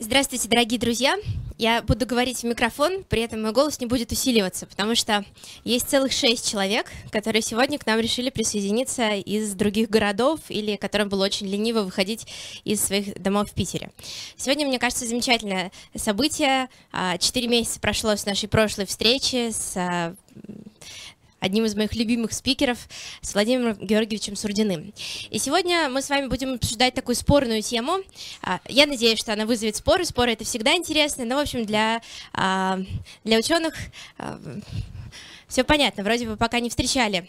Здравствуйте, дорогие друзья! Я буду говорить в микрофон, при этом мой голос не будет усиливаться, потому что есть целых 6 человек, которые сегодня к нам решили присоединиться из других городов или которым было очень лениво выходить из своих домов в Питере. Сегодня, мне кажется, замечательное событие. 4 месяца прошло с нашей прошлой встречи с одним из моих любимых спикеров, с Владимиром Георгиевичем Сурдиным. И сегодня мы с вами будем обсуждать такую спорную тему. Я надеюсь, что она вызовет споры. Споры — это всегда интересно, но, в общем, для ученых все понятно. Вроде бы пока не встречали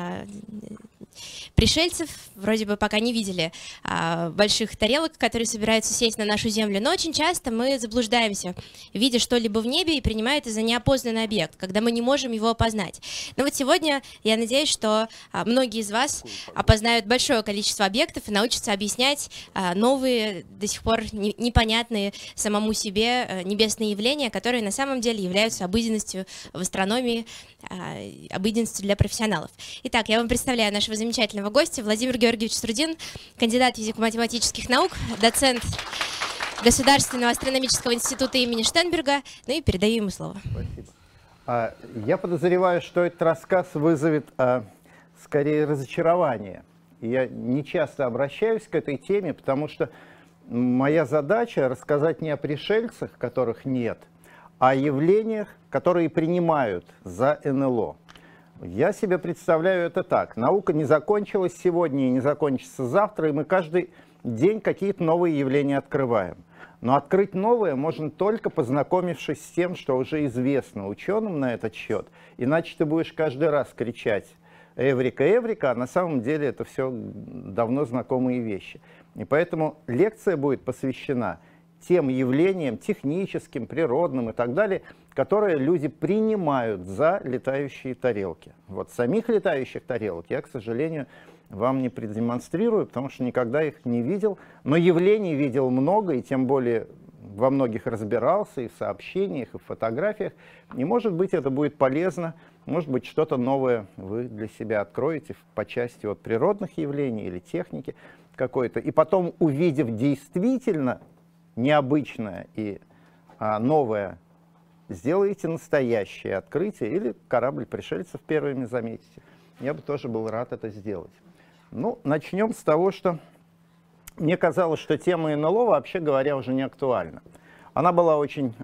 пришельцев, вроде бы пока не видели больших тарелок, которые собираются сесть на нашу Землю, но очень часто мы заблуждаемся, видя что-либо в небе, и принимая это за неопознанный объект, когда мы не можем его опознать. Но вот сегодня я надеюсь, что многие из вас опознают большое количество объектов и научатся объяснять новые, до сих пор непонятные самому себе небесные явления, которые на самом деле являются обыденностью в астрономии, обыденностью для профессионалов. Итак, я вам представляю нашего замечательного гостя Владимир Георгиевич Сурдин, кандидат физико-математических наук, доцент Государственного астрономического института имени Штенберга. Ну и передаю ему слово. Спасибо. Я подозреваю, что этот рассказ вызовет скорее разочарование. Я не часто обращаюсь к этой теме, потому что моя задача рассказать не о пришельцах, которых нет, а о явлениях, которые принимают за НЛО. Я себе представляю это так. Наука не закончилась сегодня и не закончится завтра, и мы каждый день какие-то новые явления открываем. Но открыть новое можно только познакомившись с тем, что уже известно ученым на этот счет. Иначе ты будешь каждый раз кричать «Эврика, Эврика», а на самом деле это все давно знакомые вещи. И поэтому лекция будет посвящена тем явлениям техническим, природным и так далее, которые люди принимают за летающие тарелки. Вот самих летающих тарелок я, к сожалению, вам не продемонстрирую, потому что никогда их не видел, но явлений видел много, и тем более во многих разбирался и в сообщениях, и в фотографиях. И, может быть, это будет полезно, может быть, что-то новое вы для себя откроете по части вот природных явлений или техники какой-то. И потом, увидев действительно необычное и новое, сделаете настоящее открытие или корабль пришельцев первыми заметите. Я бы тоже был рад это сделать. Ну, начнем с того, что мне казалось, что тема НЛО, вообще говоря, уже не актуальна. Она была очень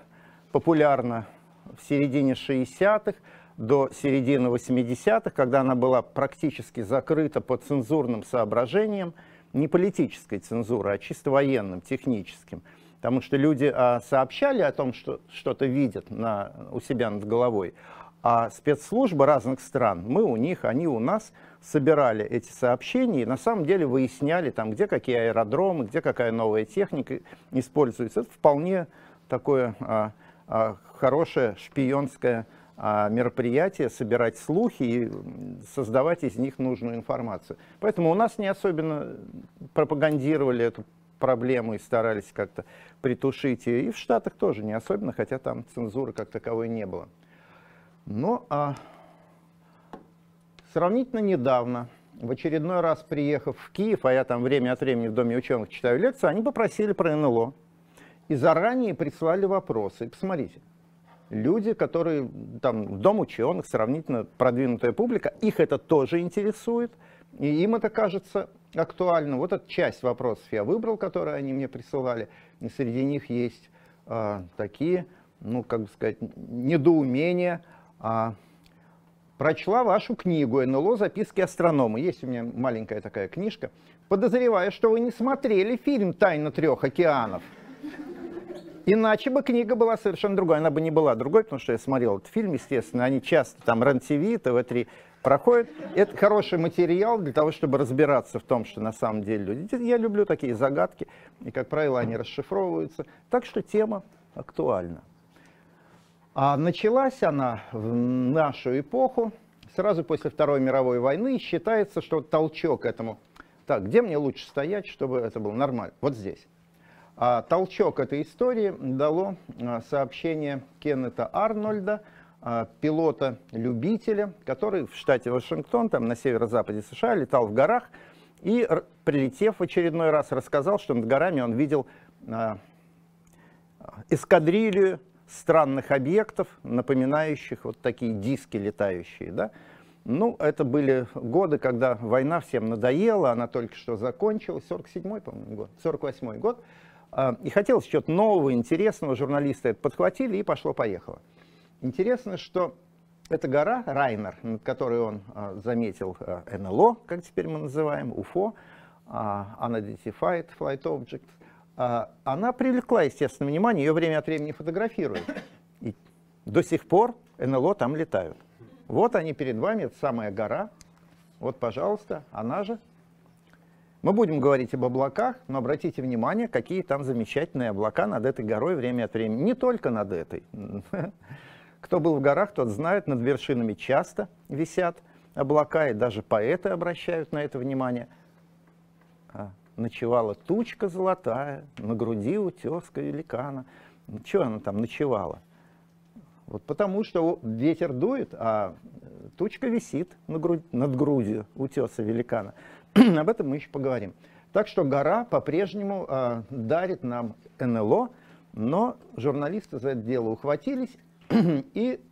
популярна в середине 60-х до середины 80-х, когда она была практически закрыта по цензурным соображениям, не политической цензуры, а чисто военным, техническим. Потому что люди сообщали о том, что что-то видят у себя над головой, а спецслужбы разных стран, мы у них, они у нас, собирали эти сообщения и на самом деле выясняли, там, где какие аэродромы, где какая новая техника используется. Это вполне такое хорошее шпионское мероприятие, собирать слухи и создавать из них нужную информацию. Поэтому у нас не особенно пропагандировали эту проблему и старались как-то притушить ее. И в Штатах тоже не особенно, хотя там цензуры как таковой не было. Но сравнительно недавно, в очередной раз приехав в Киев, а я там время от времени в Доме ученых читаю лекции, они попросили про НЛО и заранее прислали вопросы. И посмотрите. Люди, которые там, Дом ученых, сравнительно продвинутая публика, их это тоже интересует, и им это кажется актуальным. Вот эта часть вопросов я выбрал, которые они мне присылали, и среди них есть такие, ну, как бы сказать, недоумения. Прочла вашу книгу «НЛО. Записки астронома». Есть у меня маленькая такая книжка. Подозреваю, что вы не смотрели фильм «Тайна трех океанов». Иначе бы книга была совершенно другой. Она бы не была другой, потому что я смотрел этот фильм, естественно. Они часто там РЕН-ТВ, ТВ-3 проходят. Это хороший материал для того, чтобы разбираться в том, что на самом деле люди... Я люблю такие загадки, и, как правило, они расшифровываются. Так что тема актуальна. А началась она в нашу эпоху, сразу после Второй мировой войны. Считается, что толчок этому... Так, где мне лучше стоять, чтобы это было нормально? Вот здесь. Толчок этой истории дало сообщение Кеннета Арнольда, пилота-любителя, который в штате Вашингтон, там на северо-западе США, летал в горах и, прилетев в очередной раз, рассказал, что над горами он видел эскадрилью странных объектов, напоминающих вот такие диски летающие, да. Ну, это были годы, когда война всем надоела, она только что закончилась, 47-й, по-моему, год, 48-й год, и хотелось чего-то нового, интересного, журналисты это подхватили, и пошло-поехало. Интересно, что эта гора, Райнер, над которой он заметил НЛО, как теперь мы называем, УФО, Unidentified Flight Object, она привлекла, естественно, внимание, ее время от времени фотографируют. И до сих пор НЛО там летают. Вот они перед вами, это самая гора. Вот, пожалуйста, она же. Мы будем говорить об облаках, но обратите внимание, какие там замечательные облака над этой горой время от времени. Не только над этой. Кто был в горах, тот знает, над вершинами часто висят облака, и даже поэты обращают на это внимание. Ночевала тучка золотая, на груди утеска великана. Чего она там ночевала? Вот потому что ветер дует, а тучка висит над грудью утеса великана. Об этом мы еще поговорим. Так что гора по-прежнему дарит нам НЛО, но журналисты за это дело ухватились и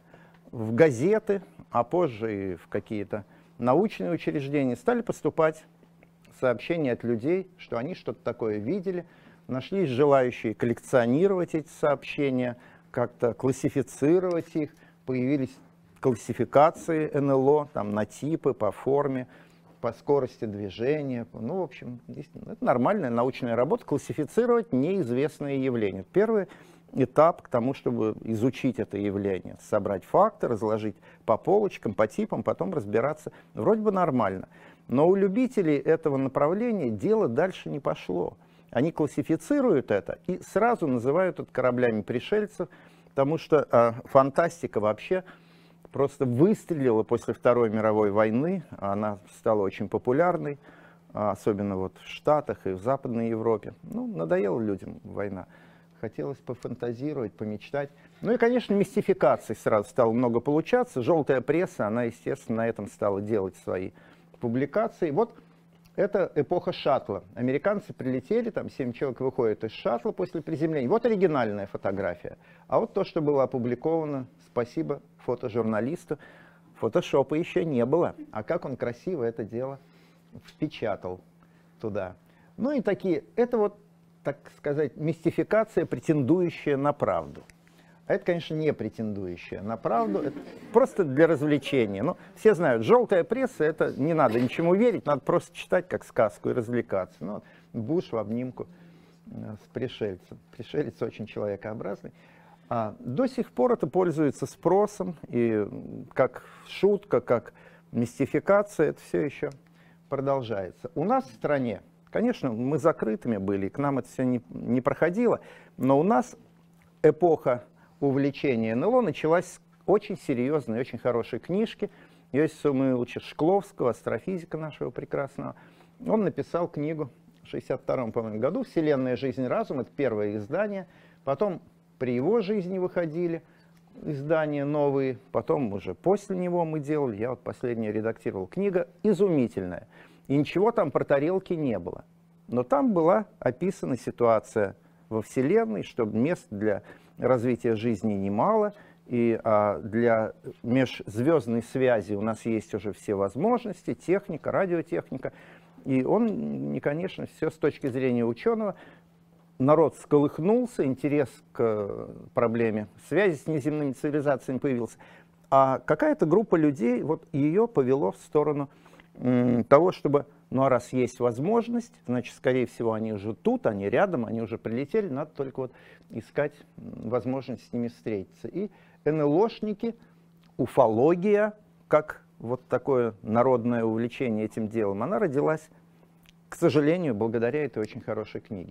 в газеты, а позже и в какие-то научные учреждения стали поступать сообщения от людей, что они что-то такое видели. Нашлись желающие коллекционировать эти сообщения, как-то классифицировать их, появились классификации НЛО там, на типы, по форме, по скорости движения. Ну, в общем, это нормальная научная работа, классифицировать неизвестные явления. Первый этап к тому, чтобы изучить это явление, собрать факты, разложить по полочкам, по типам, потом разбираться. Вроде бы нормально. Но у любителей этого направления дело дальше не пошло. Они классифицируют это и сразу называют это кораблями пришельцев, потому что фантастика вообще просто выстрелила после Второй мировой войны. Она стала очень популярной, особенно вот в Штатах и в Западной Европе. Ну, надоела людям война. Хотелось пофантазировать, помечтать. Ну и, конечно, мистификаций сразу стало много получаться. Желтая пресса, она, естественно, на этом стала делать свои публикации. Вот это эпоха шаттла. Американцы прилетели, там 7 человек выходят из шаттла после приземления. Вот оригинальная фотография. А вот то, что было опубликовано, спасибо фотожурналисту, фотошопа еще не было. А как он красиво это дело впечатал туда. Ну и такие, это вот, так сказать, мистификация, претендующая на правду. А это, конечно, не претендующая на правду, это просто для развлечения. Ну, все знают, желтая пресса, это не надо ничему верить, надо просто читать как сказку и развлекаться. Ну, Буш в обнимку с пришельцем. Пришелец очень человекообразный. До сих пор это пользуется спросом, и как шутка, как мистификация, это все еще продолжается. У нас в стране, конечно, мы закрытыми были, и к нам это все не проходило, но у нас эпоха увлечения НЛО началась с очень серьезной, очень хорошей книжки Иосифа Самуиловича Шкловского, астрофизика нашего прекрасного. Он написал книгу в 1962, по-моему, году «Вселенная, жизнь, разум». Это первое издание. Потом при его жизни выходили издания новые. Потом уже после него мы делали. Я вот последнее редактировал. Книга изумительная. И ничего там про тарелки не было. Но там была описана ситуация во Вселенной, что мест для развития жизни немало, и для межзвездной связи у нас есть уже все возможности, техника, радиотехника. И он, конечно, все с точки зрения ученого. Народ всколыхнулся, интерес к проблеме связи с неземными цивилизациями появился. А какая-то группа людей, вот ее повело в сторону того, чтобы, ну а раз есть возможность, значит, скорее всего, они уже тут, они рядом, они уже прилетели, надо только вот искать возможность с ними встретиться. И НЛОшники, уфология, как вот такое народное увлечение этим делом, она родилась, к сожалению, благодаря этой очень хорошей книге.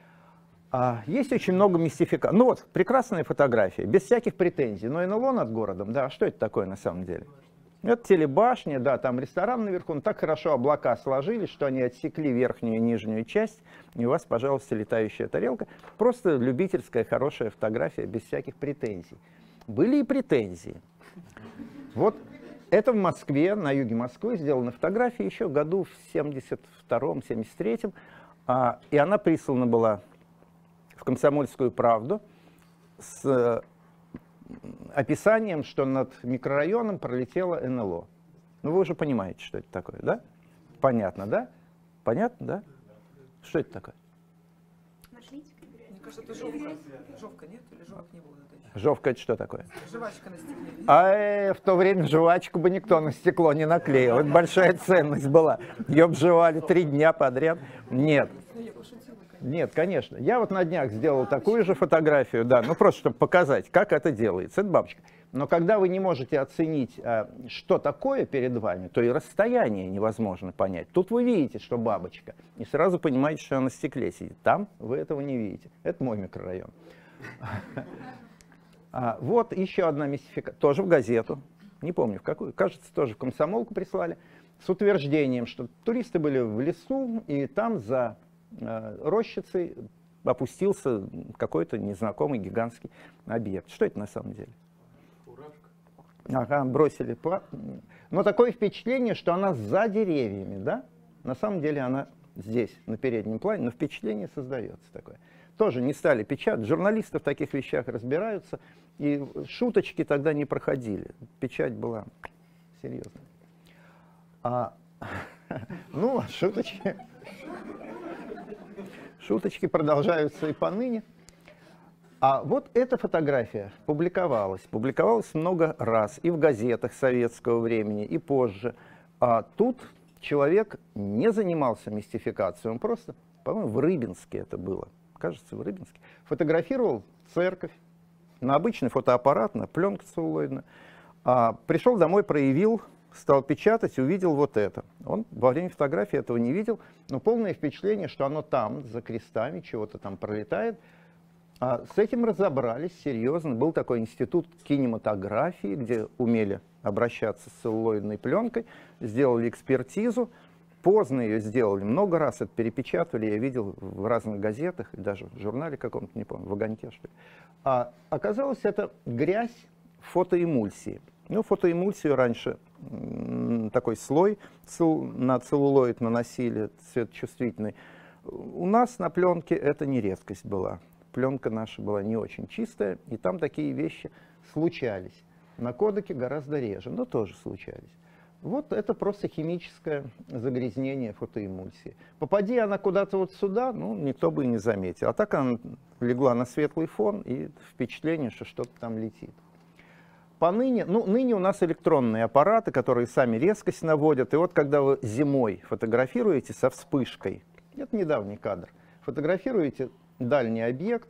Есть очень много мистификаций. Ну вот, прекрасная фотография, без всяких претензий. Но НЛО над городом, да, что это такое на самом деле? Это телебашня, да, там ресторан наверху, но так хорошо облака сложились, что они отсекли верхнюю и нижнюю часть, и у вас, пожалуйста, летающая тарелка. Просто любительская хорошая фотография, без всяких претензий. Были и претензии. Вот это в Москве, на юге Москвы, сделана фотография еще году в 72-м, 73-м, и она прислана была в «Комсомольскую правду» с описанием, что над микрорайоном пролетело НЛО. Ну, вы уже понимаете, что это такое, да? Понятно, да? Понятно, да? Что это такое? Мне кажется, это жовка. Жовка, нет? Или жовок не было? Жовка — это что такое? Жвачка на стекле. А в то время жвачку бы никто на стекло не наклеил. Это большая ценность была. Ее бы жевали 3 дня подряд. Нет. Нет, конечно. Я вот на днях сделал такую же фотографию, да, ну просто чтобы показать, как это делается. Это бабочка. Но когда вы не можете оценить, что такое перед вами, то и расстояние невозможно понять. Тут вы видите, что бабочка, и сразу понимаете, что она на стекле сидит. Там вы этого не видите. Это мой микрорайон. Вот еще одна мистификация, тоже в газету, не помню в какую, кажется, тоже в «Комсомолку» прислали, с утверждением, что туристы были в лесу, и там за рощицей опустился какой-то незнакомый гигантский объект. Что это на самом деле? Ага, бросили. Но такое впечатление, что она за деревьями, да? На самом деле она здесь, на переднем плане, но впечатление создается такое. Тоже не стали печатать. Журналисты в таких вещах разбираются, и шуточки тогда не проходили. Печать была серьезная. Ну, шуточки. Шуточки продолжаются и поныне. А вот эта фотография публиковалась много раз и в газетах советского времени, и позже. А тут человек не занимался мистификацией, он просто, по-моему, в Рыбинске это было, кажется, в Рыбинске, фотографировал церковь на обычный фотоаппарат, на пленку целлулоидную. Пришел домой, проявил, стал печатать, увидел вот это. Он во время фотографии этого не видел, но полное впечатление, что оно там, за крестами, чего-то там пролетает. С этим разобрались серьезно. Был такой институт кинематографии, где умели обращаться с целлулоидной пленкой, сделали экспертизу. Поздно ее сделали, много раз это перепечатывали, я видел в разных газетах, и даже в журнале каком-то, не помню, в «Огоньке», что ли. Оказалось, это грязь фотоэмульсии. Ну, фотоэмульсию раньше такой слой на целлулоид наносили, цветочувствительный. У нас на пленке это не редкость была. Пленка наша была не очень чистая, и там такие вещи случались. На кодеке гораздо реже, но тоже случались. Вот это просто химическое загрязнение фотоэмульсии. Попади она куда-то вот сюда, ну, никто бы и не заметил. А так она легла на светлый фон, и впечатление, что что-то там летит. Поныне, ну, ныне у нас электронные аппараты, которые сами резкость наводят. И вот когда вы зимой фотографируете со вспышкой, это недавний кадр, фотографируете дальний объект,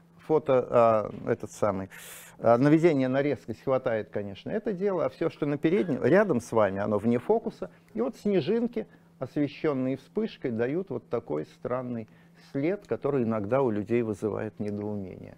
наведение на резкость хватает, конечно, это дело, а все, что на переднем, рядом с вами, оно вне фокуса. И вот снежинки, освещенные вспышкой, дают вот такой странный след, который иногда у людей вызывает недоумение.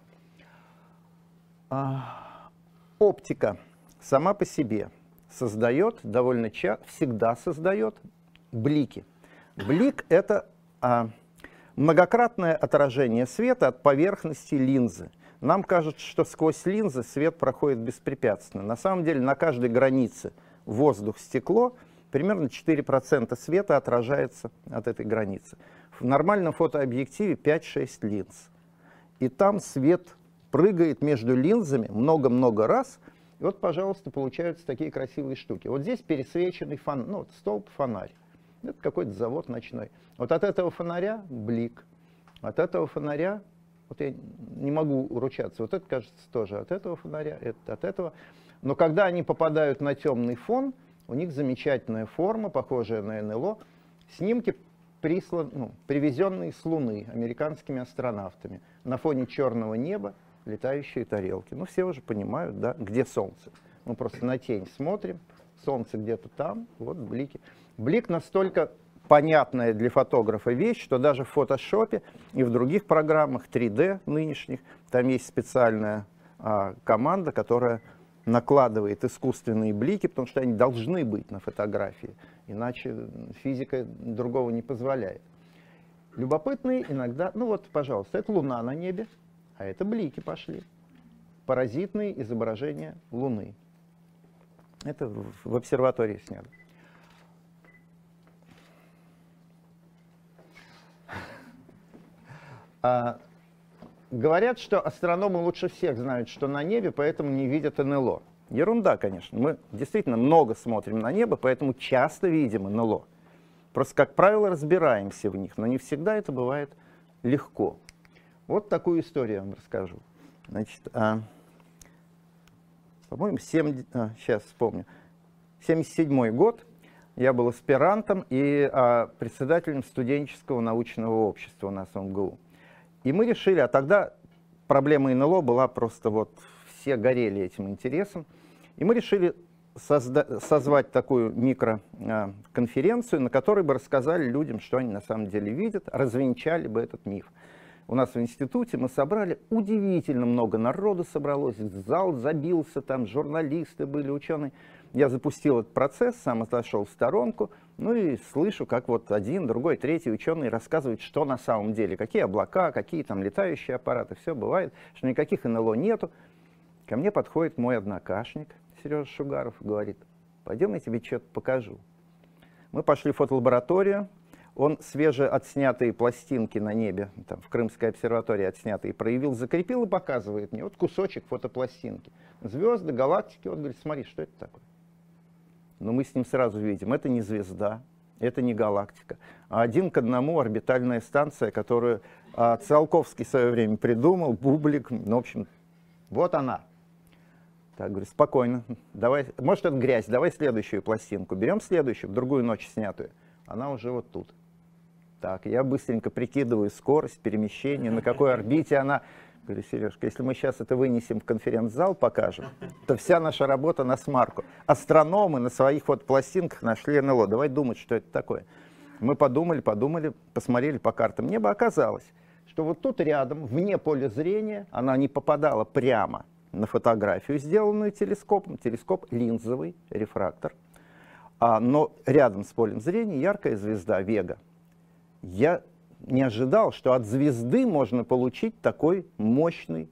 Оптика сама по себе создает, довольно часто, всегда создает блики. Блик — это многократное отражение света от поверхности линзы. Нам кажется, что сквозь линзы свет проходит беспрепятственно. На самом деле на каждой границе воздух, стекло, примерно 4% света отражается от этой границы. В нормальном фотообъективе 5-6 линз. И там свет прыгает между линзами много-много раз. И вот, пожалуйста, получаются такие красивые штуки. Вот здесь пересвеченный столб-фонарь. Это какой-то завод ночной. Вот от этого фонаря блик, от этого фонаря, вот я не могу ручаться, вот это, кажется, тоже от этого фонаря, это от этого. Но когда они попадают на темный фон, у них замечательная форма, похожая на НЛО. Снимки привезенные с Луны американскими астронавтами. На фоне черного неба летающие тарелки. Ну, все уже понимают, да, где Солнце. Мы просто на тень смотрим, Солнце где-то там, вот блики. Блик настолько понятная для фотографа вещь, что даже в фотошопе и в других программах 3D нынешних, там есть специальная команда, которая накладывает искусственные блики, потому что они должны быть на фотографии, иначе физика другого не позволяет. Любопытные иногда, ну вот, пожалуйста, это Луна на небе, а это блики пошли. Паразитные изображения Луны. Это в обсерватории снято. Говорят, что астрономы лучше всех знают, что на небе, поэтому не видят НЛО. Ерунда, конечно. Мы действительно много смотрим на небо, поэтому часто видим НЛО. Просто, как правило, разбираемся в них, но не всегда это бывает легко. Вот такую историю я вам расскажу. Значит, по-моему, сейчас вспомню. 1977 год. Я был аспирантом и председателем студенческого научного общества у нас в МГУ. И мы решили, а тогда проблема НЛО была просто вот, все горели этим интересом. И мы решили созвать такую микроконференцию, на которой бы рассказали людям, что они на самом деле видят, развенчали бы этот миф. У нас в институте мы собрали удивительно много народу собралось, зал забился, там журналисты были, ученые. Я запустил этот процесс, сам отошел в сторонку, ну и слышу, как вот один, другой, третий ученый рассказывают, что на самом деле, какие облака, какие там летающие аппараты, все бывает, что никаких НЛО нету. Ко мне подходит мой однокашник Сережа Шугаров и говорит: пойдем, я тебе что-то покажу. Мы пошли в фотолабораторию, он свежеотснятые пластинки на небе, там, в Крымской обсерватории отснятые, проявил, закрепил и показывает мне, вот кусочек фотопластинки. Звезды, галактики, он говорит: смотри, что это такое? Но мы с ним сразу видим, это не звезда, это не галактика, а 1 к 1 орбитальная станция, которую Циолковский в свое время придумал, Бублик, ну, в общем, вот она. Так, говорю, спокойно, давай, может, это грязь, давай следующую пластинку. Берем следующую, в другую ночь снятую, она уже вот тут. Так, я быстренько прикидываю скорость перемещения, на какой орбите она. Говорю: Сережка, если мы сейчас это вынесем в конференц-зал, покажем, то вся наша работа на смарку. Астрономы на своих фотопластинках нашли НЛО. Давай думать, что это такое. Мы подумали, посмотрели по картам неба. Оказалось, что вот тут рядом, вне поля зрения, она не попадала прямо на фотографию, сделанную телескопом. Телескоп линзовый, рефрактор. Но рядом с полем зрения яркая звезда Вега. Я не ожидал, что от звезды можно получить такой мощный,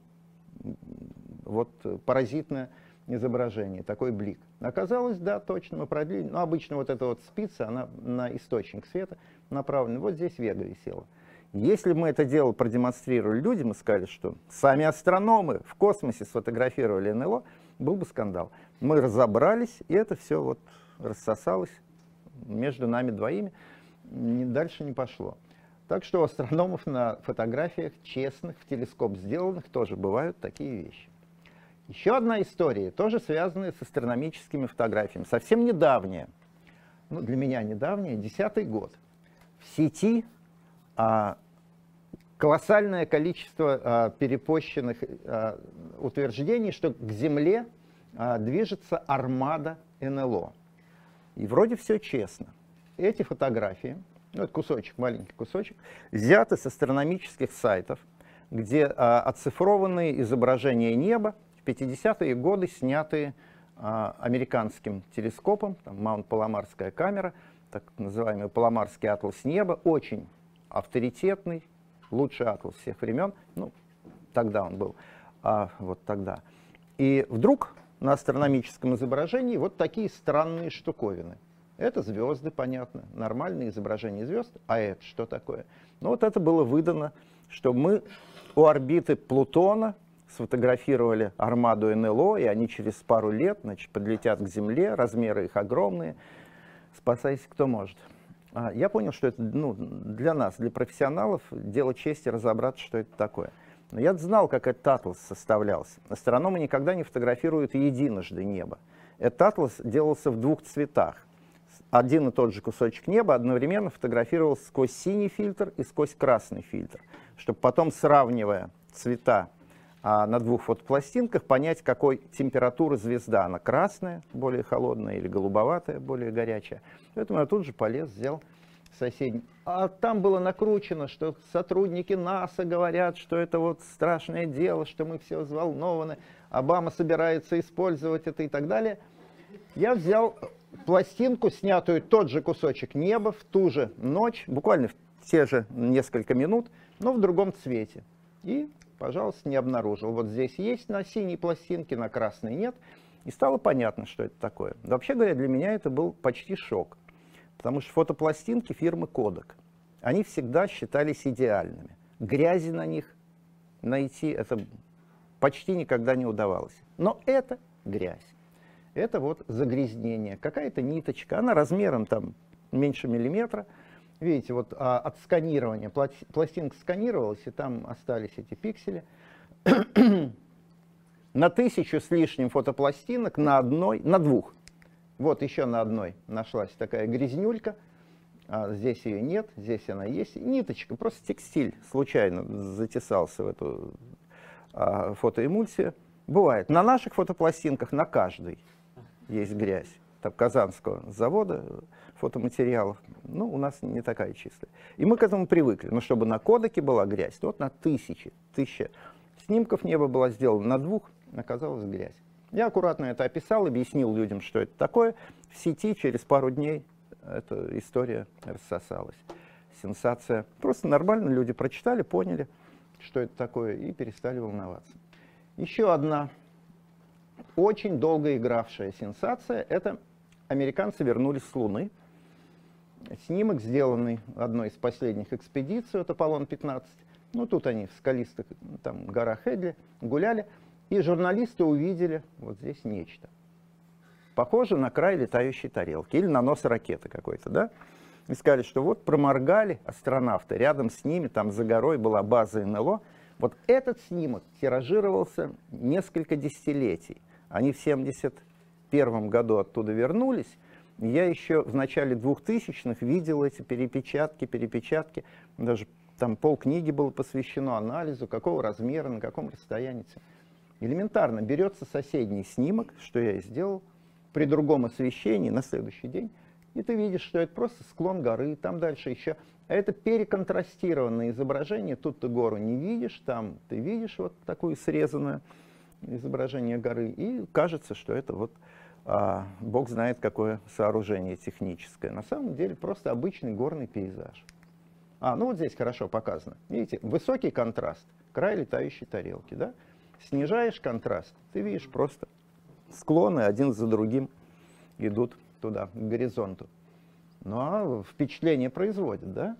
вот, паразитное изображение, такой блик. Оказалось, да, точно, мы продлили. Но обычно вот эта вот спица, она на источник света направлена. Вот здесь Вега висела. Если бы мы это дело продемонстрировали людям и сказали, что сами астрономы в космосе сфотографировали НЛО, был бы скандал. Мы разобрались, и это все вот рассосалось между нами двоими, дальше не пошло. Так что у астрономов на фотографиях честных, в телескоп сделанных, тоже бывают такие вещи. Еще одна история, тоже связанная с астрономическими фотографиями, совсем недавняя, ну, для меня недавняя, 10-й год. В сети колоссальное количество перепощенных утверждений, что к Земле движется армада НЛО. И вроде все честно. Эти фотографии, ну, это кусочек, маленький кусочек, взяты с астрономических сайтов, где оцифрованные изображения неба в 50-е годы, снятые американским телескопом, там Маунт-Паломарская камера, так называемый Паломарский атлас неба, очень авторитетный, лучший атлас всех времен, ну, тогда он был, вот тогда. И вдруг на астрономическом изображении вот такие странные штуковины. Это звезды, понятно, нормальные изображения звезд. А это что такое? Ну вот это было выдано, что мы у орбиты Плутона сфотографировали армаду НЛО, и они через пару лет, значит, подлетят к Земле, размеры их огромные. Спасайся, кто может. Я понял, что это, ну, для нас, для профессионалов, дело чести разобраться, что это такое. Но я знал, как этот атлас составлялся. Астрономы никогда не фотографируют единожды небо. Этот атлас делался в 2 цветах. Один и тот же кусочек неба одновременно фотографировался сквозь синий фильтр и сквозь красный фильтр, чтобы потом, сравнивая цвета на 2 фотопластинках, понять, какой температуры звезда. Она красная, более холодная, или голубоватая, более горячая. Поэтому я тут же полез, взял соседний. А там было накручено, что сотрудники НАСА говорят, что это вот страшное дело, что мы все взволнованы, Обама собирается использовать это и так далее. Я взял пластинку, снятую тот же кусочек неба в ту же ночь, буквально в те же несколько минут, но в другом цвете. И, пожалуйста, не обнаружил. Вот здесь есть на синей пластинке, на красной нет. И стало понятно, что это такое. Вообще говоря, для меня это был почти шок. Потому что фотопластинки фирмы Kodak, они всегда считались идеальными. Грязи на них найти это почти никогда не удавалось. Но это грязь. Это вот загрязнение. Какая-то ниточка, она размером там меньше миллиметра. Видите, вот от сканирования, пластинка сканировалась, и там остались эти пиксели. На 1000 с лишним фотопластинок, на одной, на двух. Вот еще на одной нашлась такая грязнюлька. Здесь ее нет, здесь она есть. Ниточка, просто текстиль случайно затесался в эту фотоэмульсию. Бывает. На наших фотопластинках, на каждой есть грязь. Там Казанского завода фотоматериалов. Ну, у нас не такая чистая. И мы к этому привыкли. Но чтобы на кодеке была грязь, то вот на 1000 снимков неба было сделано, на 2 оказалась грязь. Я аккуратно это описал, объяснил людям, что это такое. В сети через пару дней эта история рассосалась. Сенсация. Просто нормально люди прочитали, поняли, что это такое, и перестали волноваться. Еще одна очень долго игравшая сенсация – это американцы вернулись с Луны. Снимок, сделанный одной из последних экспедиций от Аполлон-15. Ну, тут они в скалистых там, горах Эдли гуляли, и журналисты увидели вот здесь нечто. Похоже на край летающей тарелки или на нос ракеты какой-то, да? И сказали, что вот проморгали астронавты, рядом с ними, там за горой была база НЛО. Вот этот снимок тиражировался несколько десятилетий. Они в 1971 году оттуда вернулись. Я еще в начале 2000-х видел эти перепечатки. Даже там полкниги было посвящено анализу, какого размера, на каком расстоянии. Элементарно берется соседний снимок, что я и сделал, при другом освещении на следующий день, и ты видишь, что это просто склон горы, там дальше еще. А это переконтрастированное изображение, тут ты гору не видишь, там ты видишь вот такое срезанное изображение горы, и кажется, что это вот бог знает какое сооружение техническое. На самом деле просто обычный горный пейзаж. Ну вот здесь хорошо показано. Видите, высокий контраст, край летающей тарелки, да? Снижаешь контраст, ты видишь просто склоны один за другим идут туда, к горизонту. Ну а впечатление производит, да?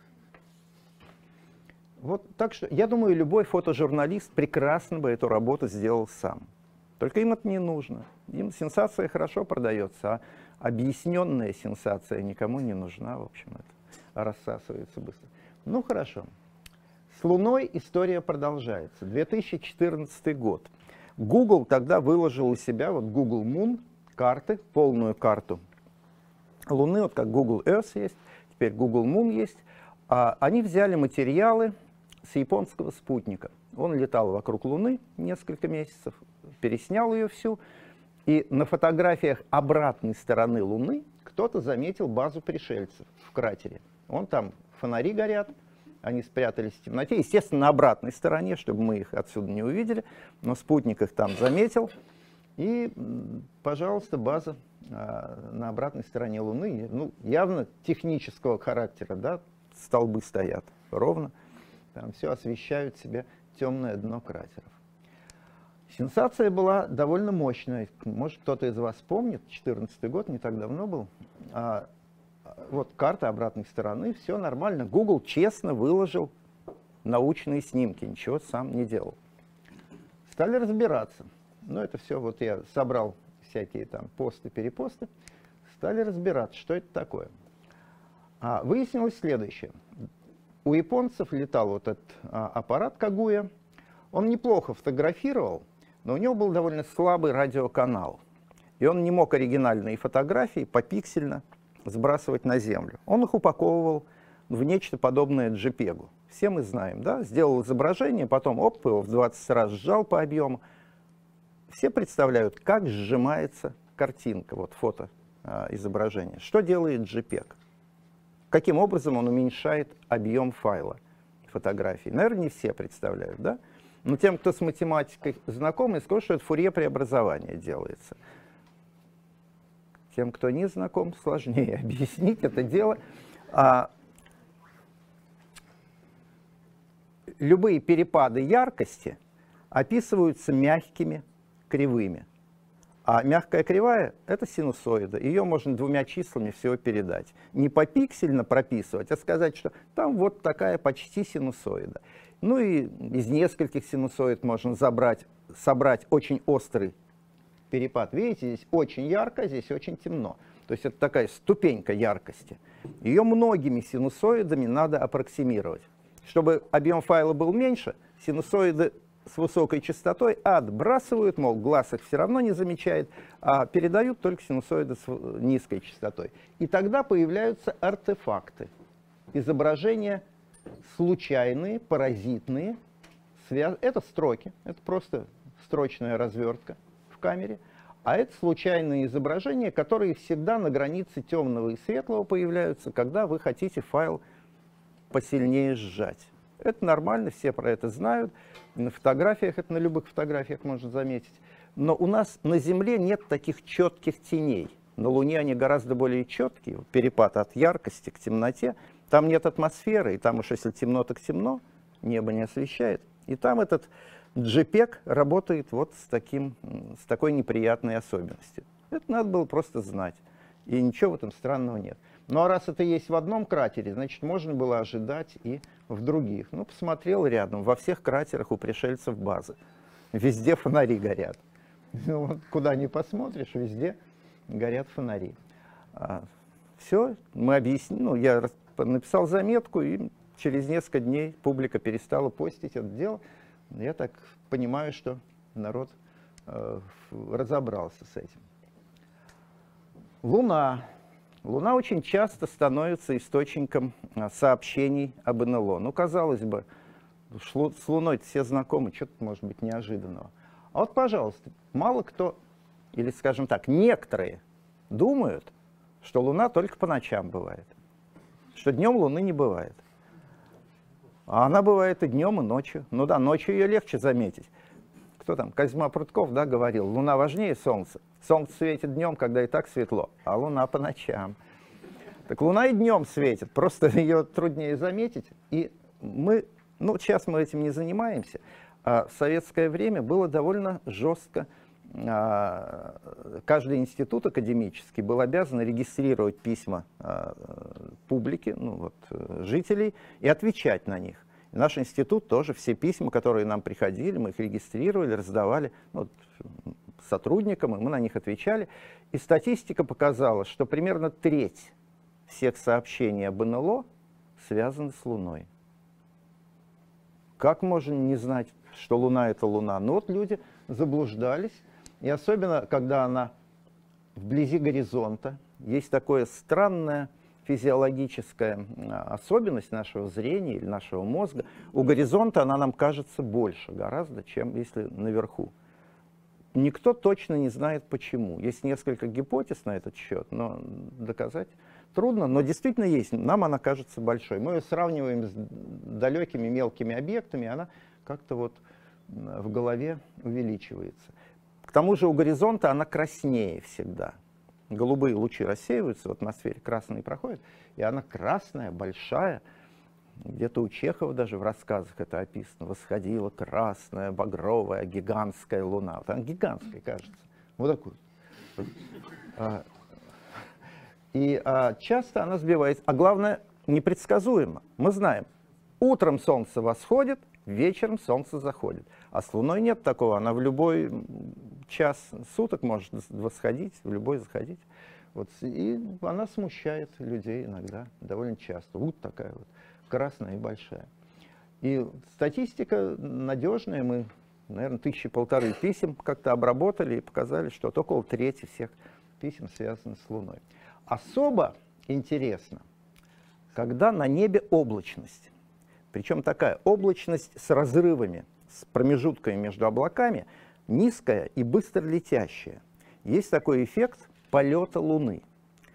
Вот так что, я думаю, любой фотожурналист прекрасно бы эту работу сделал сам. Только им это не нужно. Им сенсация хорошо продается, а объясненная сенсация никому не нужна, в общем, это рассасывается быстро. Ну хорошо. С Луной история продолжается. 2014 год. Google тогда выложил у себя, вот Google Moon, карты, полную карту Луны, вот как Google Earth есть, теперь Google Moon есть. Они взяли материалы с японского спутника. Он летал вокруг Луны несколько месяцев, переснял ее всю, и на фотографиях обратной стороны Луны кто-то заметил базу пришельцев в кратере. Вон там фонари горят, они спрятались в темноте, естественно, на обратной стороне, чтобы мы их отсюда не увидели, но спутник их там заметил. И, пожалуйста, база на обратной стороне Луны, ну, явно технического характера, да, столбы стоят ровно, там все освещают себе темное дно кратеров. Сенсация была довольно мощная. Может, кто-то из вас помнит, 2014 год, не так давно был. Вот карта обратной стороны, все нормально. Google честно выложил научные снимки, ничего сам не делал. Стали разбираться. Ну, это все, вот я собрал всякие там посты, перепосты. Стали разбираться, что это такое. Выяснилось следующее. У японцев летал вот этот аппарат Кагуя. Он неплохо фотографировал, но у него был довольно слабый радиоканал. И он не мог оригинальные фотографии попиксельно сбрасывать на Землю. Он их упаковывал в нечто подобное JPEG. Все мы знаем, да? Сделал изображение, потом оп, его в 20 раз сжал по объему. Все представляют, как сжимается картинка, вот фото изображение. Что делает JPEG? Каким образом он уменьшает объем файла фотографии? Наверное, не все представляют, да? Но тем, кто с математикой знаком, я скажу, что это Фурье преобразование делается. Тем, кто не знаком, сложнее объяснить это дело. Любые перепады яркости описываются мягкими кривыми. А мягкая кривая — это синусоида. Ее можно двумя числами всего передать. Не попиксельно прописывать, а сказать, что там вот такая почти синусоида. Ну и из нескольких синусоид можно собрать очень острый перепад. Видите, здесь очень ярко, здесь очень темно. То есть это такая ступенька яркости. Ее многими синусоидами надо аппроксимировать. Чтобы объем файла был меньше, синусоиды с высокой частотой отбрасывают, мол, глаз их все равно не замечает, а передают только синусоиды с низкой частотой. И тогда появляются артефакты. Изображения случайные, паразитные. Это строки, это просто строчная развертка в камере. А это случайные изображения, которые всегда на границе темного и светлого появляются, когда вы хотите файл посильнее сжать. Это нормально, все про это знают. На фотографиях, это на любых фотографиях можно заметить. Но у нас на Земле нет таких четких теней. На Луне они гораздо более четкие, перепад от яркости к темноте. Там нет атмосферы, и там уж если темно, так темно, небо не освещает. И там этот JPEG работает вот с такой неприятной особенностью. Это надо было просто знать. И ничего в этом странного нет. Ну а раз это есть в одном кратере, значит, можно было ожидать и в других. Ну, посмотрел рядом, во всех кратерах у пришельцев базы. Везде фонари горят. Ну, вот куда ни посмотришь, везде горят фонари. Все, мы объяснили, ну, я написал заметку, и через несколько дней публика перестала постить это дело. Я так понимаю, что народ разобрался с этим. Луна. Луна очень часто становится источником сообщений об НЛО. Ну, казалось бы, с Луной все знакомы, что тут может быть неожиданного. А вот, пожалуйста, мало кто, или, скажем так, некоторые думают, что Луна только по ночам бывает, что днем Луны не бывает. А она бывает и днем, и ночью. Ну да, ночью ее легче заметить. Кто там, Козьма Прутков, да, говорил, Луна важнее Солнца. Солнце светит днем, когда и так светло, а Луна по ночам. Так Луна и днем светит, просто ее труднее заметить. И мы, ну, сейчас мы этим не занимаемся, а в советское время было довольно жестко. Каждый институт академический был обязан регистрировать письма публики, ну, вот, жителей, и отвечать на них. И наш институт тоже все письма, которые нам приходили, мы их регистрировали, раздавали, ну, сотрудникам, и мы на них отвечали. И статистика показала, что примерно треть всех сообщений об НЛО связаны с Луной. Как можно не знать, что Луна — это Луна? Ну вот люди заблуждались. И особенно, когда она вблизи горизонта, есть такая странная физиологическая особенность нашего зрения или нашего мозга. У горизонта она нам кажется больше гораздо, чем если наверху. Никто точно не знает почему. Есть несколько гипотез на этот счет, но доказать трудно. Но действительно есть. Нам она кажется большой. Мы ее сравниваем с далекими мелкими объектами, и она как-то вот в голове увеличивается. К тому же у горизонта она краснее всегда. Голубые лучи рассеиваются в атмосфере, красные проходят, и она красная, большая. Где-то у Чехова даже в рассказах это описано. Восходила красная, багровая, гигантская луна. Вот она гигантская, кажется. Вот такой. И часто она сбивается. А главное, непредсказуемо. Мы знаем, утром солнце восходит, вечером солнце заходит. А с Луной нет такого. Она в любой час суток может восходить, в любой заходить. Вот. И она смущает людей иногда, довольно часто. Вот такая вот, красная и большая. И статистика надежная. Мы, наверное, 1500 писем как-то обработали и показали, что около трети всех писем связаны с Луной. Особо интересно, когда на небе облачность. Причем такая облачность с разрывами, с промежутками между облаками, низкая и быстро летящая. Есть такой эффект полета Луны.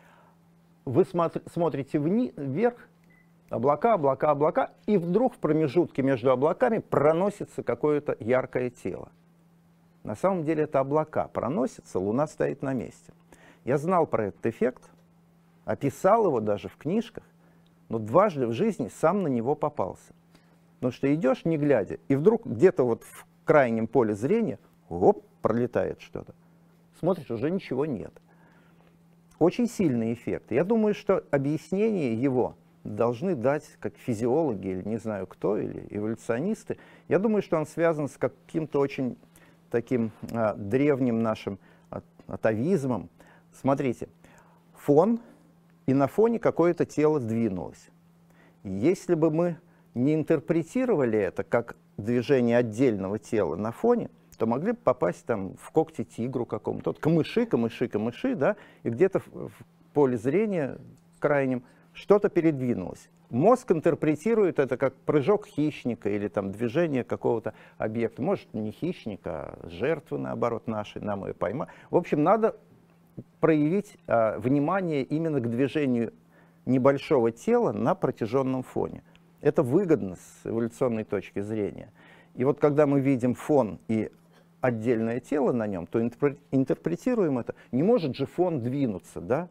Вы смотрите вверх, облака, облака, облака, и вдруг в промежутке между облаками проносится какое-то яркое тело. На самом деле это облака проносятся, Луна стоит на месте. Я знал про этот эффект, описал его даже в книжках, но дважды в жизни сам на него попался. Потому что идешь, не глядя, и вдруг где-то вот в крайнем поле зрения, оп, пролетает что-то. Смотришь, уже ничего нет. Очень сильный эффект. Я думаю, что объяснение его должны дать, как физиологи, или не знаю кто, или эволюционисты. Я думаю, что он связан с каким-то очень таким древним нашим атовизмом. Смотрите, фон, и на фоне какое-то тело сдвинулось. Если бы мы не интерпретировали это как движение отдельного тела на фоне, то могли бы попасть там в когти тигру какому-то, камыши, да, и где-то в поле зрения крайнем что-то передвинулось. Мозг интерпретирует это как прыжок хищника или там движение какого-то объекта. Может, не хищника, а жертвы, наоборот, нашей, нам ее поймать. В общем, надо проявить внимание именно к движению небольшого тела на протяженном фоне. Это выгодно с эволюционной точки зрения. И вот когда мы видим фон и отдельное тело на нем, то интерпретируем это. Не может же фон двинуться, да?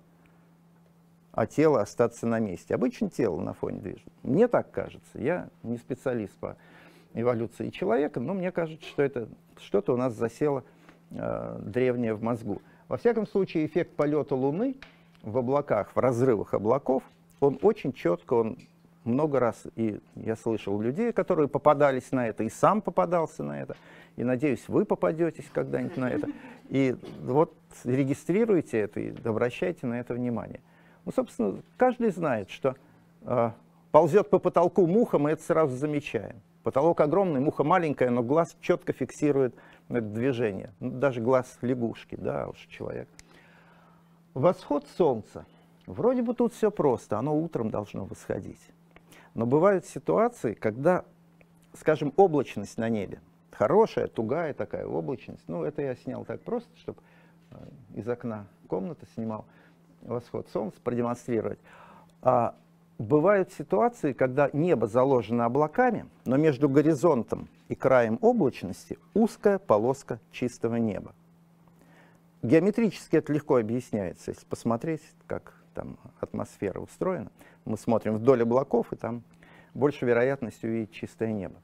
А тело остаться на месте. Обычно тело на фоне движется. Мне так кажется. Я не специалист по эволюции человека, но мне кажется, что это что-то у нас засело древнее в мозгу. Во всяком случае, эффект полета Луны в облаках, в разрывах облаков, он очень четко, он много раз, и я слышал людей, которые попадались на это, и сам попадался на это, и надеюсь, вы попадетесь когда-нибудь на это. И вот регистрируйте это и обращайте на это внимание. Ну, собственно, каждый знает, что ползет по потолку муха, мы это сразу замечаем. Потолок огромный, муха маленькая, но глаз четко фиксирует это движение. Ну, даже глаз лягушки, да, уж человек. Восход солнца. Вроде бы тут все просто, оно утром должно восходить. Но бывают ситуации, когда, скажем, облачность на небе, хорошая, тугая такая облачность, ну, это я снял так просто, чтобы из окна комнаты снимал восход солнца, продемонстрировать. Бывают ситуации, когда небо заложено облаками, но между горизонтом и краем облачности узкая полоска чистого неба. Геометрически это легко объясняется, если посмотреть, как там атмосфера устроена. Мы смотрим вдоль облаков, и там больше вероятность увидеть чистое небо.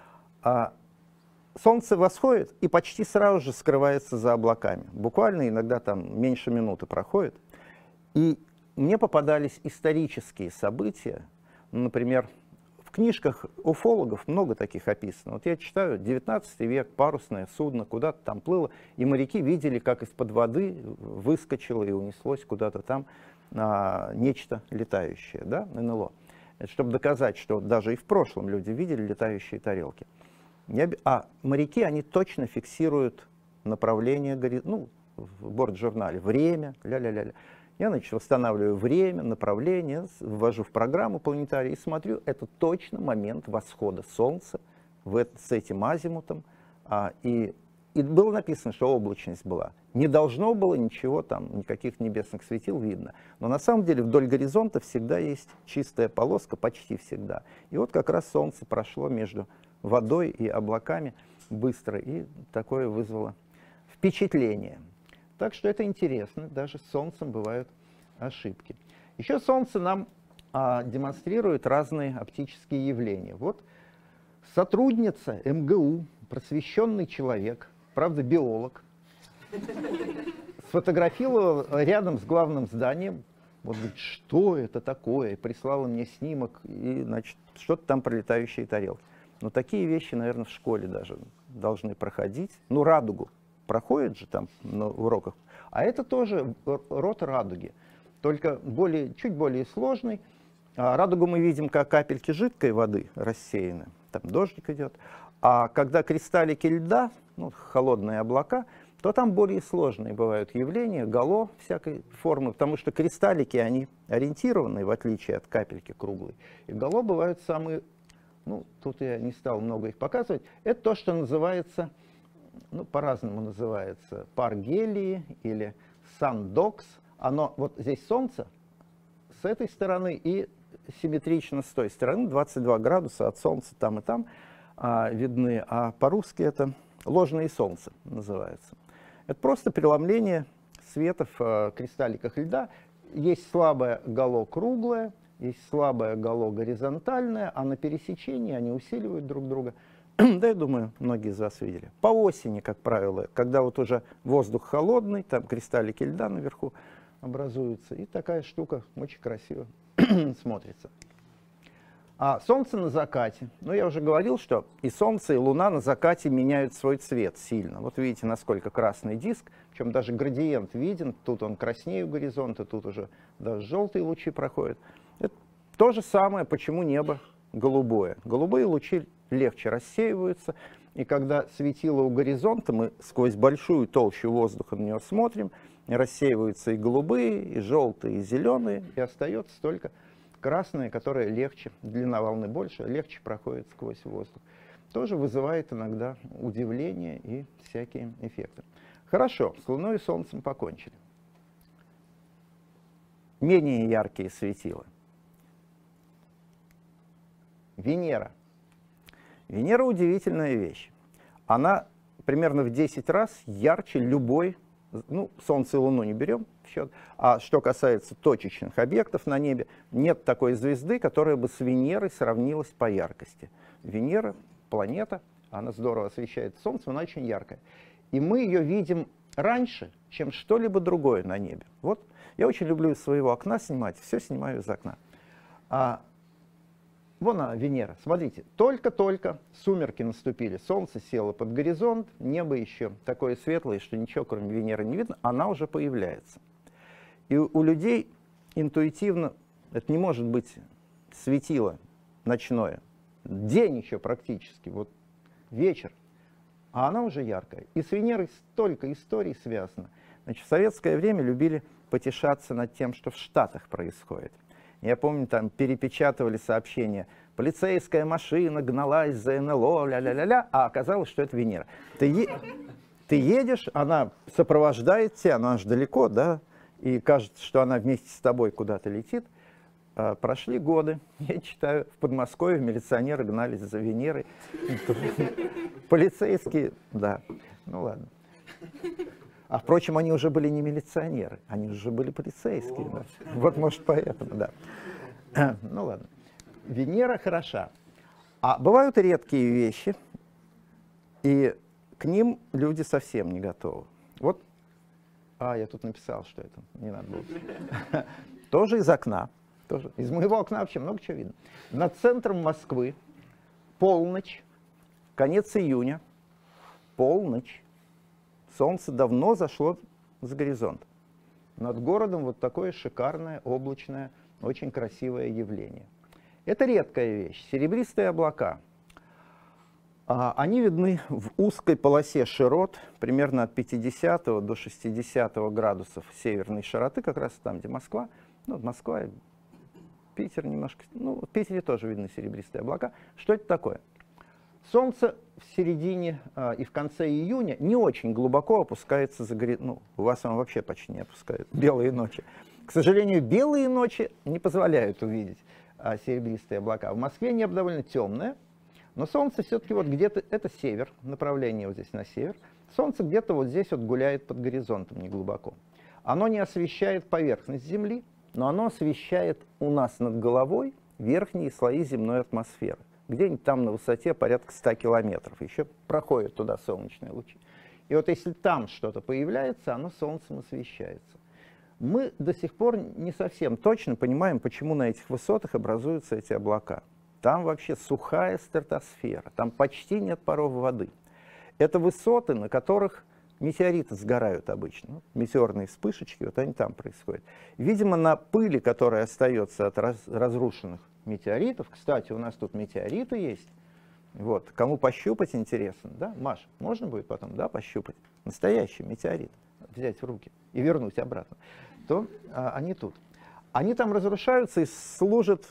Солнце восходит и почти сразу же скрывается за облаками. Буквально иногда там меньше минуты проходит. И мне попадались исторические события, например, в книжках уфологов много таких описано. Вот я читаю, 19 век, парусное судно куда-то там плыло, и моряки видели, как из-под воды выскочило и унеслось куда-то там нечто летающее, да, НЛО. Это чтобы доказать, что даже и в прошлом люди видели летающие тарелки. А моряки, они точно фиксируют направление, ну, в бортжурнале, время, ля-ля-ля-ля. Я, значит, восстанавливаю время, направление, ввожу в программу планетарий и смотрю, это точно момент восхода Солнца с этим азимутом. И было написано, что облачность была. Не должно было ничего там, никаких небесных светил видно. Но на самом деле вдоль горизонта всегда есть чистая полоска, почти всегда. И вот как раз Солнце прошло между водой и облаками быстро, и такое вызвало впечатление. Так что это интересно, даже с Солнцем бывают ошибки. Еще Солнце нам демонстрирует разные оптические явления. Вот сотрудница МГУ, просвещенный человек, правда биолог, сфотографировала рядом с главным зданием, вот говорит, что это такое, и прислала мне снимок, и, значит, что-то там про летающие тарелки. Но такие вещи, наверное, в школе даже должны проходить. Ну, радугу проходит же там на уроках. А это тоже род радуги, только чуть более сложный. Радугу мы видим как капельки жидкой воды рассеяны, там дождик идет. А когда кристаллики льда, ну, холодные облака, то там более сложные бывают явления, гало всякой формы, потому что кристаллики, они ориентированы, в отличие от капельки круглой. И гало бывают самые, ну, тут я не стал много их показывать, это то, что называется, ну, по-разному называется, паргелии или сандокс. Оно, вот здесь Солнце с этой стороны и симметрично с той стороны, 22 градуса от Солнца там и там видны, а по-русски это ложное Солнце называется. Это просто преломление света в кристалликах льда. Есть слабое гало круглое, есть слабое гало горизонтальное, а на пересечении они усиливают друг друга. Да, я думаю, многие из вас видели. По осени, как правило, когда вот уже воздух холодный, там кристаллики льда наверху образуются, и такая штука очень красиво смотрится. А Солнце на закате. Ну, я уже говорил, что и Солнце, и Луна на закате меняют свой цвет сильно. Вот видите, насколько красный диск, причем даже градиент виден. Тут он краснее у горизонта, тут уже даже желтые лучи проходят. Это то же самое, почему небо голубое. Голубые лучи легче рассеиваются, и когда светило у горизонта, мы сквозь большую толщу воздуха на него смотрим, рассеиваются и голубые, и желтые, и зеленые, и остается только красное, которое легче, длина волны больше, легче проходит сквозь воздух. Тоже вызывает иногда удивление и всякие эффекты. Хорошо, с Луной и Солнцем покончили. Менее яркие светила. Венера. Венера удивительная вещь. Она примерно в 10 раз ярче любой, ну, Солнце и Луну не берем в счет, а что касается точечных объектов на небе, нет такой звезды, которая бы с Венерой сравнилась по яркости. Венера, планета, она здорово освещает Солнце, она очень яркая. И мы ее видим раньше, чем что-либо другое на небе. Вот, я очень люблю из своего окна снимать, все снимаю из окна. Вон она, Венера. Смотрите, только-только сумерки наступили, Солнце село под горизонт, небо еще такое светлое, что ничего кроме Венеры не видно, она уже появляется. И у людей интуитивно, это не может быть светило ночное, день еще практически, вот вечер, а она уже яркая. И с Венерой столько историй связано. Значит, в советское время любили потешаться над тем, что в Штатах происходит. Я помню, там перепечатывали сообщения: полицейская машина гналась за НЛО, ля-ля-ля-ля, а оказалось, что это Венера. Ты едешь, она сопровождает тебя, она аж далеко, да, и кажется, что она вместе с тобой куда-то летит. Прошли годы, я читаю, в Подмосковье милиционеры гнались за Венерой. Полицейские, да, ну ладно. А, впрочем, они уже были не милиционеры, они уже были полицейские. Да. Вот, может, поэтому, да. Ну, ладно. Венера хороша. А бывают редкие вещи, и к ним люди совсем не готовы. Вот, я тут написал, что это не надо было. Тоже из окна. Тоже. Из моего окна вообще много чего видно. Над центром Москвы полночь, конец июня, полночь. Солнце давно зашло за горизонт. Над городом вот такое шикарное, облачное, очень красивое явление. Это редкая вещь. Серебристые облака. Они видны в узкой полосе широт, примерно от 50 до 60 градусов северной широты, как раз там, где Москва. Ну, Москва, Питер немножко. Ну, в Питере тоже видны серебристые облака. Что это такое? Солнце в середине и в конце июня не очень глубоко опускается за горизонт. Ну, у вас оно вообще почти не опускает. Белые ночи. К сожалению, белые ночи не позволяют увидеть серебристые облака. В Москве небо довольно темное, но Солнце все-таки вот где-то, это север, направление вот здесь на север. Солнце где-то вот здесь вот гуляет под горизонтом неглубоко. Оно не освещает поверхность Земли, но оно освещает у нас над головой верхние слои земной атмосферы. Где-нибудь там на высоте порядка 100 километров. Еще проходят туда солнечные лучи. И вот если там что-то появляется, оно солнцем освещается. Мы до сих пор не совсем точно понимаем, почему на этих высотах образуются эти облака. Там вообще сухая стратосфера, там почти нет паров воды. Это высоты, на которых метеориты сгорают обычно. Метеорные вспышечки, вот они там происходят. Видимо, на пыли, которая остается от разрушенных метеоритов. Кстати, у нас тут метеориты есть. Вот, кому пощупать интересно, да? Маш, можно будет потом, да, пощупать? Настоящий метеорит взять в руки и вернуть обратно. То они тут. Они там разрушаются и служат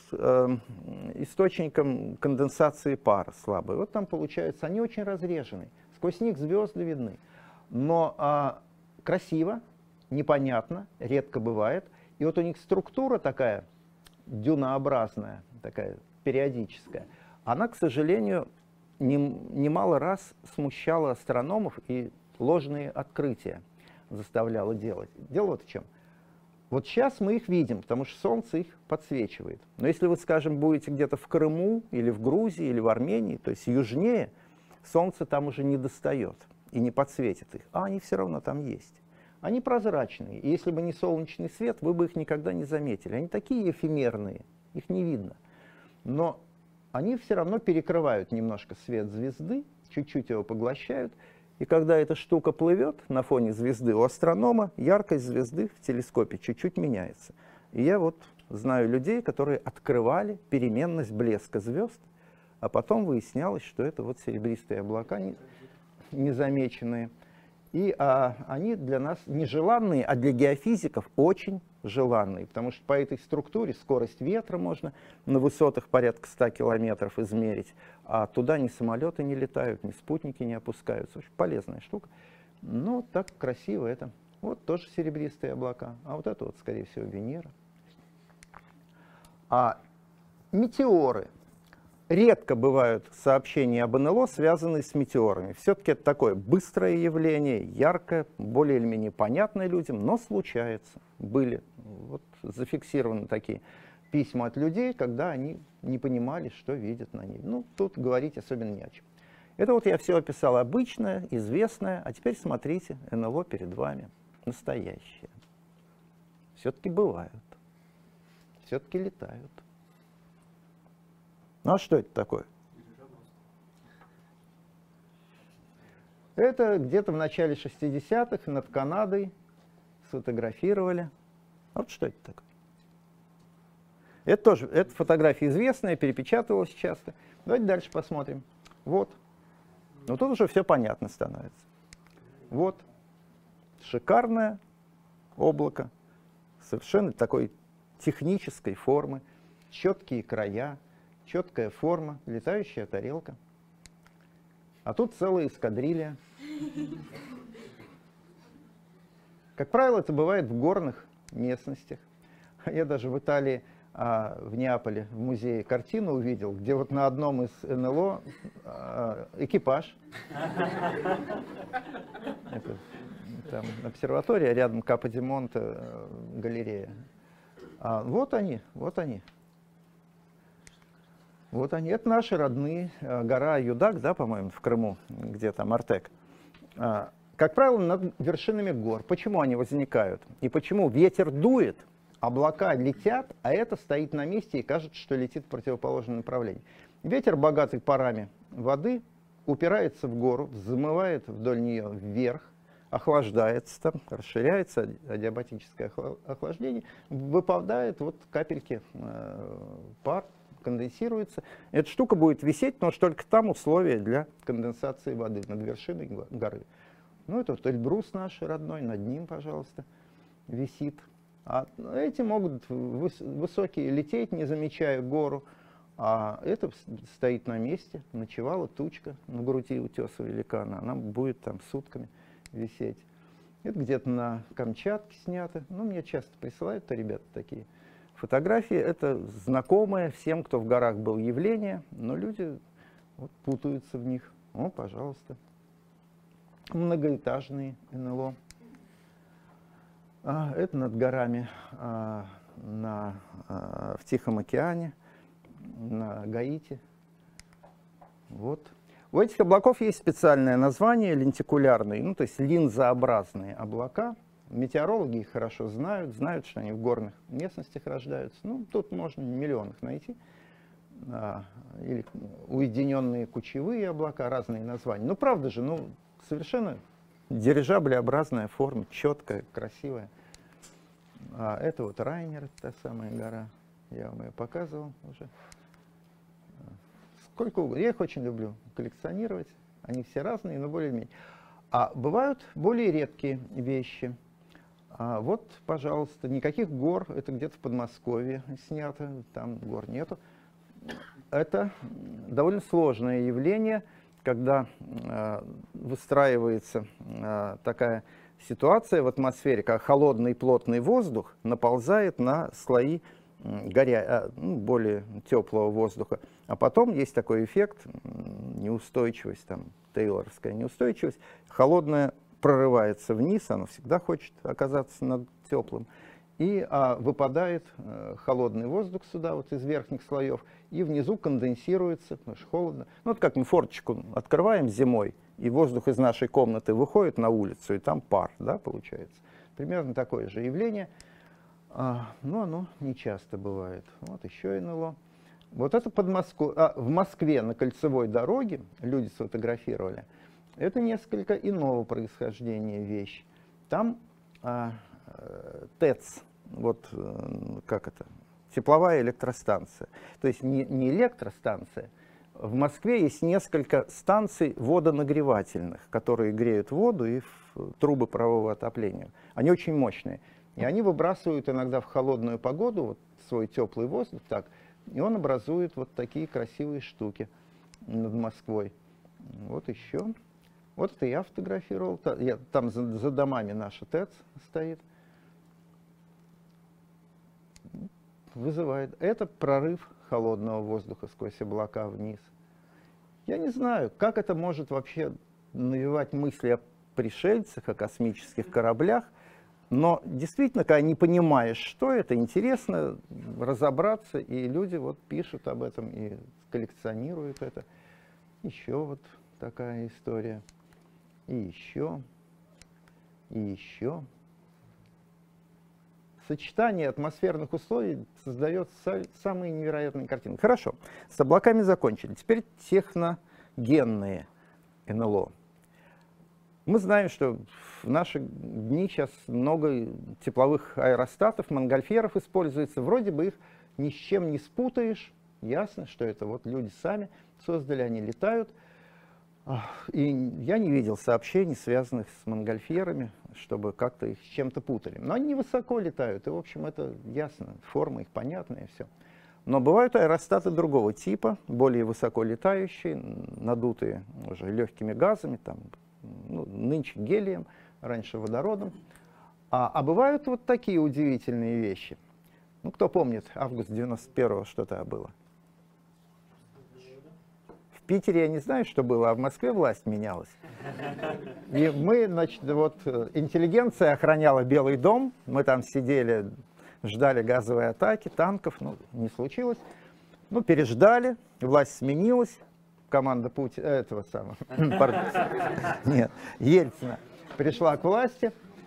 источником конденсации пара слабой. Вот там получается, они очень разрежены. Сквозь них звезды видны. Но красиво, непонятно, редко бывает. И вот у них структура такая дюнообразная, такая периодическая, она, к сожалению, немало раз смущала астрономов и ложные открытия заставляла делать. Дело вот в чем. Вот сейчас мы их видим, потому что Солнце их подсвечивает. Но если вы, скажем, будете где-то в Крыму, или в Грузии, или в Армении, то есть южнее, Солнце там уже не достает и не подсветит их. А они все равно там есть. Они прозрачные, и если бы не солнечный свет, вы бы их никогда не заметили. Они такие эфемерные, их не видно. Но они все равно перекрывают немножко свет звезды, чуть-чуть его поглощают. И когда эта штука плывет на фоне звезды, у астронома яркость звезды в телескопе чуть-чуть меняется. И я вот знаю людей, которые открывали переменность блеска звезд, а потом выяснялось, что это вот серебристые облака незамеченные. И они для нас нежеланные, а для геофизиков очень желанные, потому что по этой структуре скорость ветра можно на высотах порядка 100 километров измерить, а туда ни самолеты не летают, ни спутники не опускаются. Очень полезная штука. Но так красиво это. Вот тоже серебристые облака, а вот это вот, скорее всего, Венера. А метеоры. Редко бывают сообщения об НЛО, связанные с метеорами. Все-таки это такое быстрое явление, яркое, более или менее понятное людям, но случается. Были вот зафиксированы такие письма от людей, когда они не понимали, что видят на ней. Ну, тут говорить особенно не о чем. Это вот я все описал обычное, известное, а теперь смотрите, НЛО перед вами, настоящее. Все-таки бывают, все-таки летают. Ну а что это такое? Это где-то в начале 60-х над Канадой сфотографировали. Вот что это такое? Это тоже, эта фотография известная, перепечатывалась часто. Давайте дальше посмотрим. Вот. Ну тут уже все понятно становится. Вот. Шикарное облако. Совершенно такой технической формы. Четкие края. Четкая форма, летающая тарелка. А тут целая эскадрилья. Как правило, это бывает в горных местностях. Я даже в Италии, в Неаполе, в музее картину увидел, где вот на одном из НЛО экипаж. Это, там обсерватория, рядом Капо-ди-Монте галерея. Вот они, вот они. Вот они, это наши родные, гора Юдак, да, по-моему, в Крыму, где там Артек. Как правило, над вершинами гор. Почему они возникают? И почему ветер дует, облака летят, а это стоит на месте и кажется, что летит в противоположном направлении. Ветер, богатый парами воды, упирается в гору, взмывает вдоль нее вверх, охлаждается там, расширяется адиабатическое охлаждение, выпадает вот капельки пар, конденсируется. Эта штука будет висеть, потому что только там условия для конденсации воды над вершиной горы. Ну, это вот Эльбрус наш родной, над ним, пожалуйста, висит. А эти могут высокие лететь, не замечая гору, а это стоит на месте, ночевала тучка на груди утеса великана, она будет там сутками висеть. Это где-то на Камчатке снято. Ну, мне часто присылают ребята такие фотографии. Это знакомое всем, кто в горах был, явление, но люди вот путаются в них. О, пожалуйста. Многоэтажные НЛО. Это над горами в Тихом океане, на Гаити. Вот. У этих облаков есть специальное название, лентикулярные, ну, то есть линзообразные облака. Метеорологи их хорошо знают, что они в горных местностях рождаются. Ну, тут можно в миллионах найти. Или уединенные кучевые облака, разные названия. Ну, правда же, ну, совершенно дирижаблеобразная форма, четкая, красивая. Это вот Райнер, та самая гора. Я вам ее показывал уже. Сколько угодно. Я их очень люблю коллекционировать. Они все разные, но более-менее. А бывают более редкие вещи. Вот, пожалуйста, никаких гор. Это где-то в Подмосковье снято. Там гор нету. Это довольно сложное явление, когда выстраивается такая ситуация в атмосфере, когда холодный плотный воздух наползает на слои более теплого воздуха. А потом есть такой эффект, неустойчивость, там, тейлоровская неустойчивость. Холодное прорывается вниз, оно всегда хочет оказаться над теплым. И выпадает холодный воздух сюда, вот из верхних слоев, и внизу конденсируется, потому что холодно. Ну, вот как мы форточку открываем зимой, и воздух из нашей комнаты выходит на улицу, и там пар, да, получается. Примерно такое же явление. Но оно не часто бывает. Вот еще НЛО. Вот это в Москве на кольцевой дороге люди сфотографировали. Это несколько иного происхождения вещь. Там ТЭЦ, вот как это, тепловая электростанция. То есть не электростанция. В Москве есть несколько станций водонагревательных, которые греют воду и трубы парового отопления. Они очень мощные. И они выбрасывают иногда в холодную погоду вот, свой теплый воздух, так, и он образует вот такие красивые штуки над Москвой. Вот еще. Вот это я фотографировал. Там за домами наша ТЭЦ стоит. Вызывает. Это прорыв холодного воздуха сквозь облака вниз. Я не знаю, как это может вообще навевать мысли о пришельцах, о космических кораблях, но действительно, когда не понимаешь, что это, интересно разобраться, и люди вот пишут об этом и коллекционируют это. Еще вот такая история. И еще, и еще. Сочетание атмосферных условий создает самые невероятные картины. Хорошо, с облаками закончили. Теперь техногенные НЛО. Мы знаем, что в наши дни сейчас много тепловых аэростатов, монгольфьеров используется. Вроде бы их ни с чем не спутаешь. Ясно, что это вот люди сами создали, они летают. И я не видел сообщений, связанных с монгольфьерами, чтобы как-то их с чем-то путали. Но они высоко летают, и, в общем, это ясно, форма их понятная, и все. Но бывают аэростаты другого типа, более высоко летающие, надутые уже легкими газами, там, ну, нынче гелием, раньше водородом. А бывают вот такие удивительные вещи. Ну, кто помнит, август 91-го, что тогда было? В Питере я не знаю, что было, а в Москве власть менялась. И мы, значит, вот интеллигенция охраняла Белый дом, мы там сидели, ждали газовой атаки, танков, ну, не случилось. Ну, переждали, власть сменилась, команда этого самого, нет, Ельцина пришла к власти.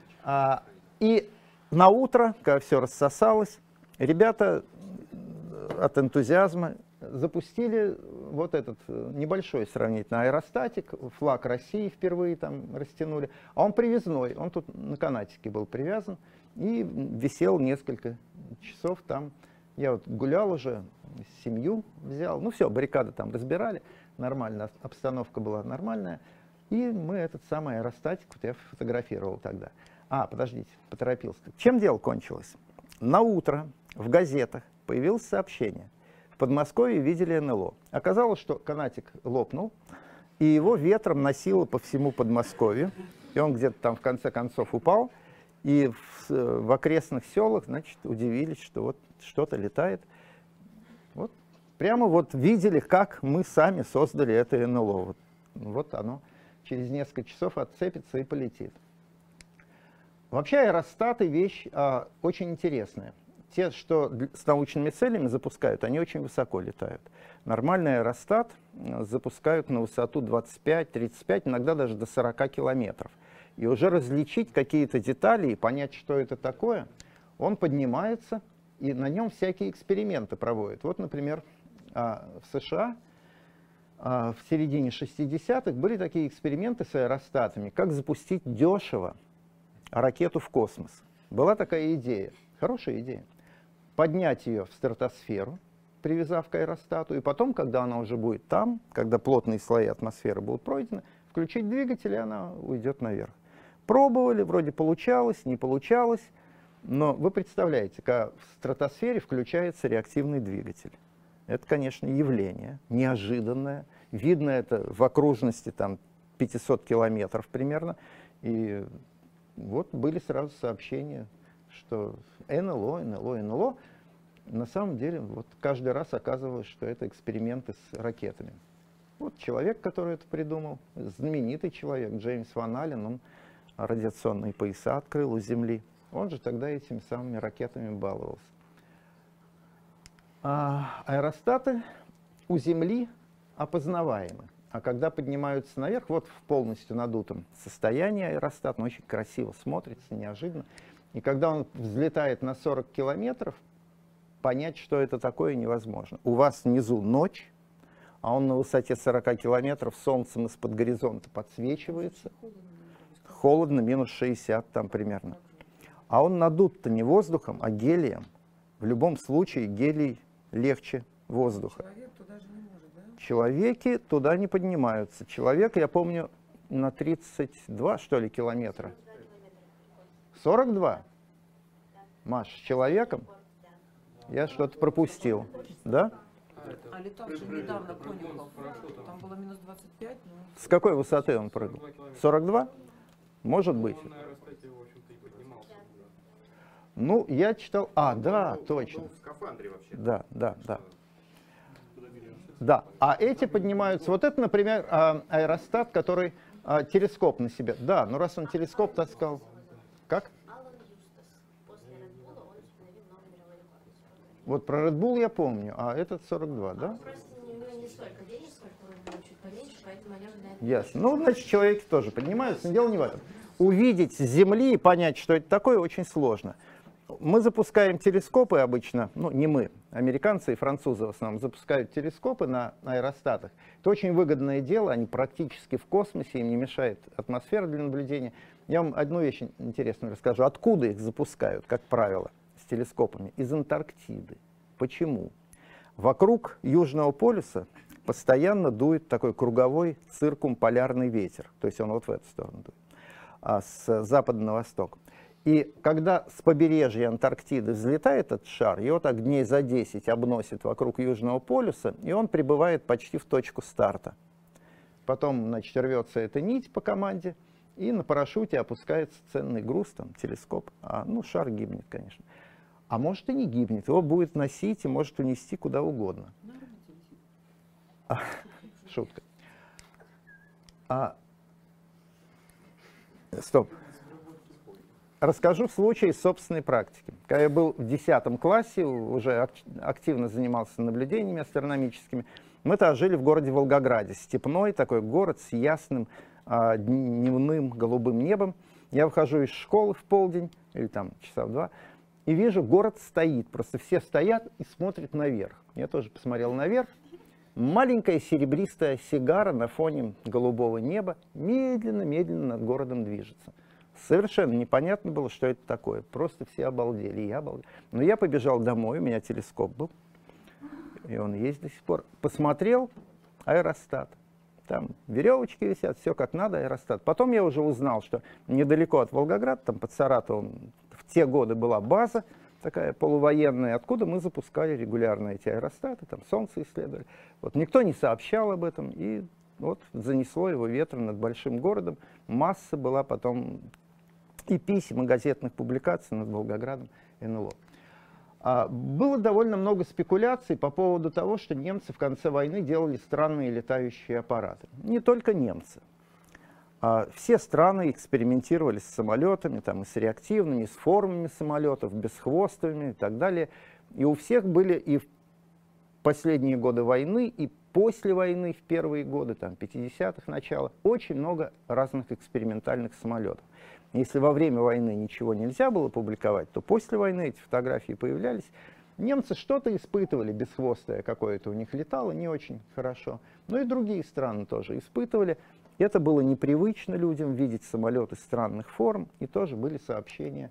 И на утро, когда все рассосалось, ребята от энтузиазма запустили вот этот небольшой сравнительно аэростатик, флаг России впервые там растянули, а он привязной, он тут на канатике был привязан и висел несколько часов там. Я вот гулял уже, семью взял, ну все, баррикады там разбирали, нормально, обстановка была нормальная, и мы этот самый аэростатик, вот я фотографировал тогда. Подождите, поторопился. Чем дело кончилось? На утро в газетах появилось сообщение. В Подмосковье видели НЛО. Оказалось, что канатик лопнул, и его ветром носило по всему Подмосковью, и он где-то там в конце концов упал, и в окрестных селах, значит, удивились, что вот что-то летает. Вот прямо вот видели, как мы сами создали это НЛО. Вот оно через несколько часов отцепится и полетит. Вообще аэростаты вещь очень интересная. Те, что с научными целями запускают, они очень высоко летают. Нормальный аэростат запускают на высоту 25-35, иногда даже до 40 километров. И уже различить какие-то детали и понять, что это такое, он поднимается, и на нем всякие эксперименты проводят. Вот, например, в США в середине 60-х были такие эксперименты с аэростатами, как запустить дешево ракету в космос. Была такая идея, хорошая идея. Поднять ее в стратосферу, привязав к аэростату, и потом, когда она уже будет там, когда плотные слои атмосферы будут пройдены, включить двигатель, и она уйдет наверх. Пробовали, вроде получалось, не получалось, но вы представляете, когда в стратосфере включается реактивный двигатель. Это, конечно, явление неожиданное. Видно это в окружности там, 500 километров примерно. И вот были сразу сообщения, что НЛО. На самом деле, вот каждый раз оказывалось, что это эксперименты с ракетами. Вот человек, который это придумал, знаменитый человек, Джеймс Ван Аллен, он радиационные пояса открыл у Земли. Он же тогда этими самыми ракетами баловался. Аэростаты у Земли опознаваемы. А когда поднимаются наверх, вот в полностью надутом состоянии аэростат, он очень красиво смотрится, неожиданно. И когда он взлетает на 40 километров, понять, что это такое, невозможно. У вас внизу ночь, а он на высоте 40 километров солнцем из-под горизонта подсвечивается. Холодно, минус 60 там примерно. А он надут-то не воздухом, а гелием. В любом случае гелий легче воздуха. Человек туда же не может, да? Человеки туда не поднимаются. Человек, я помню, на 32, что ли, километра. 42? Маш, с человеком? Я что-то пропустил. Да? А летавший недавно Конюхов, там было минус 25, но... С какой высоты он прыгал? 42? Может быть. Ну, я читал... да, точно. В скафандре вообще. Да. Да, а эти поднимаются... Вот это, например, аэростат, который телескоп на себе. Да, ну раз он телескоп таскал... Как? Вот про Red Bull я помню, а этот 42, да? Ясно. Ну, значит, человеки тоже поднимаются, но дело не в этом. Увидеть с Земли и понять, что это такое, очень сложно. Мы запускаем телескопы обычно, ну, не мы, американцы и французы в основном запускают телескопы на аэростатах. Это очень выгодное дело, они практически в космосе, им не мешает атмосфера для наблюдения. Я вам одну вещь интересную расскажу. Откуда их запускают, как правило, с телескопами? Из Антарктиды. Почему? Вокруг Южного полюса постоянно дует такой круговой циркумполярный ветер. То есть он вот в эту сторону дует, с запада на восток. И когда с побережья Антарктиды взлетает этот шар, его так дней за 10 обносит вокруг Южного полюса, и он прибывает почти в точку старта. Потом, значит, рвется эта нить по команде, и на парашюте опускается ценный груз, там, телескоп. Ну, шар гибнет, конечно. А может и не гибнет, его будет носить и может унести куда угодно. Шутка. Стоп. Расскажу случай из собственной практики. Когда я был в 10 классе, уже активно занимался наблюдениями астрономическими, мы-то жили в городе Волгограде. Степной такой город с ясным дневным голубым небом. Я выхожу из школы в полдень, или там часа в 2, и вижу, город стоит. Просто все стоят и смотрят наверх. Я тоже посмотрел наверх. Маленькая серебристая сигара на фоне голубого неба медленно-медленно над городом движется. Совершенно непонятно было, что это такое. Просто все обалдели, и я обалдел. Но я побежал домой, у меня телескоп был, и он есть до сих пор. Посмотрел аэростат. Там веревочки висят, все как надо, аэростат. Потом я уже узнал, что недалеко от Волгограда, там под Саратовом, в те годы была база такая полувоенная, откуда мы запускали регулярно эти аэростаты, там солнце исследовали. Вот никто не сообщал об этом, и вот занесло его ветром над большим городом. Масса была потом и писем, и газетных публикаций над Волгоградом НЛО. Было довольно много спекуляций по поводу того, что немцы в конце войны делали странные летающие аппараты. Не только немцы. Все страны экспериментировали с самолетами, там, и с реактивными, и с формами самолетов, бесхвостовыми и так далее. И у всех были и в последние годы войны, и после войны, в первые годы, там, 50-х начала, очень много разных экспериментальных самолетов. Если во время войны ничего нельзя было публиковать, то после войны эти фотографии появлялись. Немцы что-то испытывали, бесхвостое какое-то у них летало, не очень хорошо. Но и другие страны тоже испытывали. Это было непривычно людям видеть самолеты странных форм, и тоже были сообщения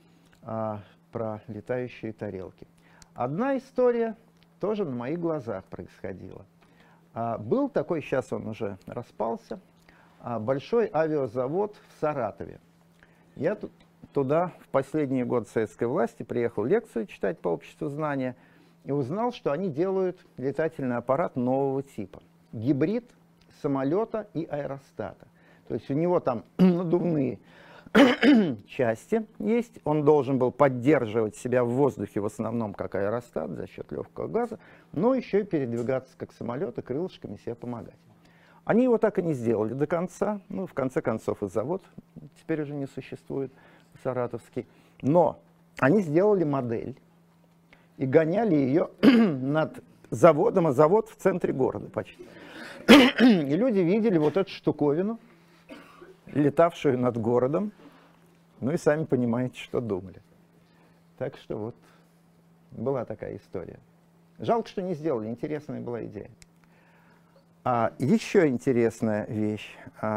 про летающие тарелки. Одна история тоже на моих глазах происходила. Был такой, сейчас он уже распался, большой авиазавод в Саратове. Я туда в последние годы советской власти приехал лекцию читать по обществу знания и узнал, что они делают летательный аппарат нового типа. Гибрид самолета и аэростата. То есть у него там надувные части есть, он должен был поддерживать себя в воздухе в основном как аэростат за счет легкого газа, но еще и передвигаться как самолет и крылышками себе помогать. Они его так и не сделали до конца, ну, в конце концов, и завод теперь уже не существует, саратовский. Но они сделали модель и гоняли ее над заводом, а завод в центре города почти. И люди видели вот эту штуковину, летавшую над городом, ну и сами понимаете, что думали. Так что вот Была такая история. Жалко, что не сделали, интересная была идея. Еще интересная вещь.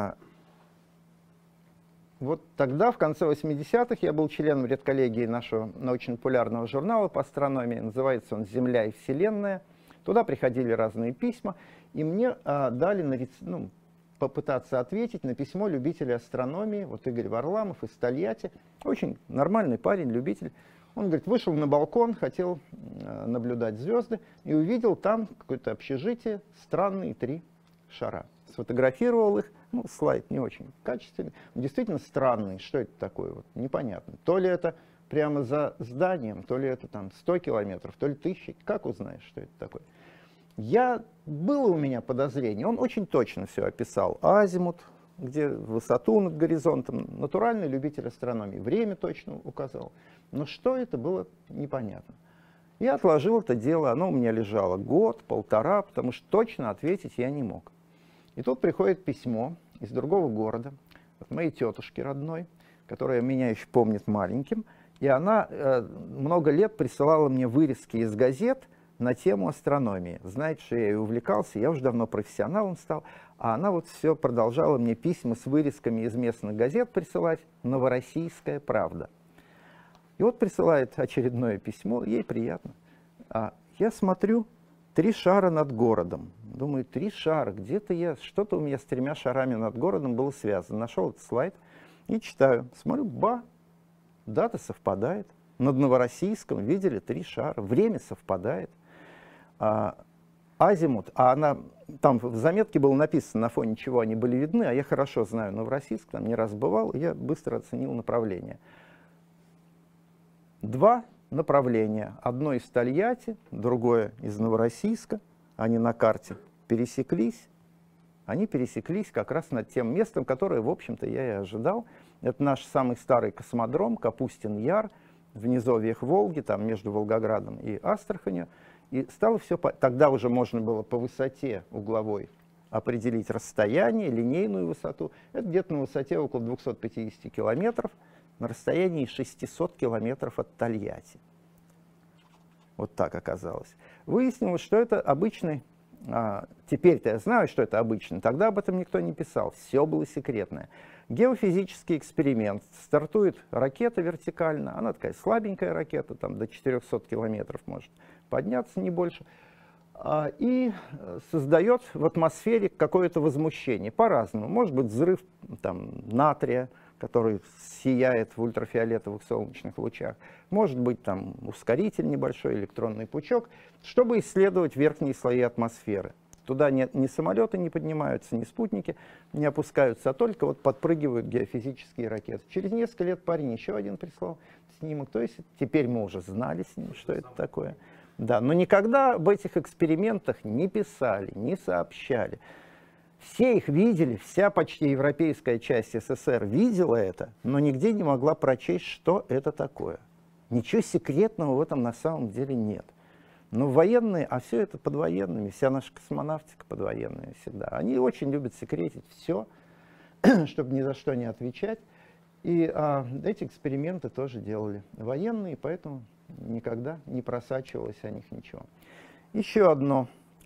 Вот тогда, в конце 80-х, я был членом редколлегии нашего научно-популярного журнала по астрономии. Называется он «Земля и Вселенная». Туда приходили разные письма, и мне дали попытаться ответить на письмо любителя астрономии. Вот Игорь Варламов из Тольятти. Очень нормальный парень, любитель. Он, говорит, вышел на балкон, хотел наблюдать звезды, и увидел там какое-то общежитие, странные 3 шара. Сфотографировал их, слайд не очень качественный, действительно странный, что это такое, вот, непонятно. То ли это прямо за зданием, то ли это там 100 километров, то ли 1000, как узнаешь, что это такое? Было у меня подозрение, он очень точно все описал. Азимут, где высоту над горизонтом, натуральный любитель астрономии, время точно указал. Но что это было, непонятно. Я отложил это дело, оно у меня лежало год, полтора, потому что точно ответить я не мог. И тут приходит письмо из другого города, от моей тетушки родной, которая меня еще помнит маленьким, и она много лет присылала мне вырезки из газет на тему астрономии. Знаете, что я и увлекался, я уже давно профессионалом стал, а она вот все продолжала мне письма с вырезками из местных газет присылать, «Новороссийская правда». И вот присылает очередное письмо, ей приятно. Я смотрю, 3 шара над городом. Думаю, 3 шара, где-то что-то у меня с 3 шарами над городом было связано. Нашел этот слайд и читаю. Смотрю, дата совпадает. Над Новороссийском видели 3 шара, время совпадает. Азимут, она, там в заметке было написано, на фоне чего они были видны, а я хорошо знаю Новороссийск, там не раз бывал, и я быстро оценил направление. 2 направления. Одно из Тольятти, другое из Новороссийска. Они на карте пересеклись. Они пересеклись как раз над тем местом, которое, в общем-то, я и ожидал. Это наш самый старый космодром, Капустин-Яр, в низовьях Волги, там между Волгоградом и Астраханью. И стало все... Тогда уже можно было по высоте угловой определить расстояние, линейную высоту. Это где-то на высоте около 250 километров. На расстоянии 600 километров от Тольятти. Вот так оказалось. Выяснилось, что это обычный... Теперь-то я знаю, что это обычный. Тогда об этом никто не писал. Все было секретное. Геофизический эксперимент. Стартует ракета вертикально. Она такая слабенькая ракета, там до 400 километров может подняться, не больше. И создает в атмосфере какое-то возмущение. По-разному. Может быть, взрыв натрия, который сияет в ультрафиолетовых солнечных лучах. Может быть, там ускоритель небольшой, электронный пучок, чтобы исследовать верхние слои атмосферы. Туда ни самолеты не поднимаются, ни спутники не опускаются, а только вот подпрыгивают геофизические ракеты. Через несколько лет парень еще один прислал снимок. То есть теперь мы уже знали с ним, что это такое. Да, но никогда об этих экспериментах не писали, не сообщали. Все их видели, вся почти европейская часть СССР видела это, но нигде не могла прочесть, что это такое. Ничего секретного в этом на самом деле нет. Но военные, а все это под военными, вся наша космонавтика под военными всегда. Они очень любят секретить все, чтобы ни за что не отвечать. И эти эксперименты тоже делали военные, поэтому никогда не просачивалось о них ничего. Еще одно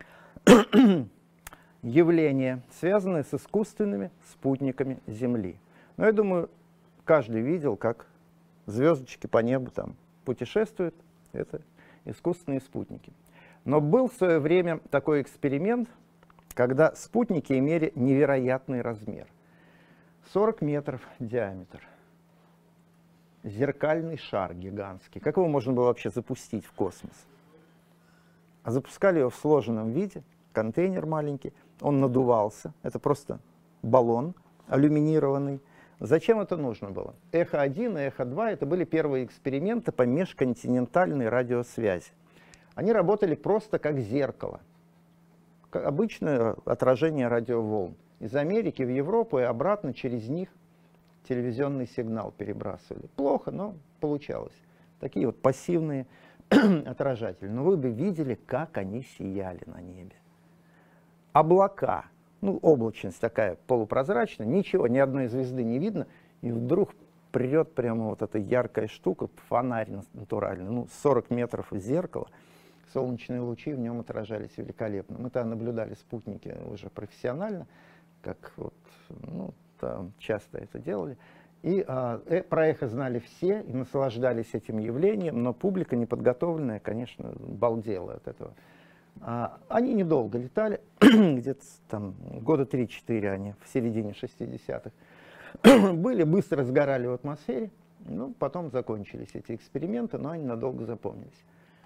явление, связанное с искусственными спутниками Земли. Но я думаю, каждый видел, как звездочки по небу там путешествуют. Это искусственные спутники. Но был в свое время такой эксперимент, когда спутники имели невероятный размер. 40 метров диаметр. Зеркальный шар гигантский. Как его можно было вообще запустить в космос? А запускали его в сложенном виде, контейнер маленький, он надувался. Это просто баллон алюминированный. Зачем это нужно было? Эхо-1 и Эхо-2 это были первые эксперименты по межконтинентальной радиосвязи. Они работали просто как зеркало, как обычное отражение радиоволн. Из Америки в Европу и обратно через них телевизионный сигнал перебрасывали. Плохо, но получалось. Такие вот пассивные отражатели. Но вы бы видели, как они сияли на небе. Облака. Ну, облачность такая полупрозрачная, ничего, ни одной звезды не видно, и вдруг прет прямо вот эта яркая штука, фонарь натуральный, ну, 40 метров из зеркала. Солнечные лучи в нем отражались великолепно. Мы там наблюдали спутники уже профессионально, как вот, ну, там часто это делали. И про эхо знали все и наслаждались этим явлением, но публика неподготовленная, конечно, балдела от этого. Они недолго летали, где-то там года 3-4 они, в середине 60-х. Были, быстро сгорали в атмосфере, ну, потом закончились эти эксперименты, но они надолго запомнились.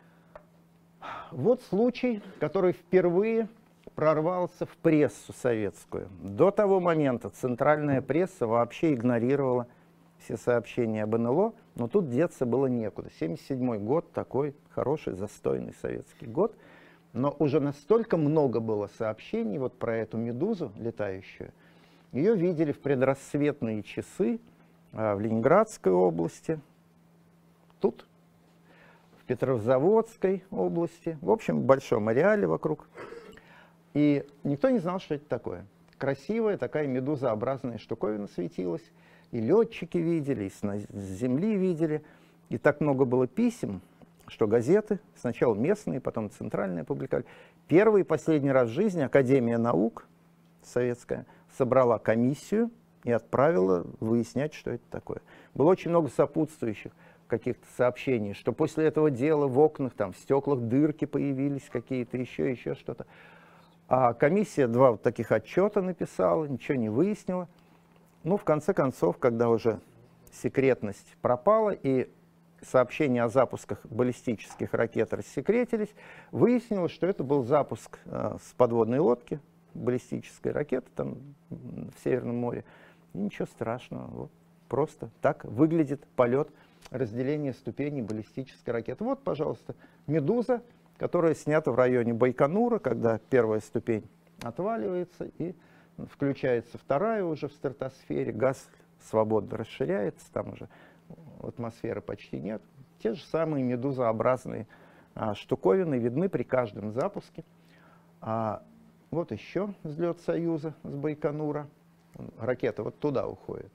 Вот случай, который впервые прорвался в прессу советскую. До того момента центральная пресса вообще игнорировала все сообщения об НЛО, но тут деться было некуда. 1977 год, такой хороший, застойный советский год, но уже настолько много было сообщений вот про эту медузу летающую. Ее видели в предрассветные часы в Ленинградской области, тут, в Петрозаводской области, в общем, в большом ареале вокруг. И никто не знал, что это такое. Красивая такая медузообразная штуковина светилась. И летчики видели, и с земли видели. И так много было писем, что газеты, сначала местные, потом центральные публиковали. Первый и последний раз в жизни Академия наук советская собрала комиссию и отправила выяснять, что это такое. Было очень много сопутствующих каких-то сообщений, что после этого дела в окнах, там, в стеклах дырки появились какие-то, еще что-то. А комиссия 2 вот таких отчета написала, ничего не выяснила. Ну, в конце концов, когда уже секретность пропала и сообщения о запусках баллистических ракет рассекретились, выяснилось, что это был запуск с подводной лодки, баллистической ракеты там в Северном море. И ничего страшного, вот, просто так выглядит полет, разделение ступеней баллистической ракеты. Вот, пожалуйста, «Медуза», которая снята в районе Байконура, когда первая ступень отваливается и включается вторая уже в стратосфере, газ свободно расширяется, там уже атмосферы почти нет. Те же самые медузообразные штуковины видны при каждом запуске. Вот еще взлет «Союза» с Байконура. Ракета вот туда уходит.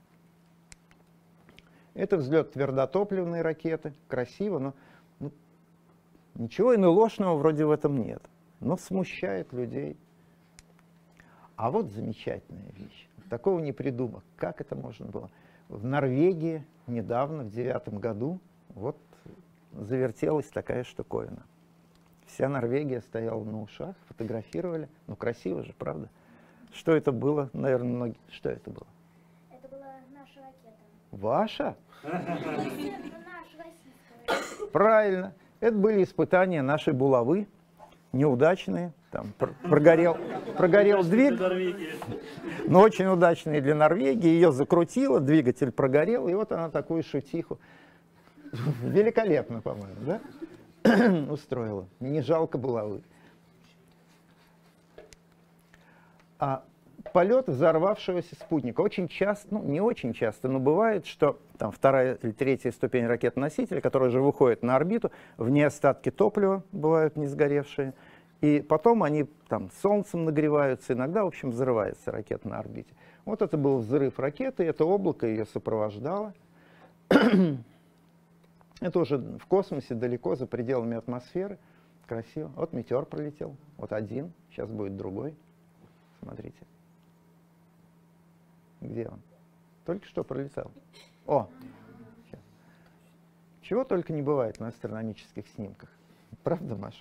Это взлет твердотопливной ракеты. Красиво, но ничего НЛОшного вроде в этом нет. Но смущает людей. А вот замечательная вещь. Такого не придумал. Как это можно было? В Норвегии недавно, в 2009 году, вот завертелась такая штуковина. Вся Норвегия стояла на ушах, фотографировали. Ну, красиво же, правда? Что это было? Наверное, многие... Что это было? Это была наша ракета. Ваша? Наша российская. Правильно. Это были испытания нашей булавы, неудачные. Там прогорел двигатель, но очень удачные для Норвегии. Ее закрутило, двигатель прогорел, и вот она такую шутиху. Великолепно, по-моему, да? Устроила. Не жалко булавы. Полет взорвавшегося спутника. Очень часто, ну не очень часто, но бывает, что там 2-я или 3-я ступень ракет-носителя, которая же выходит на орбиту, в ней остатки топлива бывают не сгоревшие, и потом они там солнцем нагреваются, иногда, в общем, взрывается ракета на орбите. Вот это был взрыв ракеты, это облако ее сопровождало. Это уже в космосе, далеко, за пределами атмосферы. Красиво. Вот метеор пролетел, вот один, сейчас будет другой. Смотрите. Где он? Только что пролетал. О! Сейчас. Чего только не бывает на астрономических снимках. Правда, Маша?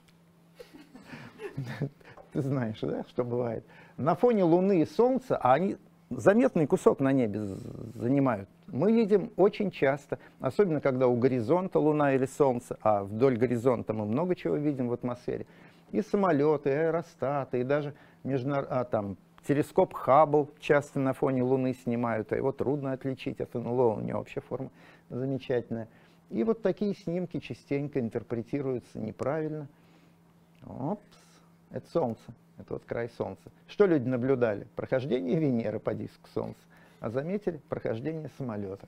Ты знаешь, да, что бывает? На фоне Луны и Солнца, а они заметный кусок на небе занимают, мы видим очень часто, особенно когда у горизонта Луна или Солнце, а вдоль горизонта мы много чего видим в атмосфере, и самолеты, и аэростаты, и даже там, телескоп Хаббл часто на фоне Луны снимают, а его трудно отличить от НЛО, у него вообще форма замечательная. И вот такие снимки частенько интерпретируются неправильно. Опс, это Солнце, это вот край Солнца. Что люди наблюдали? Прохождение Венеры по диску Солнца, а заметили прохождение самолета.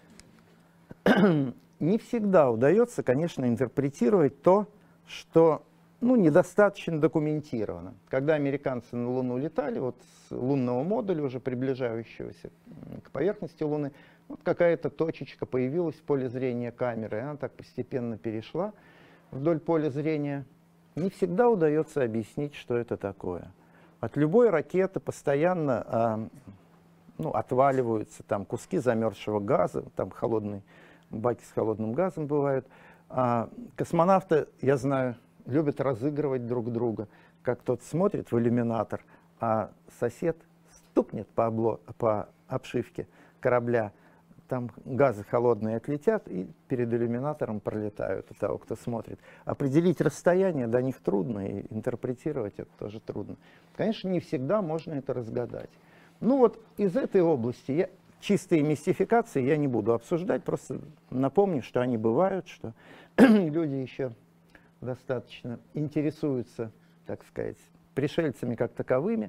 Не всегда удается, конечно, интерпретировать то, что недостаточно документировано. Когда американцы на Луну летали, вот с лунного модуля, уже приближающегося к поверхности Луны, Вот какая-то точечка появилась в поле зрения камеры, и она так постепенно перешла вдоль поля зрения. Не всегда удается объяснить, что это такое. От любой ракеты постоянно отваливаются там куски замерзшего газа, там холодные баки с холодным газом бывают. Космонавты, я знаю, любят разыгрывать друг друга. Как тот смотрит в иллюминатор, а сосед стукнет по обшивке корабля, там газы холодные отлетят и перед иллюминатором пролетают у того, кто смотрит. Определить расстояние до них трудно, и интерпретировать это тоже трудно. Конечно, не всегда можно это разгадать. Ну вот из этой области чистые мистификации я не буду обсуждать, просто напомню, что они бывают, что люди еще достаточно интересуются, так сказать, пришельцами как таковыми.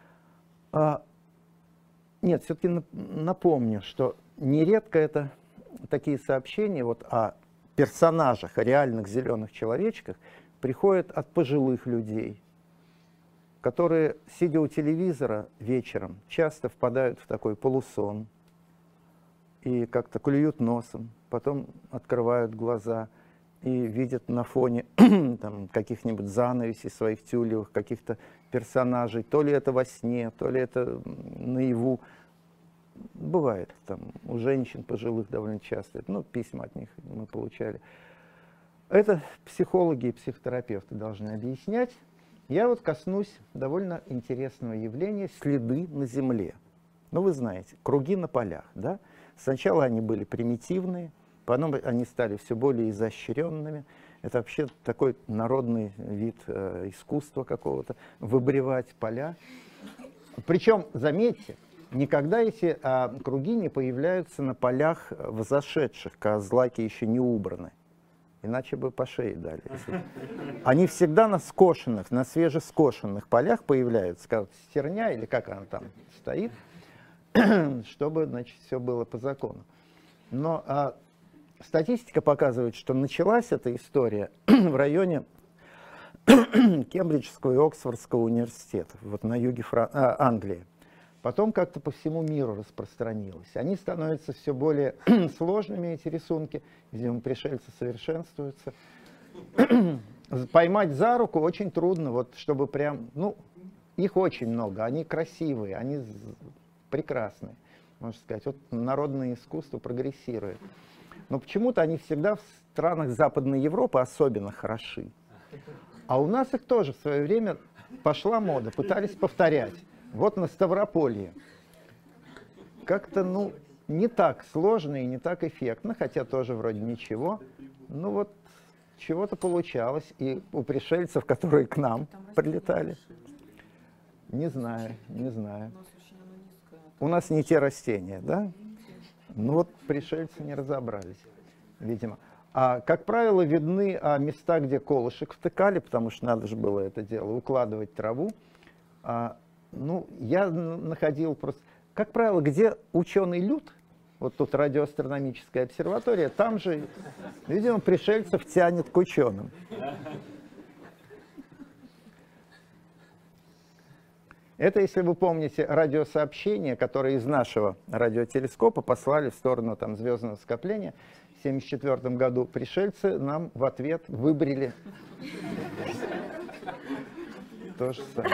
Нет, все-таки напомню, что нередко это такие сообщения вот о персонажах, о реальных зеленых человечках приходят от пожилых людей, которые, сидя у телевизора вечером, часто впадают в такой полусон и как-то клюют носом, потом открывают глаза и видят на фоне там, каких-нибудь занавесей своих тюлевых, каких-то персонажей, то ли это во сне, то ли это наяву. Бывает там у женщин пожилых довольно часто, письма от них мы получали. Это психологи и психотерапевты должны объяснять. Я вот коснусь довольно интересного явления — следы на Земле. Вы знаете, круги на полях, да? Сначала они были примитивные, потом они стали все более изощренными. Это вообще такой народный вид искусства какого-то — выбривать поля. Причем, заметьте, никогда эти круги не появляются на полях взошедших, когда злаки еще не убраны. Иначе бы по шее дали. Они всегда на скошенных, на свежескошенных полях появляются, как стерня или как она там стоит, чтобы, значит, все было по закону. Но статистика показывает, что началась эта история в районе Кембриджского и Оксфордского университетов, вот на юге Англии. Потом как-то по всему миру распространилось. Они становятся все более сложными, эти рисунки. Видимо, пришельцы совершенствуются. Поймать за руку очень трудно, вот чтобы прям, их очень много, они красивые, они прекрасные, можно сказать. Вот народное искусство прогрессирует. Но почему-то они всегда в странах Западной Европы особенно хороши. А у нас их тоже в свое время пошла мода, пытались повторять. Вот на Ставрополье. Как-то, не так сложно и не так эффектно, хотя тоже вроде ничего. Вот чего-то получалось. И у пришельцев, которые к нам прилетали. Не знаю. У нас не те растения, да? Пришельцы не разобрались, видимо. А, как правило, видны места, где колышек втыкали, потому что надо же было это дело, укладывать траву. Я находил просто, как правило, где ученый люд, вот тут радиоастрономическая обсерватория, там же, видимо, пришельцев тянет к ученым. Это, если вы помните, радиосообщение, которое из нашего радиотелескопа послали в сторону звездного скопления в 1974 году. Пришельцы нам в ответ выбрили то же самое.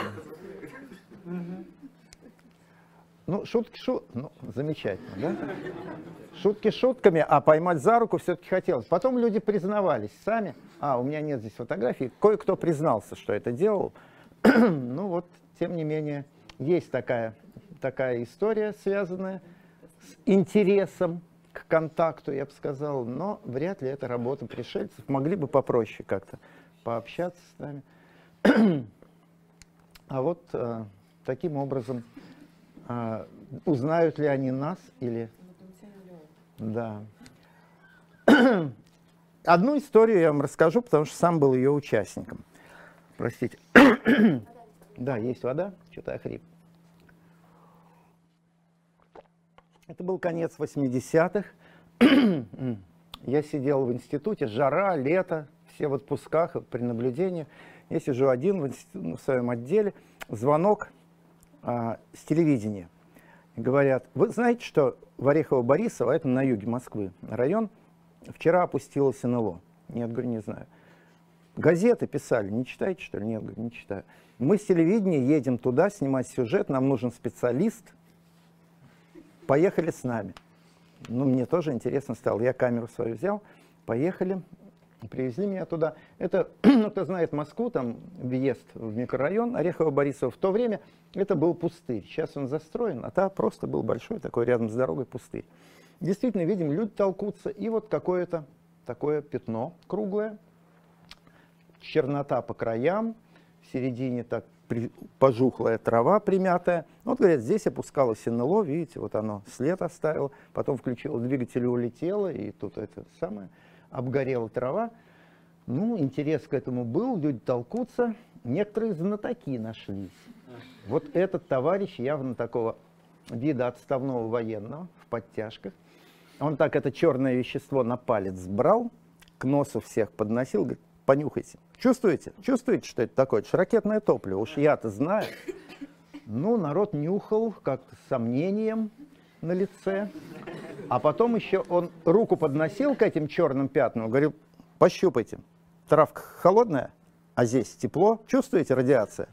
Шутки замечательно, да? Шутки шутками, а поймать за руку все-таки хотелось. Потом люди признавались сами. У меня нет здесь фотографий. Кое-кто признался, что это делал. Тем не менее, есть такая история, связанная с интересом к контакту, я бы сказал, но вряд ли это работа пришельцев. Могли бы попроще как-то пообщаться с нами. Таким образом, узнают ли они нас или... Да. Одну историю я вам расскажу, потому что сам был ее участником. Простите. Да, есть вода, что-то охрип. Это был конец 80-х. Я сидел в институте, жара, лето, все в отпусках, при наблюдении. Я сижу один в своем отделе, звонок с телевидения. Говорят, вы знаете, что в Орехово-Борисово, это на юге Москвы район, вчера опустилось НЛО? Нет, говорю, не знаю. Газеты писали, не читаете, что ли? Нет, говорю, не читаю. Мы с телевидения едем туда снимать сюжет, нам нужен специалист. Поехали с нами. Ну, мне тоже интересно стало. Я камеру свою взял, поехали, привезли меня туда. Это, ну, кто знает Москву, там въезд в микрорайон Орехово-Борисово. В то время это был пустырь. Сейчас он застроен, а там просто был большой такой рядом с дорогой пустырь. Действительно, видим, люди толкутся, и вот какое-то такое пятно круглое, чернота по краям, в середине так пожухлая трава примятая. Вот, говорят, здесь опускалось НЛО, видите, вот оно след оставило, потом включило двигатель и улетело, и тут это самое, обгорела трава. Ну, интерес к этому был, люди толкутся, некоторые знатоки нашлись. Вот этот товарищ явно такого вида отставного военного в подтяжках. Он так это черное вещество на палец брал, к носу всех подносил, говорит, понюхайте. Чувствуете? Чувствуете, что это такое? Это же ракетное топливо, уж я-то знаю. Ну, народ нюхал как-то с сомнением на лице. А потом еще он руку подносил к этим черным пятнам, говорил, пощупайте. Травка холодная, а здесь тепло. Чувствуете радиация?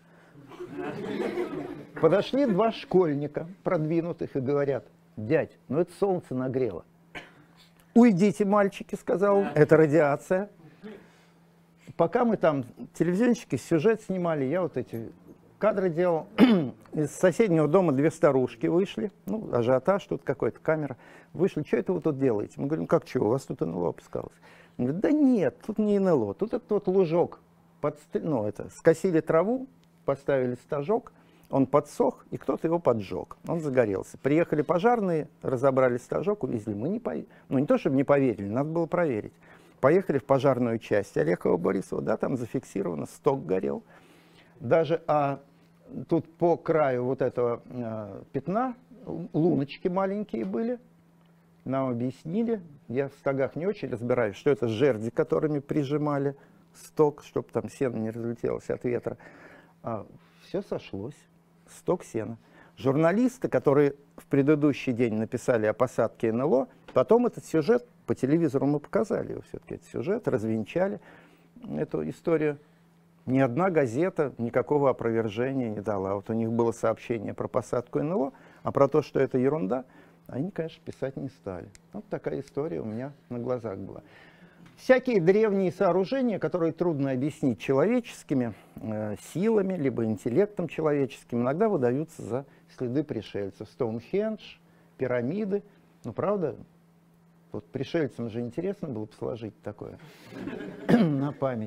Подошли два школьника продвинутых и говорят, дядь, ну это солнце нагрело. Уйдите, мальчики, сказал он, это радиация. Пока мы там телевизионщики сюжет снимали, я вот эти кадры делал. Из соседнего дома две старушки вышли, ну, ажиотаж тут какой-то, камера. Вышли, что это вы тут делаете? Мы говорим, как что, у вас тут НЛО опускалось? Он говорит, да нет, тут не НЛО, тут этот вот лужок, ну, это, скосили траву, поставили стажок, он подсох, и кто-то его поджег, он загорелся. Приехали пожарные, разобрали стажок, увезли. Мы не поверили, ну, не то, чтобы не поверили, надо было проверить. Поехали в пожарную часть Орехово-Борисово, да, там зафиксировано, сток горел. Даже тут по краю вот этого пятна луночки маленькие были. Нам объяснили, я в стогах не очень разбираюсь, что это жерди, которыми прижимали сток, чтобы там сено не разлетелось от ветра. Все сошлось, сток сена. Журналисты, которые в предыдущий день написали о посадке НЛО, потом этот сюжет, по телевизору мы показали его все-таки, этот сюжет, развенчали эту историю. Ни одна газета никакого опровержения не дала. Вот у них было сообщение про посадку НЛО, а про то, что это ерунда, они, конечно, писать не стали. Вот такая история у меня на глазах была. Всякие древние сооружения, которые трудно объяснить человеческими силами, либо интеллектом человеческим, иногда выдаются за следы пришельцев. Стоунхендж, пирамиды. Ну, правда, вот пришельцам же интересно было бы сложить такое на память.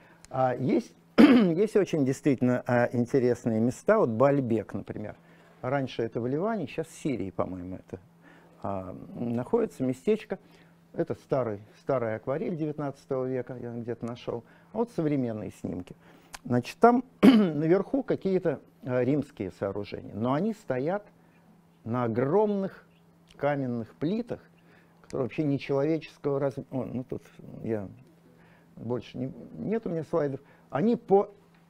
Есть очень действительно интересные места. Вот Баальбек, например. Раньше это в Ливане, сейчас в Сирии, по-моему, это находится местечко. Это старая акварель 19 века, я где-то нашел. А вот современные снимки. Значит, там наверху какие-то римские сооружения, но они стоят на огромных каменных плитах, которые вообще нечеловеческого размера. Ну тут я больше нет у меня слайдов. Они по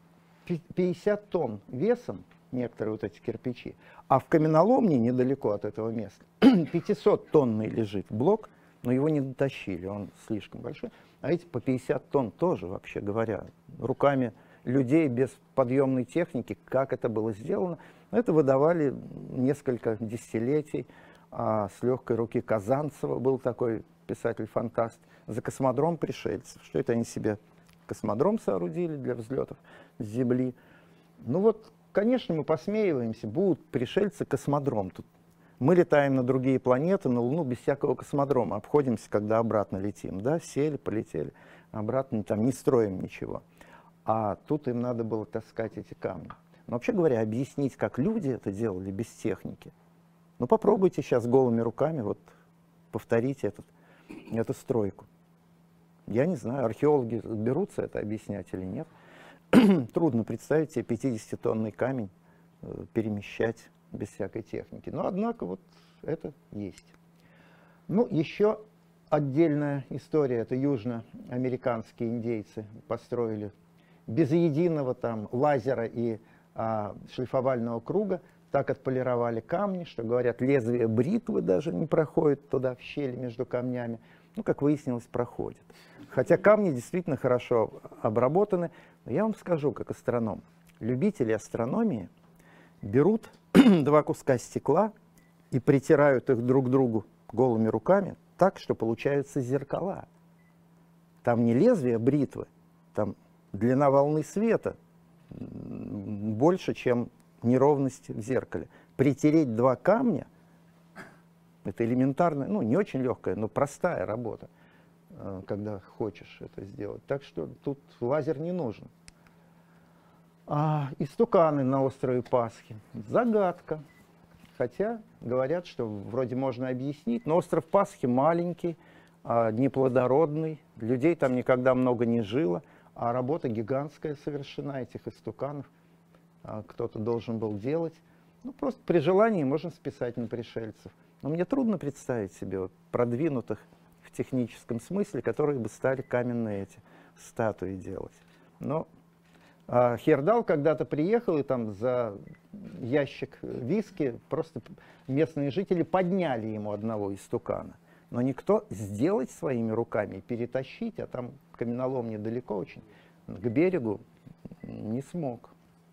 50 тонн весом, некоторые вот эти кирпичи, а в каменоломне недалеко от этого места 500-тонный лежит блок, но его не дотащили, он слишком большой. А эти по 50 тонн тоже, вообще говоря, руками людей без подъемной техники, как это было сделано, это выдавали несколько десятилетий. С легкой руки Казанцева был такой писатель-фантаст, за космодром пришельцев. Что это они себе космодром соорудили для взлетов с Земли? Ну вот, конечно, мы посмеиваемся, будут пришельцы космодром. Тут мы летаем на другие планеты, на Луну без всякого космодрома, обходимся, когда обратно летим. Да, сели, полетели, обратно там не строим ничего. А тут им надо было таскать эти камни. Но вообще говоря, объяснить, как люди это делали без техники. Ну попробуйте сейчас голыми руками вот повторите эту стройку. Я не знаю, археологи берутся это объяснять или нет. Трудно представить себе 50-тонный камень перемещать без всякой техники. Но, однако, вот это есть. Ну, еще отдельная история. Это южноамериканские индейцы построили без единого там лазера и шлифовального круга так отполировали камни, что, говорят, лезвие бритвы даже не проходит туда, в щели между камнями. Ну, как выяснилось, проходит. Хотя камни действительно хорошо обработаны. Но я вам скажу, как астроном, любители астрономии берут два куска стекла и притирают их друг к другу голыми руками так, что получаются зеркала. Там не лезвие бритвы, там длина волны света больше, чем неровность в зеркале. Притереть два камня — это элементарная, ну, не очень легкая, но простая работа, когда хочешь это сделать. Так что тут лазер не нужен. Истуканы на острове Пасхи. Загадка. Хотя говорят, что вроде можно объяснить, но остров Пасхи маленький, неплодородный, людей там никогда много не жило, а работа гигантская совершена этих истуканов. Кто-то должен был делать. Ну, просто при желании можно списать на пришельцев. Но мне трудно представить себе вот продвинутых в техническом смысле, которые бы стали каменные эти статуи делать. Но Хердал когда-то приехал, и там за ящик виски просто местные жители подняли ему одного истукана. Но никто сделать своими руками, перетащить, а там каменолом недалеко очень, к берегу, не смог.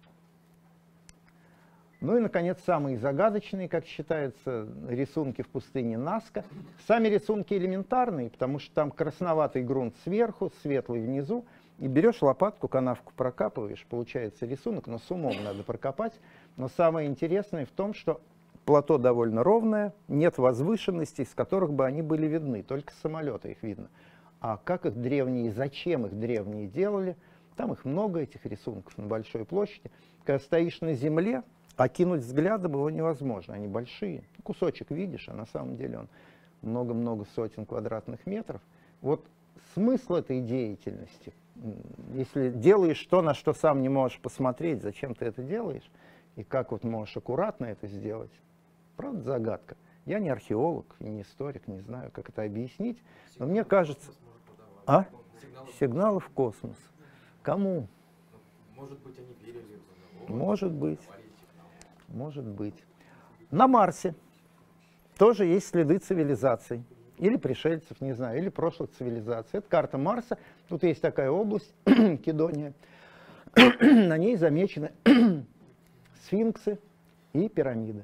Ну и, наконец, самые загадочные, как считается, рисунки в пустыне Наска. Сами рисунки элементарные, потому что там красноватый грунт сверху, светлый внизу. И берешь лопатку, канавку прокапываешь, получается рисунок, но с умом надо прокопать. Но самое интересное в том, что плато довольно ровное, нет возвышенностей, с которых бы они были видны, только с самолета их видно. А как их древние, зачем их древние делали, там их много, этих рисунков на большой площади. Когда стоишь на земле, окинуть взглядом его невозможно, они большие. Кусочек видишь, а на самом деле он много-много сотен квадратных метров. Вот смысл этой деятельности, если делаешь то, на что сам не можешь посмотреть, зачем ты это делаешь, и как вот можешь аккуратно это сделать, правда загадка. Я не археолог, не историк, не знаю, как это объяснить, но мне кажется... Сигналы в космос. Кому? Может быть, они верили в НЛО? Может быть. Может быть. На Марсе тоже есть следы цивилизаций. Или пришельцев, не знаю, или прошлых цивилизаций. Это карта Марса. Тут есть такая область, Кедония. На ней замечены сфинксы и пирамиды.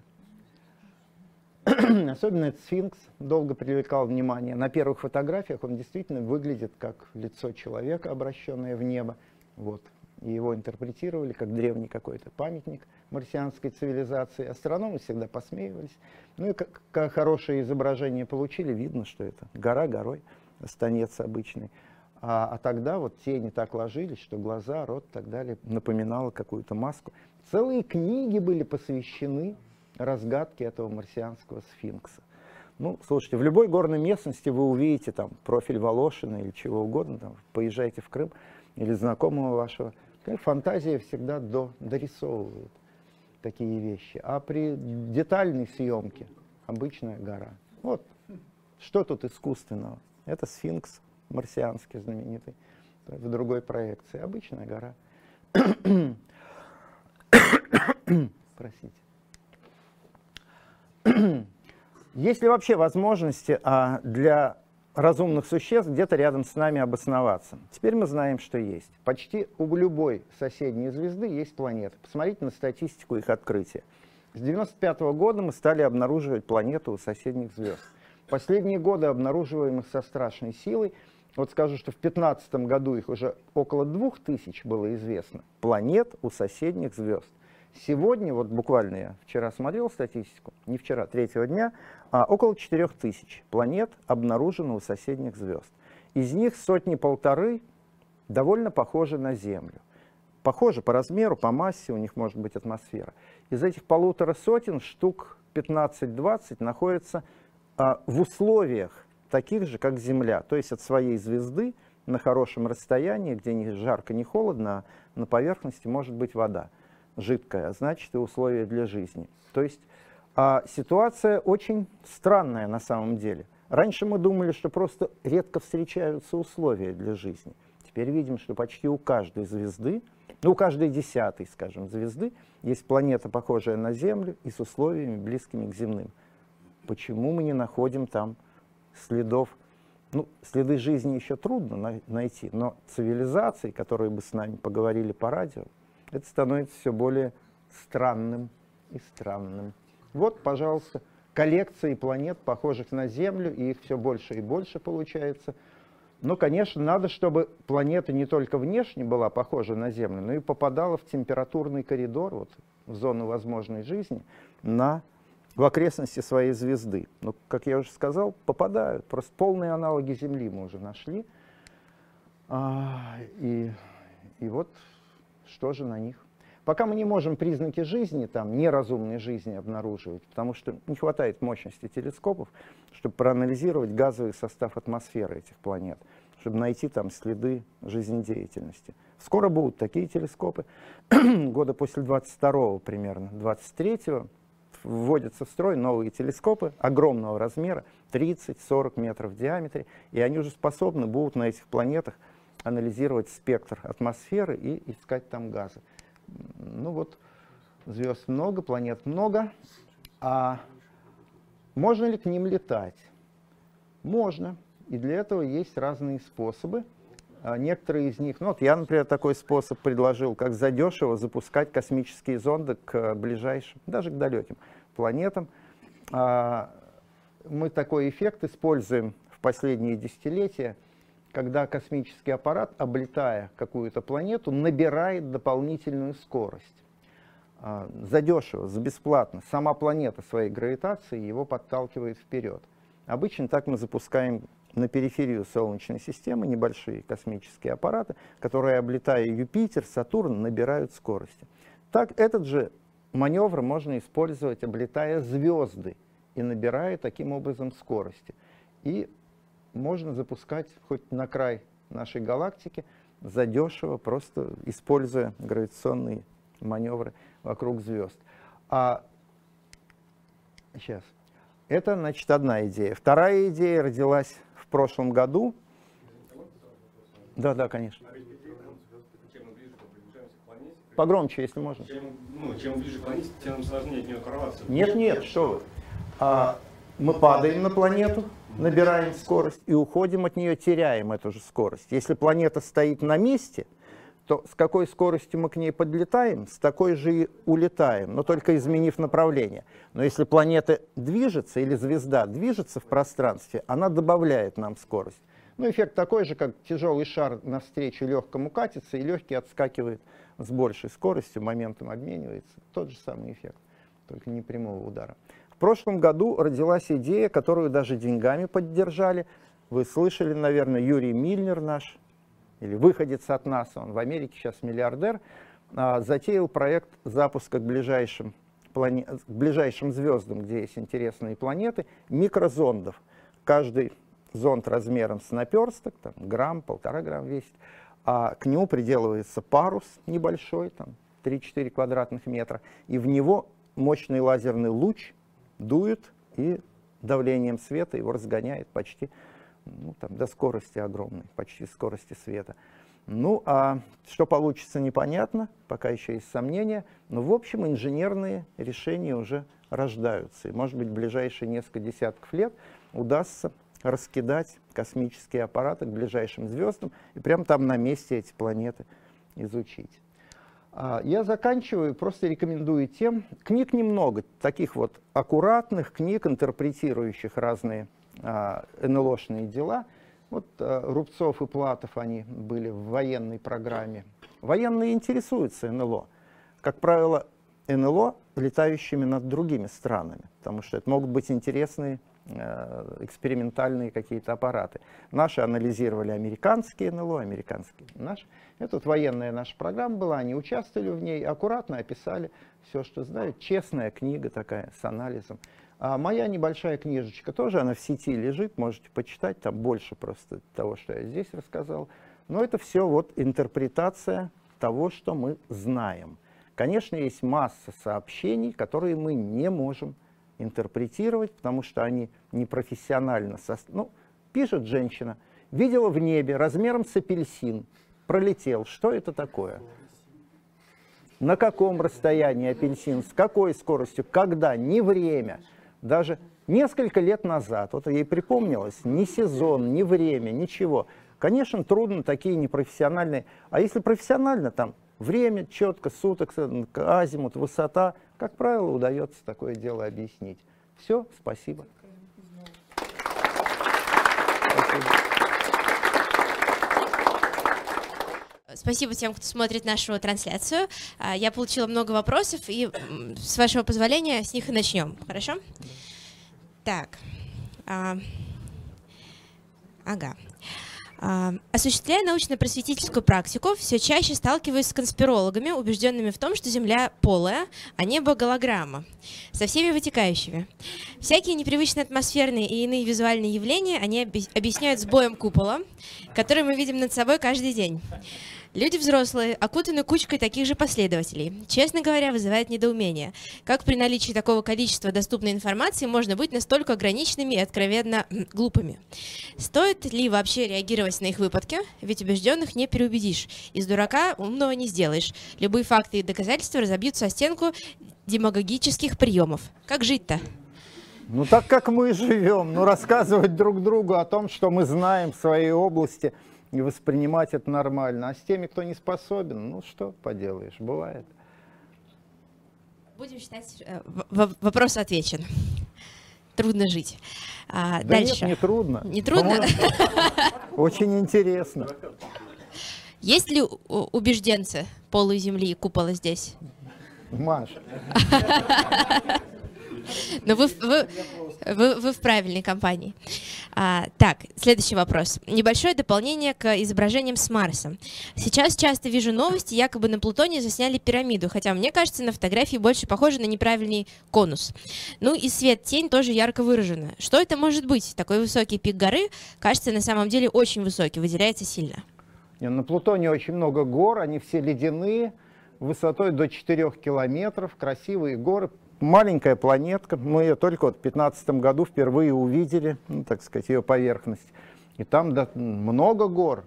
Особенно этот сфинкс долго привлекал внимание. На первых фотографиях он действительно выглядит как лицо человека, обращенное в небо. Вот. И его интерпретировали как древний какой-то памятник марсианской цивилизации. Астрономы всегда посмеивались. Ну и как хорошее изображение получили, видно, что это гора горой, станец обычный. А тогда вот тени так ложились, что глаза, рот и так далее напоминало какую-то маску. Целые книги были посвящены разгадке этого марсианского сфинкса. Ну, слушайте, в любой горной местности вы увидите там профиль Волошина или чего угодно, там, поезжайте в Крым или знакомого вашего. Фантазия всегда дорисовывает такие вещи. А при детальной съемке обычная гора. Вот, что тут искусственного? Это сфинкс марсианский знаменитый, в другой проекции. Обычная гора. Простите. Есть ли вообще возможности для разумных существ где-то рядом с нами обосноваться? Теперь мы знаем, что есть. Почти у любой соседней звезды есть планеты. Посмотрите на статистику их открытия. С 1995 года мы стали обнаруживать планеты у соседних звезд. Последние годы обнаруживаем их со страшной силой. Вот скажу, что в 2015 году их уже около 2000 было известно. Планет у соседних звезд. Сегодня, вот буквально я вчера смотрел статистику, не вчера, третьего дня, около 4000 планет обнаружено у соседних звезд. Из них 100-1,5 довольно похожи на Землю. Похожи по размеру, по массе, у них может быть атмосфера. Из этих 1,5 штук 15-20 находятся в условиях таких же, как Земля, то есть от своей звезды на хорошем расстоянии, где не жарко, не холодно, а на поверхности может быть вода жидкая, а значит и условия для жизни. То есть ситуация очень странная на самом деле. Раньше мы думали, что просто редко встречаются условия для жизни. теперь видим, что почти у каждой звезды, ну, у каждой 10-й, скажем, звезды есть планета, похожая на Землю и с условиями, близкими к земным. Почему мы не находим там следов? Ну, следы жизни еще трудно найти, но цивилизации, которые бы с нами поговорили по радио, это становится все более странным и странным. Вот, пожалуйста, коллекции планет, похожих на Землю, и их все больше и больше получается. Но, конечно, надо, чтобы планета не только внешне была похожа на Землю, но и попадала в температурный коридор, вот, в зону возможной жизни, в окрестности своей звезды. Но, как я уже сказал, попадают. Просто полные аналоги Земли мы уже нашли. И вот что же на них? Пока мы не можем признаки жизни, там, неразумной жизни обнаруживать, потому что не хватает мощности телескопов, чтобы проанализировать газовый состав атмосферы этих планет, чтобы найти там следы жизнедеятельности. Скоро будут такие телескопы. Года после 22-го примерно, 23-го, вводятся в строй новые телескопы огромного размера, 30-40 метров в диаметре, и они уже способны будут на этих планетах анализировать спектр атмосферы и искать там газы. Ну вот, звезд много, планет много. А можно ли к ним летать? Можно. И для этого есть разные способы. Некоторые из них, ну вот я, например, такой способ предложил, как задешево запускать космические зонды к ближайшим, даже к далеким планетам. Мы такой эффект используем в последние десятилетия, когда космический аппарат, облетая какую-то планету, набирает дополнительную скорость. Задешево, за бесплатно. Сама планета своей гравитацией его подталкивает вперед. Обычно так мы запускаем на периферию Солнечной системы небольшие космические аппараты, которые, облетая Юпитер, Сатурн, набирают скорости. Так этот же маневр можно использовать, облетая звезды, и набирая таким образом скорости. И можно запускать хоть на край нашей галактики задешево, просто используя гравитационные маневры вокруг звезд. Сейчас. Это, значит, одна идея. Вторая идея родилась в прошлом году. Да, конечно. Погромче, если можно. Чем ближе к планете, тем сложнее от нее оторваться. Нет, что вы. Мы падаем на планету, набираем скорость и уходим от нее, теряем эту же скорость. Если планета стоит на месте, то с какой скоростью мы к ней подлетаем, с такой же и улетаем, но только изменив направление. Но если планета движется или звезда движется в пространстве, она добавляет нам скорость. Ну, эффект такой же, как тяжелый шар навстречу легкому катится, и легкий отскакивает с большей скоростью, моментом обменивается. Тот же самый эффект, только не прямого удара. В прошлом году родилась идея, которую даже деньгами поддержали. Вы слышали, наверное, Юрий Мильнер наш, или выходец от НАСА, он в Америке сейчас миллиардер, затеял проект запуска к ближайшим звездам, где есть интересные планеты, микрозондов. Каждый зонд размером с наперсток, там, грамм, 1,5 грамма весит, а к нему приделывается парус небольшой, там, 3-4 квадратных метра, и в него мощный лазерный луч дует и давлением света его разгоняет почти до скорости огромной, почти скорости света. Ну, а что получится, непонятно, пока еще есть сомнения, но, в общем, инженерные решения уже рождаются. И, может быть, в ближайшие несколько десятков лет удастся раскидать космические аппараты к ближайшим звездам и прямо там на месте эти планеты изучить. Я заканчиваю, просто рекомендую тем. Книг немного, таких вот аккуратных книг, интерпретирующих разные НЛОшные дела. Вот Рубцов и Платов, они были в военной программе. Военные интересуются НЛО. Как правило, НЛО, летающими над другими странами, потому что это могут быть интересные экспериментальные какие-то аппараты. Наши анализировали американские НЛО, американские наши. Это вот военная наша программа была, они участвовали в ней, аккуратно описали все, что знают. Честная книга такая, с анализом. А моя небольшая книжечка тоже, она в сети лежит, можете почитать, там больше просто того, что я здесь рассказал. Но это все вот интерпретация того, что мы знаем. Конечно, есть масса сообщений, которые мы не можем интерпретировать, потому что они непрофессионально. Ну, пишет женщина, видела в небе размером с апельсин пролетел. Что это такое? На каком расстоянии апельсин, с какой скоростью, когда, не время. Даже несколько лет назад, вот ей припомнилось, ни сезон, ни время, ничего. Конечно, трудно, такие непрофессиональные. А если профессионально, там время четко, суток, азимут, высота, как правило, удается такое дело объяснить. Все, спасибо. Спасибо тем, кто смотрит нашу трансляцию. Я получила много вопросов, и, с вашего позволения, с них и начнем. Хорошо? Так. Осуществляя научно-просветительскую практику, все чаще сталкиваюсь с конспирологами, убежденными в том, что Земля полая, а небо голограмма, со всеми вытекающими. Всякие непривычные атмосферные и иные визуальные явления они объясняют сбоем купола, который мы видим над собой каждый день. Люди взрослые окутаны кучкой таких же последователей. Честно говоря, вызывает недоумение. Как при наличии такого количества доступной информации можно быть настолько ограниченными и откровенно глупыми? Стоит ли вообще реагировать на их выпадки? Ведь убежденных не переубедишь. Из дурака умного не сделаешь. Любые факты и доказательства разобьются о стенку демагогических приемов. Как жить-то? Ну так как мы живем, ну рассказывать друг другу о том, что мы знаем в своей области, и воспринимать это нормально. А с теми, кто не способен, ну что поделаешь, бывает. Будем считать, вопрос отвечен. Трудно жить. Да дальше. Нет, не трудно. Не трудно? Очень интересно. Есть ли убежденцы полой земли и купола здесь? Маша. Но вы в правильной компании. Так, следующий вопрос. Небольшое дополнение к изображениям с Марса. Сейчас часто вижу новости, якобы на Плутоне засняли пирамиду, хотя мне кажется, на фотографии больше похоже на неправильный конус. Ну и свет-тень тоже ярко выражена. Что это может быть? Такой высокий пик горы, кажется, на самом деле очень высокий, выделяется сильно. На Плутоне очень много гор, они все ледяные, высотой до 4 километров, красивые горы. Маленькая планетка, мы ее только вот в 2015 году впервые увидели, ну, так сказать, ее поверхность. И там много гор,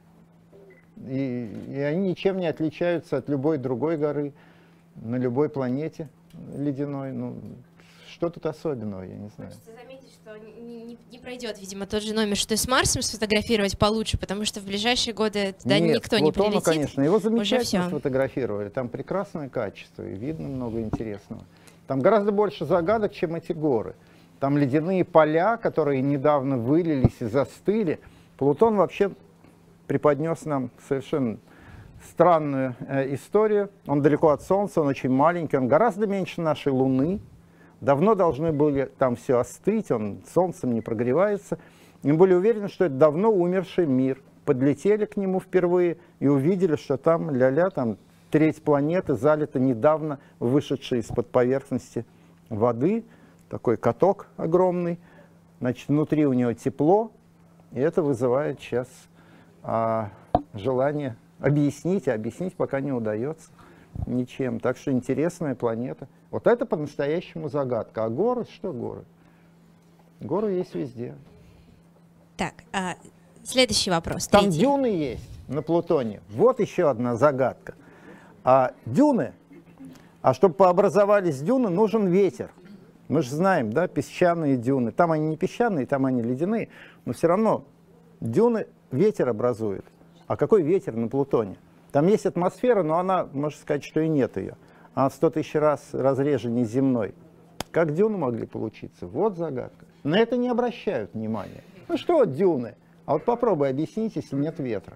и они ничем не отличаются от любой другой горы на любой планете ледяной. Ну, что тут особенного, я не знаю. Хочется заметить, что не пройдет, видимо, тот же номер, что и с Марсом сфотографировать получше, потому что в ближайшие годы туда никто не прилетит. Конечно, его замечательно сфотографировали, там прекрасное качество, и видно много интересного. Там гораздо больше загадок, чем эти горы. Там ледяные поля, которые недавно вылились и застыли. Плутон вообще преподнес нам совершенно странную историю. Он далеко от Солнца, он очень маленький, он гораздо меньше нашей Луны. Давно должны были там все остыть, он Солнцем не прогревается. И мы были уверены, что это давно умерший мир. Подлетели к нему впервые и увидели, что там там треть планеты залита недавно вышедшей из-под поверхности воды, такой каток огромный, значит, внутри у него тепло, и это вызывает сейчас желание объяснить, а объяснить пока не удается ничем. Так что интересная планета. Вот это по-настоящему загадка. А горы, что горы? Горы есть везде. Так, следующий вопрос. Там третий. дюны есть на Плутоне. Вот еще одна загадка. А дюны, чтобы пообразовались дюны, нужен ветер. Мы же знаем, да, песчаные дюны. Там они не песчаные, там они ледяные, но все равно дюны ветер образует. А какой ветер на Плутоне? Там есть атмосфера, но она, можно сказать, что и нет ее. Она в 100 тысяч раз разреже неземной. Как дюны могли получиться? Вот загадка. На это не обращают внимания. Ну что дюны? А вот попробуй объяснить, если нет ветра.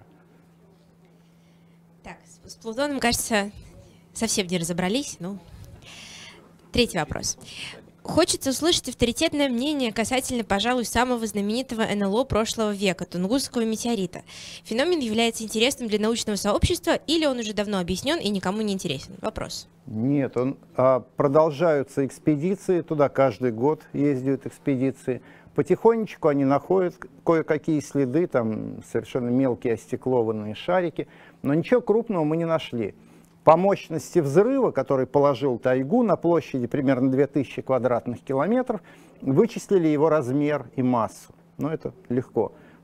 Так, с Плутоном, кажется, совсем не разобрались. Ну, третий вопрос. Хочется услышать авторитетное мнение касательно, пожалуй, самого знаменитого НЛО прошлого века, Тунгусского метеорита. Феномен является интересным для научного сообщества или он уже давно объяснен и никому не интересен? Вопрос. Нет, продолжаются экспедиции, туда каждый год ездят экспедиции. Потихонечку они находят кое-какие следы, там совершенно мелкие остеклованные шарики, но ничего крупного мы не нашли. По мощности взрыва, который положил тайгу на площади примерно 2000 квадратных километров, вычислили его размер и массу. Но это легко.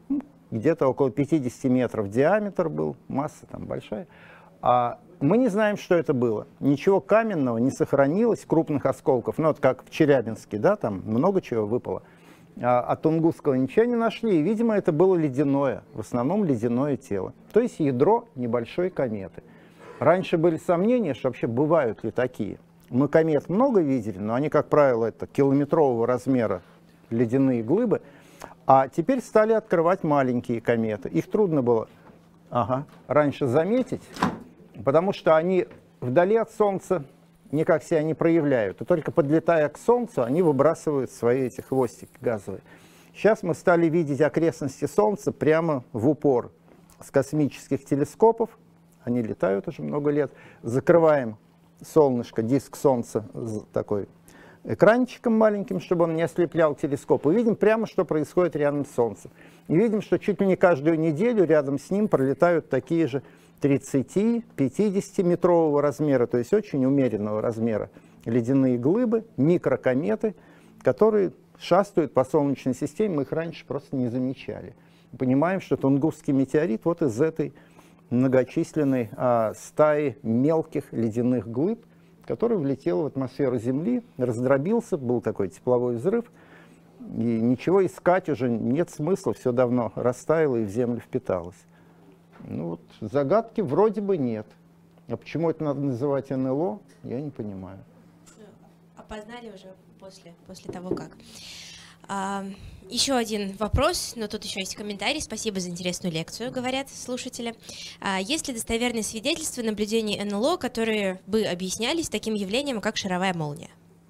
где-то около 50 метров диаметр был, масса там большая. Мы не знаем, что это было. Ничего каменного не сохранилось, крупных осколков. Ну, вот как в Челябинске, да, там много чего выпало. А Тунгусского ничего не нашли. И, видимо, это было ледяное, в основном ледяное тело. То есть ядро небольшой кометы. Раньше были сомнения, что вообще бывают ли такие. Мы комет много видели, но они, как правило, это километрового размера ледяные глыбы. А теперь стали открывать маленькие кометы. Их трудно было раньше заметить, потому что они вдали от Солнца никак себя не проявляют. И только подлетая к Солнцу, они выбрасывают свои эти хвостики газовые. Сейчас мы стали видеть окрестности Солнца прямо в упор с космических телескопов. Они летают уже много лет. Закрываем солнышко, диск Солнца такой экранчиком маленьким, чтобы он не ослеплял телескоп. И видим прямо, что происходит рядом с Солнцем. И видим, что чуть ли не каждую неделю рядом с ним пролетают такие же 30-50 метрового размера, то есть очень умеренного размера ледяные глыбы, микрокометы, которые шастают по Солнечной системе, мы их раньше просто не замечали. Понимаем, что Тунгусский метеорит вот из этой многочисленной стаи мелких ледяных глыб, который влетел в атмосферу Земли, раздробился, был такой тепловой взрыв, и ничего искать уже нет смысла, все давно растаяло и в Землю впиталось. Ну вот, загадки вроде бы нет. А почему это надо называть НЛО, я не понимаю. Опознали уже после того, как. Еще один вопрос, но тут еще есть комментарий. Спасибо за интересную лекцию, говорят слушатели. Есть ли достоверные свидетельства наблюдений НЛО, которые бы объяснялись таким явлением, как шаровая молния?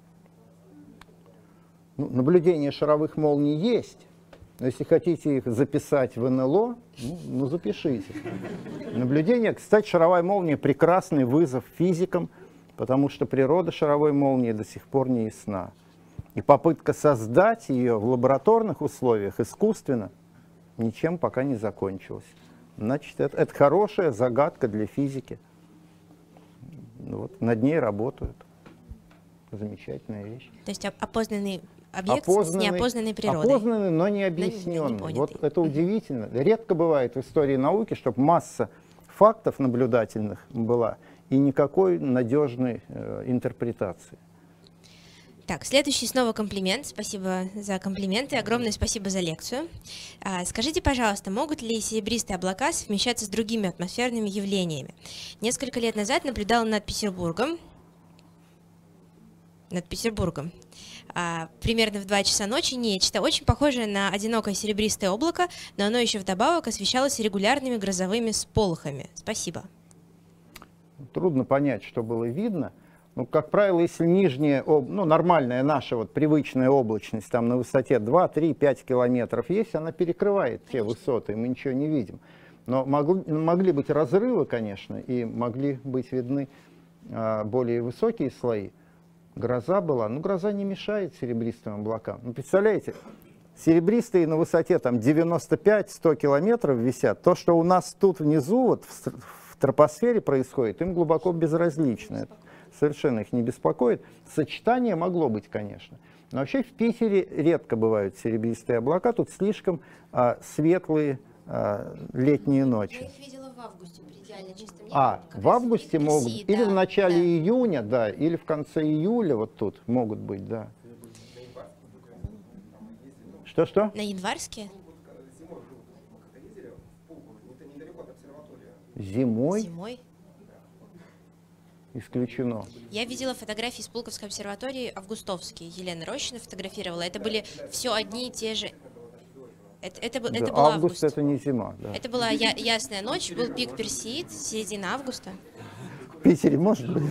Ну, наблюдения шаровых молний есть. Но если хотите их записать в НЛО, ну запишите. Наблюдение, кстати, шаровая молния — прекрасный вызов физикам, потому что природа шаровой молнии до сих пор не ясна. И попытка создать ее в лабораторных условиях искусственно ничем пока не закончилась. Значит, это хорошая загадка для физики. Вот, над ней работают. Замечательная вещь. То есть опознанный объект с неопознанной природой. Опознанный, но не объясненный. Вот это удивительно. Редко бывает в истории науки, чтобы масса фактов наблюдательных была и никакой надежной интерпретации. Так, следующий снова комплимент. Спасибо за комплименты. Огромное спасибо за лекцию. Скажите, пожалуйста, могут ли серебристые облака совмещаться с другими атмосферными явлениями? Несколько лет назад наблюдала над Петербургом, примерно в 2 часа ночи нечто, очень похожее на одинокое серебристое облако, но оно еще вдобавок освещалось регулярными грозовыми сполохами. Спасибо. Трудно понять, что было видно. Ну, как правило, если нижняя, нормальная наша вот привычная облачность там на высоте 2, 3, 5 километров есть, она перекрывает те высоты, и мы ничего не видим. Но могли быть разрывы, конечно, и могли быть видны более высокие слои. Гроза была, гроза не мешает серебристым облакам. Ну, представляете, серебристые на высоте там 95-100 километров висят. То, что у нас тут внизу, вот в тропосфере происходит, им глубоко безразлично. Совершенно их не беспокоит. Сочетание могло быть, конечно. Но вообще в Питере редко бывают серебристые облака. Тут слишком светлые летние ночи. Я их видела в августе при идеально чистом небе. В августе могут, да, или в начале июня, да, или в конце июля вот тут могут быть, да. Что? На Январске? Зимой? Исключено. Я видела фотографии с Пулковской обсерватории августовские. Елена Рощина фотографировала. Это были все одни и те же. Это был август, август. Это не зима. Да. Это была ясная ночь, был пик Персеид, середина августа. В Питере может быть.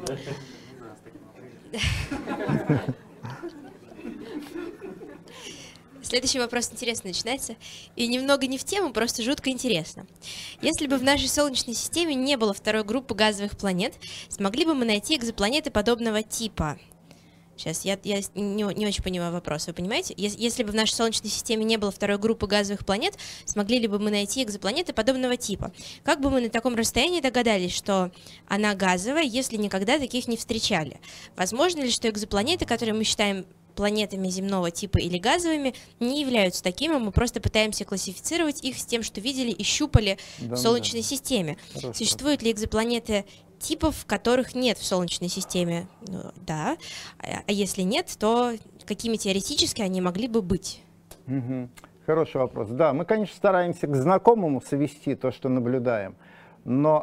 Следующий вопрос интересно начинается. И немного не в тему, просто жутко интересно. Если бы в нашей Солнечной системе не было второй группы газовых планет, смогли бы мы найти экзопланеты подобного типа? Сейчас, я не очень понимаю вопрос, вы понимаете? Если бы в нашей Солнечной системе не было второй группы газовых планет, смогли ли бы мы найти экзопланеты подобного типа? Как бы мы на таком расстоянии догадались, что она газовая, если никогда таких не встречали? Возможно ли, что экзопланеты, которые мы считаем планетами земного типа или газовыми, не являются такими. Мы просто пытаемся классифицировать их с тем, что видели и щупали Да, в Солнечной системе. Хорошо. Существуют ли экзопланеты типов, которых нет в Солнечной системе? Ну, да. А если нет, то какими теоретически они могли бы быть? Мгм. Хороший вопрос. Да, мы, конечно, стараемся к знакомому совести то, что наблюдаем, но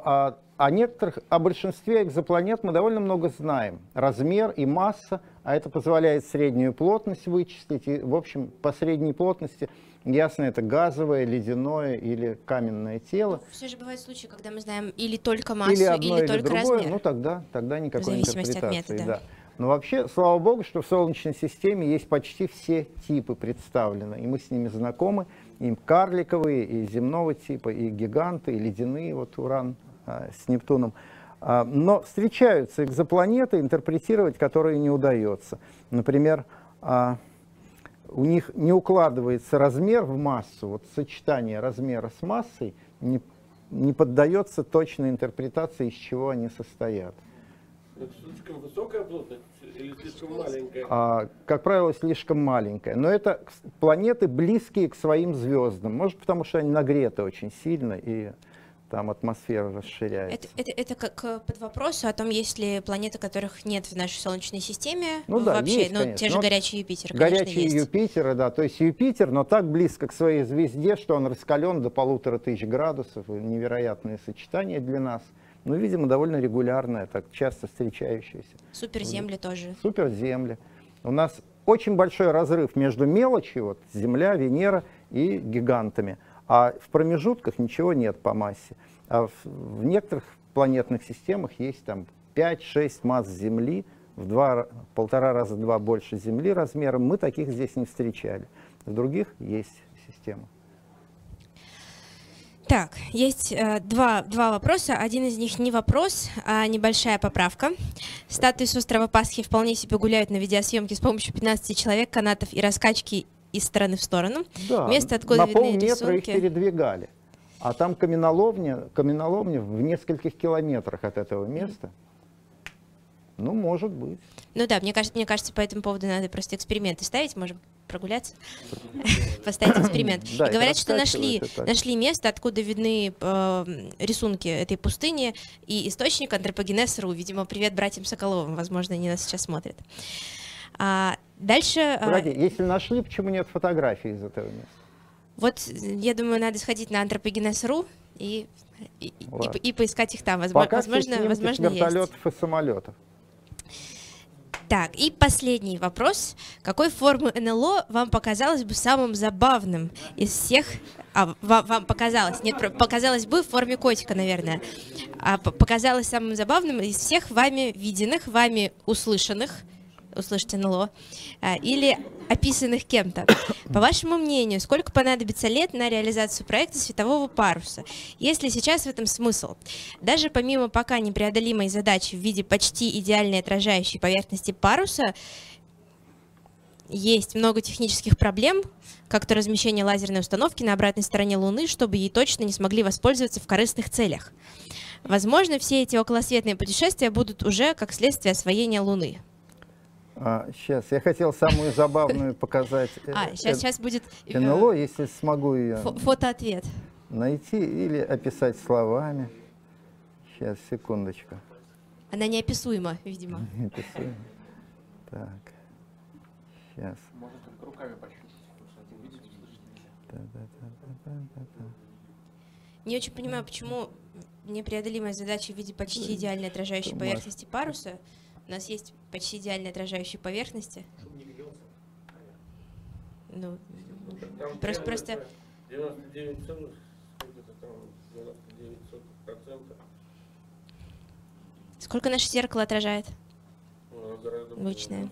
о большинстве экзопланет мы довольно много знаем. Размер и масса, а это позволяет среднюю плотность вычислить. И, в общем, по средней плотности ясно, это газовое, ледяное или каменное тело. Все же бывают случаи, когда мы знаем или только массу, Или одно, или только другое, размер. ну тогда никакой В зависимости от интерпретации. метода. Да. Но вообще, слава богу, что в Солнечной системе есть почти все типы представлены, и мы с ними знакомы, и карликовые, и земного типа, и гиганты, и ледяные, вот Уран с Нептуном. Но встречаются экзопланеты, интерпретировать которые не удается. Например, у них не укладывается размер в массу, вот сочетание размера с массой не поддается точной интерпретации, из чего они состоят. Это слишком высокая плотность или слишком маленькая? Как правило, слишком маленькая. Но это планеты, близкие к своим звездам. Может, потому что они нагреты очень сильно, и там атмосфера расширяется. Это как под вопросу о том, есть ли планеты, которых нет в нашей Солнечной системе. Ну да, вообще, есть, ну, конечно. те же Но горячие Юпитеры, конечно, горячие есть. Юпитеры, да. То есть Юпитер, но так близко к своей звезде, что он раскален до 1500 градусов. Невероятное сочетание для нас. Ну, видимо, довольно регулярное, так часто встречающееся. Суперземли тоже. Суперземли. У нас очень большой разрыв между мелочью, вот Земля, Венера, и гигантами. А в промежутках ничего нет по массе. А в некоторых планетных системах есть там 5-6 масс Земли, в 1,5 раза больше Земли размером. Мы таких здесь не встречали. В других есть системы. Так, есть два вопроса. Один из них не вопрос, а небольшая поправка. Статуи с острова Пасхи вполне себе гуляют на видеосъемке с помощью 15 человек, канатов и раскачки из стороны в сторону. Да, Место, откуда на видны полметра рисунки. их передвигали. А там каменоломня в нескольких километрах от этого места. Ну, может быть. Ну да, мне кажется, по этому поводу надо просто эксперименты ставить, можем прогуляться, поставить эксперимент. Да, И говорят, что раскачивают, и так. нашли место, откуда видны рисунки этой пустыни, и источник антропогенез.ру. Видимо, привет братьям Соколовым, возможно, они нас сейчас смотрят. Дальше... Погоди, если нашли, почему нет фотографий из этого места? Вот, я думаю, надо сходить на антропогенез.ру и поискать их там. Пока Возможно, все снимки с есть. вертолетов и самолетов. Так, и последний вопрос. Какой формы НЛО вам показалось бы самым забавным из всех... вам показалось? Нет, показалось бы в форме котика, наверное. Показалось самым забавным из всех вами виденных, вами услышанных, услышать НЛО, или описанных кем-то. По вашему мнению, сколько понадобится лет на реализацию проекта светового паруса? Есть ли сейчас в этом смысл? Даже помимо пока непреодолимой задачи в виде почти идеальной отражающей поверхности паруса, есть много технических проблем, как то размещение лазерной установки на обратной стороне Луны, чтобы ей точно не смогли воспользоваться в корыстных целях. Возможно, все эти околосветные путешествия будут уже как следствие освоения Луны. Сейчас, я хотел самую забавную показать. Сейчас будет НЛО, если смогу ее фотоответ. найти или описать словами. Сейчас, секундочку. Она неописуема, видимо. Неописуемо. Так, сейчас. Можно только руками пощупать, потому что один видеть, услышать нельзя. Не очень понимаю, почему непреодолимая задача в виде почти идеальной отражающей поверхности паруса. У нас есть почти идеальные отражающие поверхности. Ну, просто... 99,99%. Сколько наше зеркало отражает? Обычное.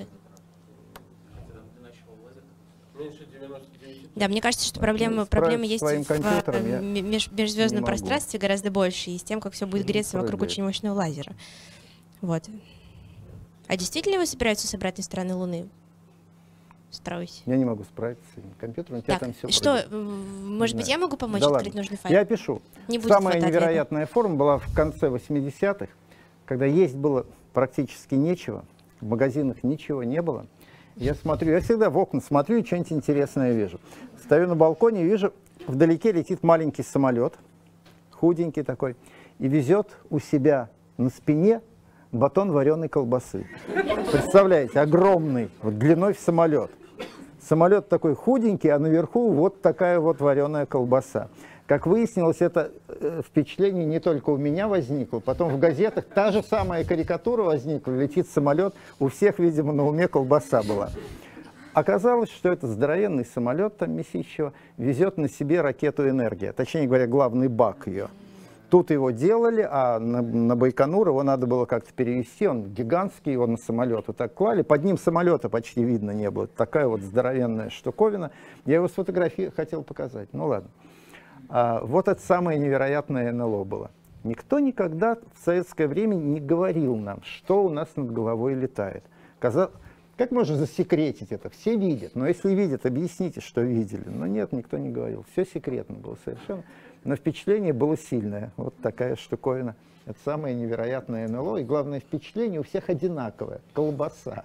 Меньше 99. Да, мне кажется, что проблемы есть в межзвездном пространстве гораздо больше, и с тем, как все будет греться вокруг очень мощного лазера. Вот. А действительно вы собираетесь с обратной стороны Луны строить? Я не могу справиться с этим компьютером, у тебя Так, там все что, может быть, я могу помочь Да открыть ладно. нужный файл? Я опишу. Не будет Самая фотоответа. невероятная форма была в конце 80-х, когда есть было практически нечего, в магазинах ничего не было. Я смотрю, я всегда в окна смотрю и что-нибудь интересное вижу. Стою на балконе и вижу, вдалеке летит маленький самолет, худенький такой, и везет у себя на спине батон вареной колбасы. Представляете, огромный, вот длиной в самолет. Самолет такой худенький, а наверху вот такая вот вареная колбаса. Как выяснилось, это впечатление не только у меня возникло, потом в газетах та же самая карикатура возникла, летит самолет, у всех, видимо, на уме колбаса была. Оказалось, что это здоровенный самолет там месящего везет на себе ракету «Энергия», точнее говоря, главный бак ее. Тут его делали, а на Байконур его надо было как-то перевести, он гигантский, его на самолет вот так клали, под ним самолета почти видно не было, такая вот здоровенная штуковина. Я его сфотографировал, хотел показать, ну ладно. Вот это самое невероятное НЛО было. Никто никогда в советское время не говорил нам, что у нас над головой летает. Как можно засекретить это? Все видят, но если видят, объясните, что видели. Но нет, никто не говорил. Все секретно было совершенно. Но впечатление было сильное. Вот такая штуковина. Это самое невероятное НЛО. И главное впечатление у всех одинаковое. Колбаса.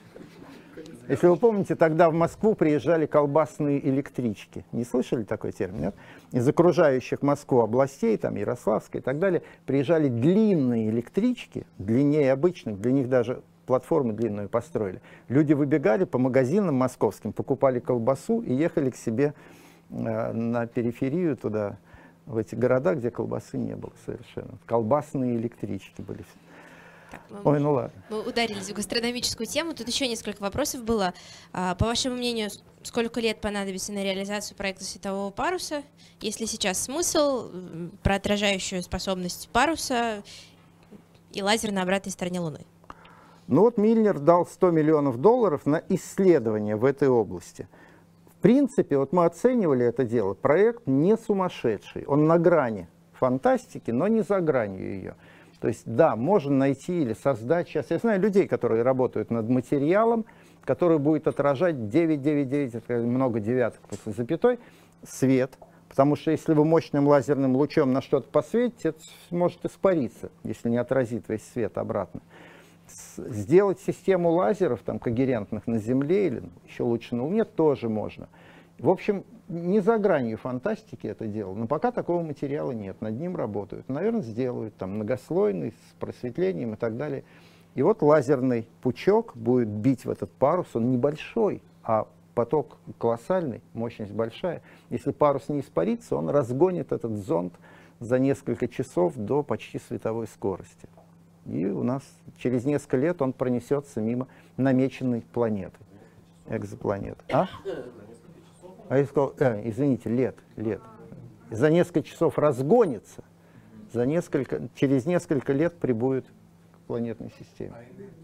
Если вы помните, тогда в Москву приезжали колбасные электрички. Не слышали такой термин, нет? Из окружающих Москву областей, там Ярославской и так далее, приезжали длинные электрички, длиннее обычных, для них даже платформу длинную построили. Люди выбегали по магазинам московским, покупали колбасу и ехали к себе на периферию туда, в эти города, где колбасы не было совершенно. Колбасные электрички были. Ой, ну ладно. Мы ударились в гастрономическую тему. Тут еще несколько вопросов было. По вашему мнению, сколько лет понадобится на реализацию проекта светового паруса? Есть ли сейчас смысл про отражающую способность паруса и лазер на обратной стороне Луны? Ну вот Мильнер дал $100 миллионов на исследования в этой области. В принципе, вот мы оценивали это дело. Проект не сумасшедший. Он на грани фантастики, но не за гранью ее. То есть, да, можно найти или создать сейчас. Я знаю людей, которые работают над материалом, который будет отражать 999, это много девяток после запятой, свет. Потому что если вы мощным лазерным лучом на что-то посветите, это может испариться, если не отразит весь свет обратно. Сделать систему лазеров, там, когерентных на Земле или еще лучше на Луне тоже можно. В общем, не за гранью фантастики это дело, но пока такого материала нет, над ним работают. Наверное, сделают там многослойный, с просветлением и так далее. И вот лазерный пучок будет бить в этот парус, он небольшой, а поток колоссальный, мощность большая. Если парус не испарится, он разгонит этот зонд за несколько часов до почти световой скорости. И у нас через несколько лет он пронесется мимо намеченной планеты, экзопланеты. А я сказал, извините, лет. За несколько часов разгонится, через несколько лет прибудет к планетной системе.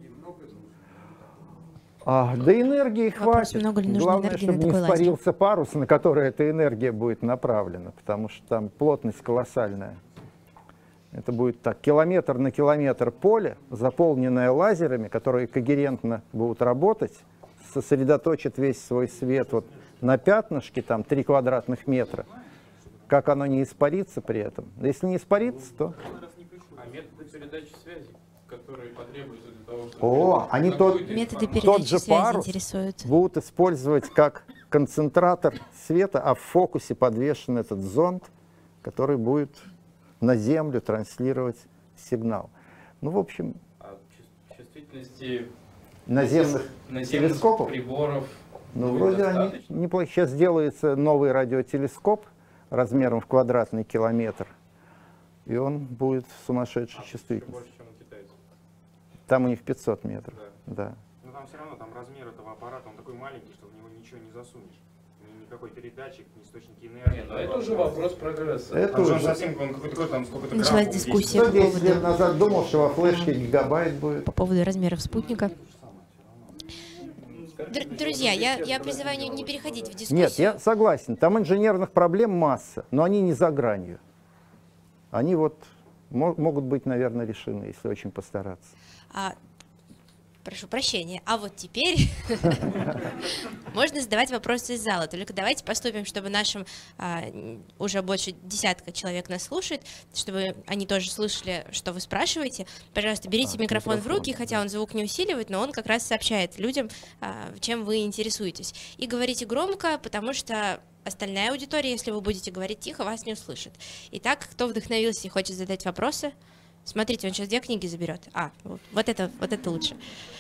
Да энергии хватит. Главное, чтобы не испарился парус, на который эта энергия будет направлена, потому что там плотность колоссальная. Это будет так, километр на километр поле, заполненное лазерами, которые когерентно будут работать, сосредоточат весь свой свет вот на пятнышке, там 3 квадратных метра. Как оно не испарится при этом? Если не испарится, то... А методы передачи связи, которые потребуются для того, чтобы... Они тот же парус будут использовать как концентратор света, а в фокусе подвешен этот зонд, который будет на Землю транслировать сигнал. Ну, в общем... Чувствительности наземных телескопов? Приборов... Ну, вроде они неплохо. Сейчас делается новый радиотелескоп размером в квадратный километр, и он будет сумасшедшей чувствительностью. Больше, чем у китайцев. Там у них 500 метров. Да. Но там все равно там размер этого аппарата, он такой маленький, что в него ничего не засунешь. Никакой передатчик, ни источники энергии. Но это уже вопрос прогресса. Это уже совсем, он какой-то там сколько-то грамм. Началась дискуссия по 10 лет назад думал, что во флешке гигабайт будет. По поводу размеров спутника. Друзья, я призываю не переходить в дискуссию. Нет, я согласен. Там инженерных проблем масса, но они не за гранью. Они вот могут быть, наверное, решены, если очень постараться. Прошу прощения. А вот теперь можно задавать вопросы из зала. Только давайте поступим, чтобы нашим уже больше десятка человек нас слушает, чтобы они тоже слышали, что вы спрашиваете. Пожалуйста, берите микрофон в руки, хотя он звук не усиливает, но он как раз сообщает людям, чем вы интересуетесь. И говорите громко, потому что остальная аудитория, если вы будете говорить тихо, вас не услышит. Итак, кто вдохновился и хочет задать вопросы? Смотрите, он сейчас 2 книги заберет. Вот это лучше.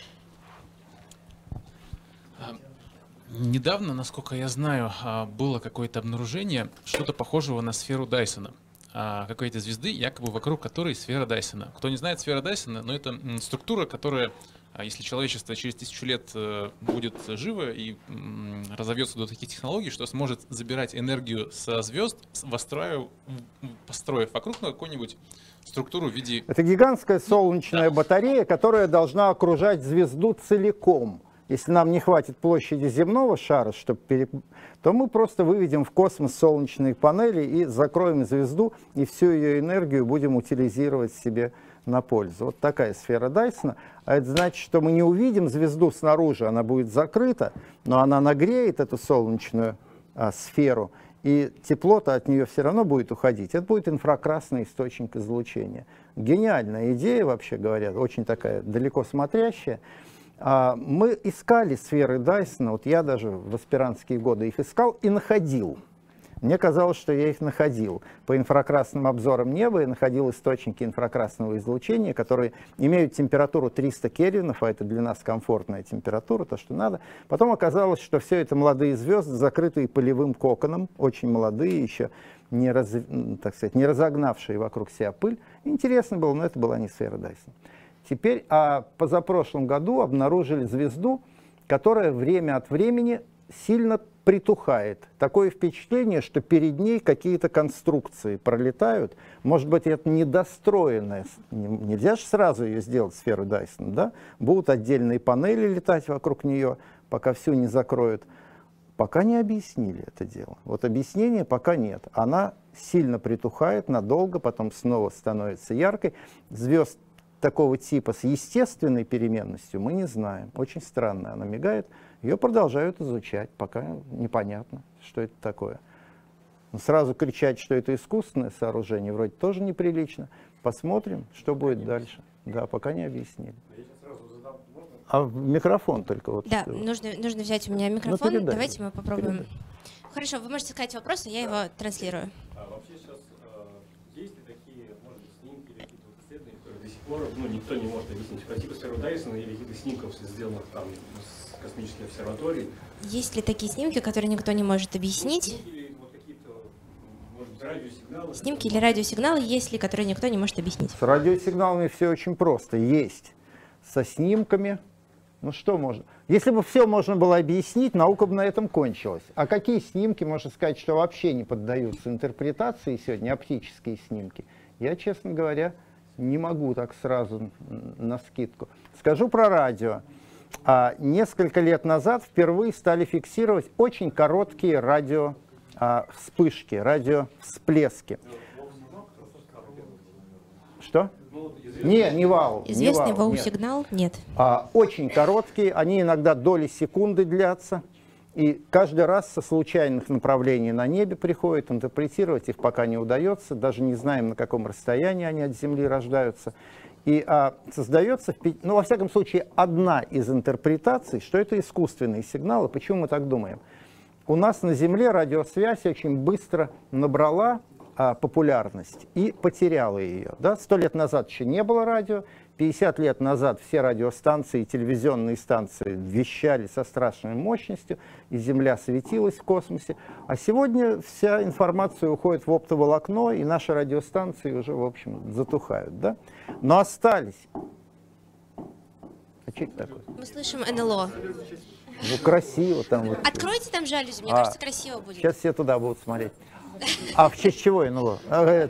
Недавно, насколько я знаю, было какое-то обнаружение, что-то похожего на сферу Дайсона. Какой-то звезды, якобы вокруг которой сфера Дайсона. Кто не знает, сфера Дайсона, но это структура, которая, если человечество через 1000 лет будет живо и разовьется до таких технологий, что сможет забирать энергию со звезд, построив вокруг какую-нибудь структуру в виде... Это гигантская солнечная батарея, которая должна окружать звезду целиком. Если нам не хватит площади земного шара, то мы просто выведем в космос солнечные панели и закроем звезду, и всю ее энергию будем утилизировать себе на пользу. Вот такая сфера Дайсона. А это значит, что мы не увидим звезду снаружи, она будет закрыта, но она нагреет эту солнечную сферу, и тепло-то от нее все равно будет уходить. Это будет инфракрасный источник излучения. Гениальная идея, вообще говоря, очень такая далеко смотрящая. Мы искали сферы Дайсона, вот я даже в аспирантские годы их искал и находил. Мне казалось, что я их находил. По инфракрасным обзорам неба я находил источники инфракрасного излучения, которые имеют температуру 300 кельвинов, а это для нас комфортная температура, то, что надо. Потом оказалось, что все это молодые звезды, закрытые полевым коконом, очень молодые, еще не разогнавшие вокруг себя пыль. Интересно было, но это была не сфера Дайсона. Теперь, позапрошлом году обнаружили звезду, которая время от времени сильно притухает. Такое впечатление, что перед ней какие-то конструкции пролетают. Может быть, это недостроенная. Нельзя же сразу ее сделать, сферу Дайсона, да? Будут отдельные панели летать вокруг нее, пока всю не закроют. Пока не объяснили это дело. Вот объяснения пока нет. Она сильно притухает надолго, потом снова становится яркой. Звезд такого типа с естественной переменностью мы не знаем. Очень странно, она мигает. Ее продолжают изучать, пока непонятно, что это такое. Но сразу кричать, что это искусственное сооружение, вроде тоже неприлично. Посмотрим, что будет дальше. Да, пока не объяснили. А микрофон только вот. Да, нужно взять у меня микрофон. Давайте мы попробуем. Хорошо, вы можете сказать вопрос, а я его транслирую. Вообще сейчас есть ли такие, может быть, снимки или какие-то исследования, которые до сих пор никто не может объяснить, по типу сферы Дайсона или каких-то снимков, сделанных там с космической обсерватории? Есть ли такие снимки, которые никто не может объяснить? Снимки или радиосигналы есть ли, которые никто не может объяснить? С радиосигналами все очень просто. Есть. Со снимками. Ну что можно? Если бы все можно было объяснить, наука бы на этом кончилась. А какие снимки, можно сказать, что вообще не поддаются интерпретации сегодня, оптические снимки? Я, честно говоря, не могу так сразу навскидку. Скажу про радио. Несколько лет назад впервые стали фиксировать очень короткие радиовспышки, радиовсплески. Что? Не вау. Известный вау-сигнал? Нет. Очень короткие, они иногда доли секунды длятся. И каждый раз со случайных направлений на небе приходят, интерпретировать их пока не удается. Даже не знаем, на каком расстоянии они от Земли рождаются. И создается, ну, во всяком случае, одна из интерпретаций, что это искусственные сигналы. Почему мы так думаем? У нас на Земле радиосвязь очень быстро набрала популярность и потеряла ее. Да? 100 лет назад еще не было радио, 50 лет назад все радиостанции и телевизионные станции вещали со страшной мощностью, и Земля светилась в космосе. А сегодня вся информация уходит в оптоволокно, и наши радиостанции уже, в общем, затухают. Да? Но остались. А что это такое? Мы слышим НЛО. Ну, красиво там. Вот. Откройте там жалюзи, мне кажется, красиво будет. Сейчас все туда будут смотреть. В честь чего НЛО?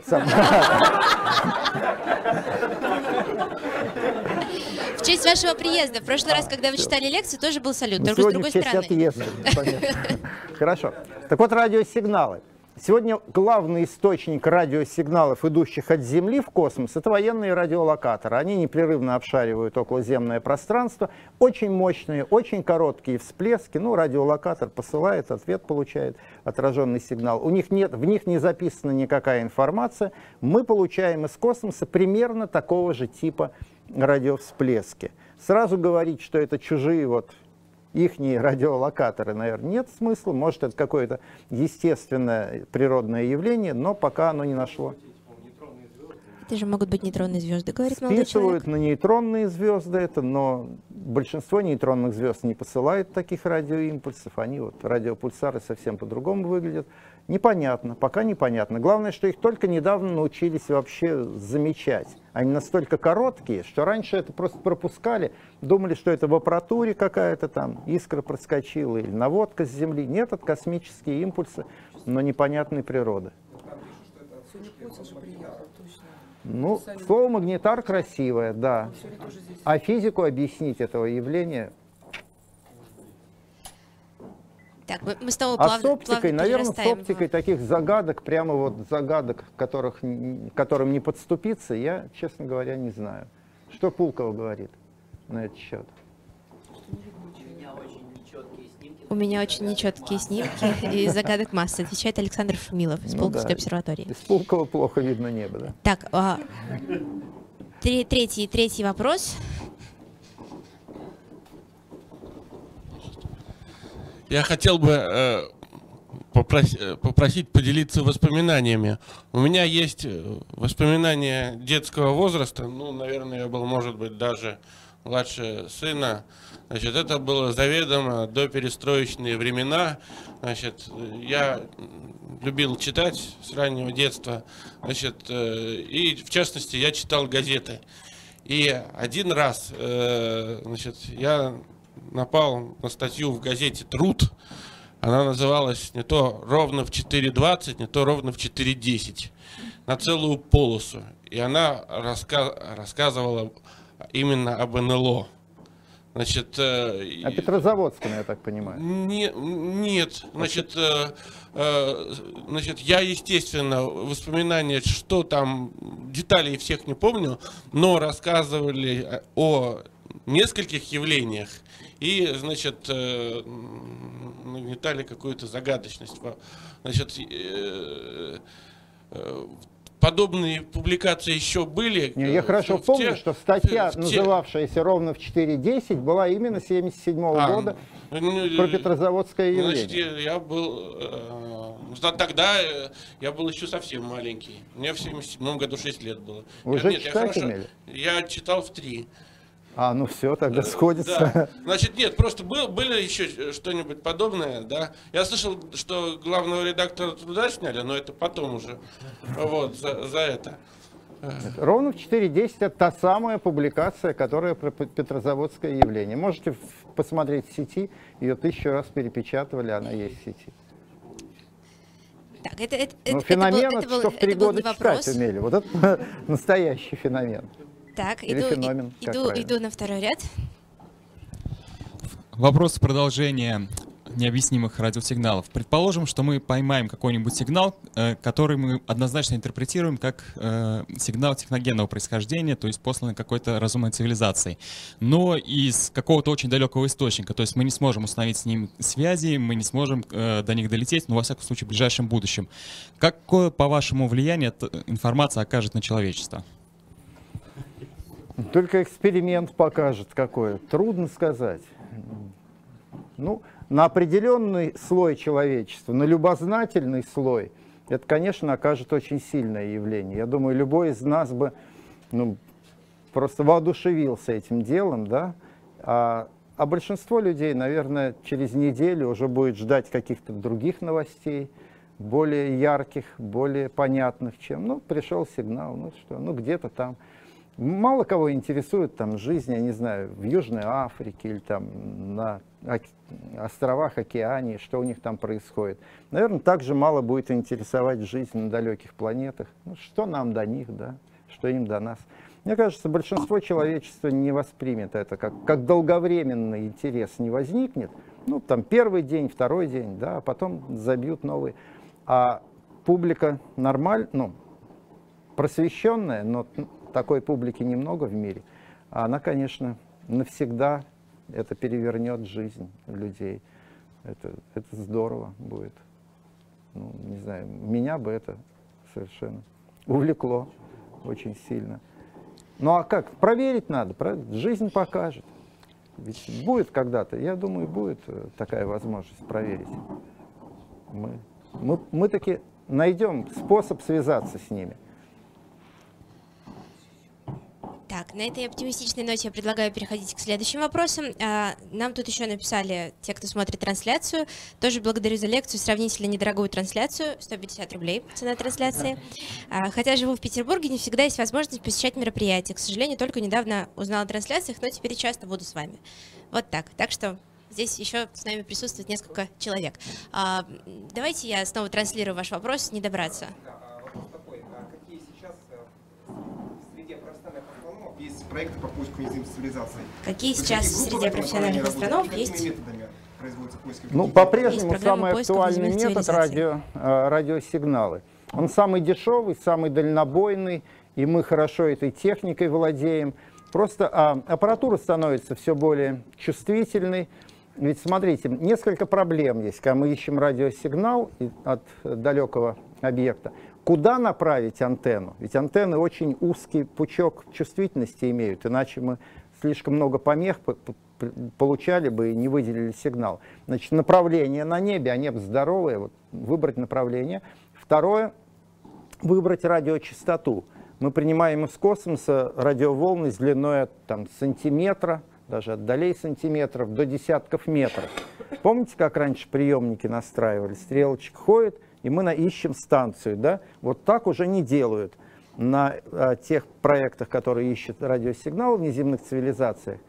В честь вашего приезда. В прошлый раз, когда вы читали лекцию, тоже был салют, только с другой стороны. Хорошо. Так вот, радиосигналы. Сегодня главный источник радиосигналов, идущих от Земли в космос, это военные радиолокаторы. Они непрерывно обшаривают околоземное пространство. Очень мощные, очень короткие всплески. Ну, радиолокатор посылает, ответ получает, отраженный сигнал. В них не записана никакая информация. Мы получаем из космоса примерно такого же типа радиовсплески. Сразу говорить, что это чужие ихние радиолокаторы, наверное, нет смысла. Может, это какое-то естественное природное явление, но пока оно не нашло. Это же могут быть нейтронные звезды, говорит молодой человек. Списывают на нейтронные звезды это, но большинство нейтронных звезд не посылает таких радиоимпульсов. Они радиопульсары совсем по-другому выглядят. Непонятно, пока непонятно. Главное, что их только недавно научились вообще замечать. Они настолько короткие, что раньше это просто пропускали, думали, что это в аппаратуре какая-то там искра проскочила или наводка с Земли. Нет, это космические импульсы, но непонятной природы. Сегодня Путин же приехал, точно. Ну, слово магнитар красивое, да. А физику объяснить этого явления... Так, мы снова А с плавно оптикой, наверное, с перерастаем оптикой таких загадок, прямо загадок, которым не подступиться, я, честно говоря, не знаю. Что Пулкова говорит на этот счет? У меня очень нечеткие снимки и загадок массы, отвечает Александр Шумилов из Пулковской обсерватории. Из Пулкова плохо видно небо, да. Так, третий вопрос. Я хотел бы попросить поделиться воспоминаниями. У меня есть воспоминания детского возраста, ну, наверное, я был, может быть, даже младше сына. Значит, это было заведомо доперестроечные времена. Значит, я любил читать с раннего детства, значит, и в частности я читал газеты. И один раз, значит, я напал на статью в газете «Труд». Она называлась не то ровно в 4:20, не то ровно в 4:10, на целую полосу. И она рассказывала именно об НЛО. Значит, о Петрозаводском, я так понимаю. Нет. Значит, я, естественно, воспоминания, что там, деталей всех не помню, но рассказывали о нескольких явлениях и, значит, нагнетали какую-то загадочность. Значит, подобные публикации еще были. Я хорошо помню, что статья, называвшаяся ровно в 4:10, была именно 1977 года про Петрозаводское явление. Значит, я был... Тогда я был еще совсем маленький. Мне в 1977 году 6 лет было. Вы уже читать умели? Я читал в 3. А, ну все, тогда сходится. Да. Значит, нет, просто было еще что-нибудь подобное, да. Я слышал, что главного редактора «Труда» сняли, но это потом уже, вот, за это. Ровно в 4:10 это та самая публикация, которая про Петрозаводское явление. Можете посмотреть в сети, ее 1000 раз перепечатывали, она есть в сети. Так, феномен, что в 3 года читать умели. Вот это настоящий феномен. Так, феномен, иду на второй ряд. Вопрос в продолжение необъяснимых радиосигналов. Предположим, что мы поймаем какой-нибудь сигнал, который мы однозначно интерпретируем как сигнал техногенного происхождения, то есть посланный какой-то разумной цивилизацией, но из какого-то очень далекого источника, то есть мы не сможем установить с ним связи, мы не сможем до них долететь, но во всяком случае в ближайшем будущем. Какое, по-вашему, влияние эта информация окажет на человечество? Только эксперимент покажет какое. Трудно сказать. Ну, на определенный слой человечества, на любознательный слой, это, конечно, окажет очень сильное явление. Я думаю, любой из нас бы просто воодушевился этим делом, да? А большинство людей, наверное, через неделю уже будет ждать каких-то других новостей, более ярких, более понятных, чем, пришел сигнал, где-то там. Мало кого интересует там жизнь, я не знаю, в Южной Африке или там на островах Океании, что у них там происходит. Наверное, также мало будет интересовать жизнь на далеких планетах. Что нам до них, да, что им до нас. Мне кажется, большинство человечества не воспримет это как долговременный интерес не возникнет. Там первый день, второй день, да, а потом забьют новый. А публика нормальная, просвещенная, но такой публики немного в мире, она, конечно, навсегда это перевернет жизнь людей. Это здорово будет. Ну, не знаю, меня бы это совершенно увлекло очень сильно. Ну а как? Проверить надо, жизнь покажет. Ведь будет когда-то, я думаю, будет такая возможность проверить. Мы таки найдем способ связаться с ними. Так, на этой оптимистичной ноте я предлагаю переходить к следующим вопросам. Нам тут еще написали те, кто смотрит трансляцию. Тоже благодарю за лекцию, сравнительно недорогую трансляцию, 150 рублей цена трансляции. Хотя живу в Петербурге, не всегда есть возможность посещать мероприятия. К сожалению, только недавно узнала о трансляциях, но теперь часто буду с вами. Вот так. Так что здесь еще с нами присутствует несколько человек. Давайте я снова транслирую ваш вопрос, не добраться. Есть проекты по поиску уязвимых цивилизаций. Какие сейчас среди профессиональных астрономов есть? Ну, по-прежнему самый актуальный метод радиосигналы. Он самый дешевый, самый дальнобойный, и мы хорошо этой техникой владеем. Просто аппаратура становится все более чувствительной. Ведь смотрите, несколько проблем есть, когда мы ищем радиосигнал от далекого объекта. Куда направить антенну? Ведь антенны очень узкий пучок чувствительности имеют, иначе мы слишком много помех получали бы и не выделили сигнал. Значит, направление на небе, а небо здоровое, вот, выбрать направление. Второе, выбрать радиочастоту. Мы принимаем из космоса радиоволны с длиной от сантиметра, даже от долей сантиметров до десятков метров. Помните, как раньше приемники настраивали? Стрелочка ходит, и мы ищем станцию, да? Вот так уже не делают на тех проектах, которые ищут радиосигналы в внеземных цивилизациях.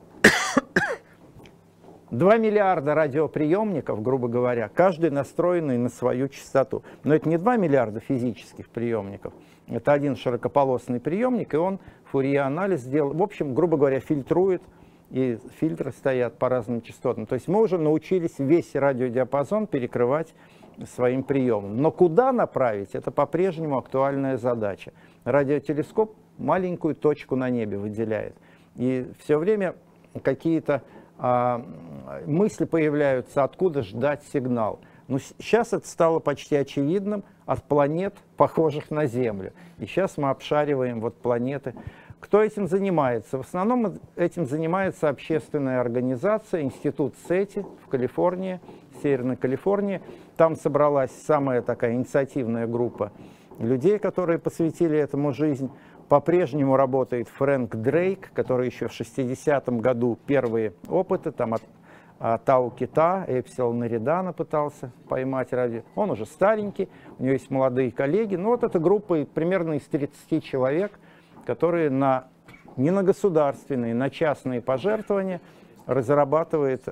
2 миллиарда радиоприемников, грубо говоря, каждый настроенный на свою частоту. Но это не 2 миллиарда физических приемников, это один широкополосный приемник, и он фурье-анализ делает, в общем, грубо говоря, фильтрует, и фильтры стоят по разным частотам. То есть мы уже научились весь радиодиапазон перекрывать своим приемом. Но куда направить, это по-прежнему актуальная задача. Радиотелескоп маленькую точку на небе выделяет. И все время какие-то мысли появляются, откуда ждать сигнал. Но сейчас это стало почти очевидным от планет, похожих на Землю. И сейчас мы обшариваем вот планеты. Кто этим занимается? В основном этим занимается общественная организация, институт SETI в Калифорнии, в Северной Калифорнии. Там собралась самая такая инициативная группа людей, которые посвятили этому жизнь. По-прежнему работает Фрэнк Дрейк, который еще в 60-м году первые опыты там от Тау-Кита, Эпсилона Эридана пытался поймать радио. Он уже старенький, у него есть молодые коллеги. Но вот эта группа примерно из 30 человек, которые не на государственные, на частные пожертвования разрабатывает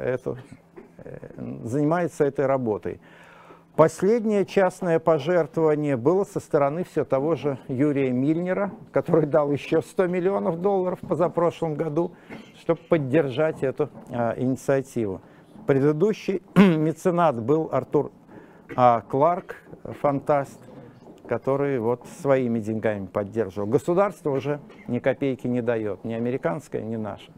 занимается этой работой. Последнее частное пожертвование было со стороны все того же Юрия Мильнера, который дал еще $100 миллионов позапрошлом году, чтобы поддержать эту инициативу. Предыдущий меценат был Артур Кларк, фантаст, который вот своими деньгами поддерживал. Государство уже ни копейки не дает, ни американское, ни наше.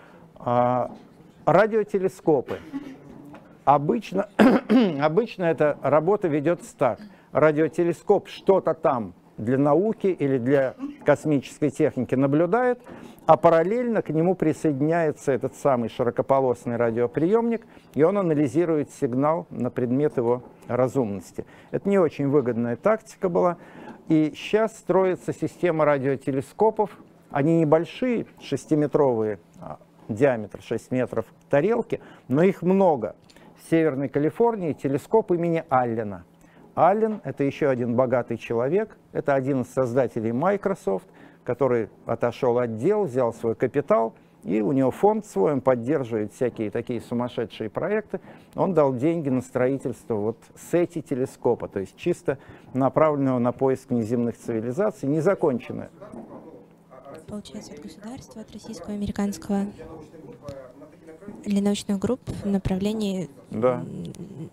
Радиотелескопы. Обычно эта работа ведется так. Радиотелескоп что-то там для науки или для космической техники наблюдает, а параллельно к нему присоединяется этот самый широкополосный радиоприемник, и он анализирует сигнал на предмет его разумности. Это не очень выгодная тактика была. И сейчас строится система радиотелескопов. Они небольшие, 6-метровые, диаметр 6 метров тарелки, но их много. В Северной Калифорнии телескоп имени Аллена. Аллен — это еще один богатый человек, это один из создателей Microsoft, который отошел от дел, взял свой капитал, и у него фонд свой, он поддерживает всякие такие сумасшедшие проекты. Он дал деньги на строительство вот SETI телескопа, то есть чисто направленного на поиск внеземных цивилизаций, незаконченное. Получается, от государства, от российского, американского, для научных групп в направлении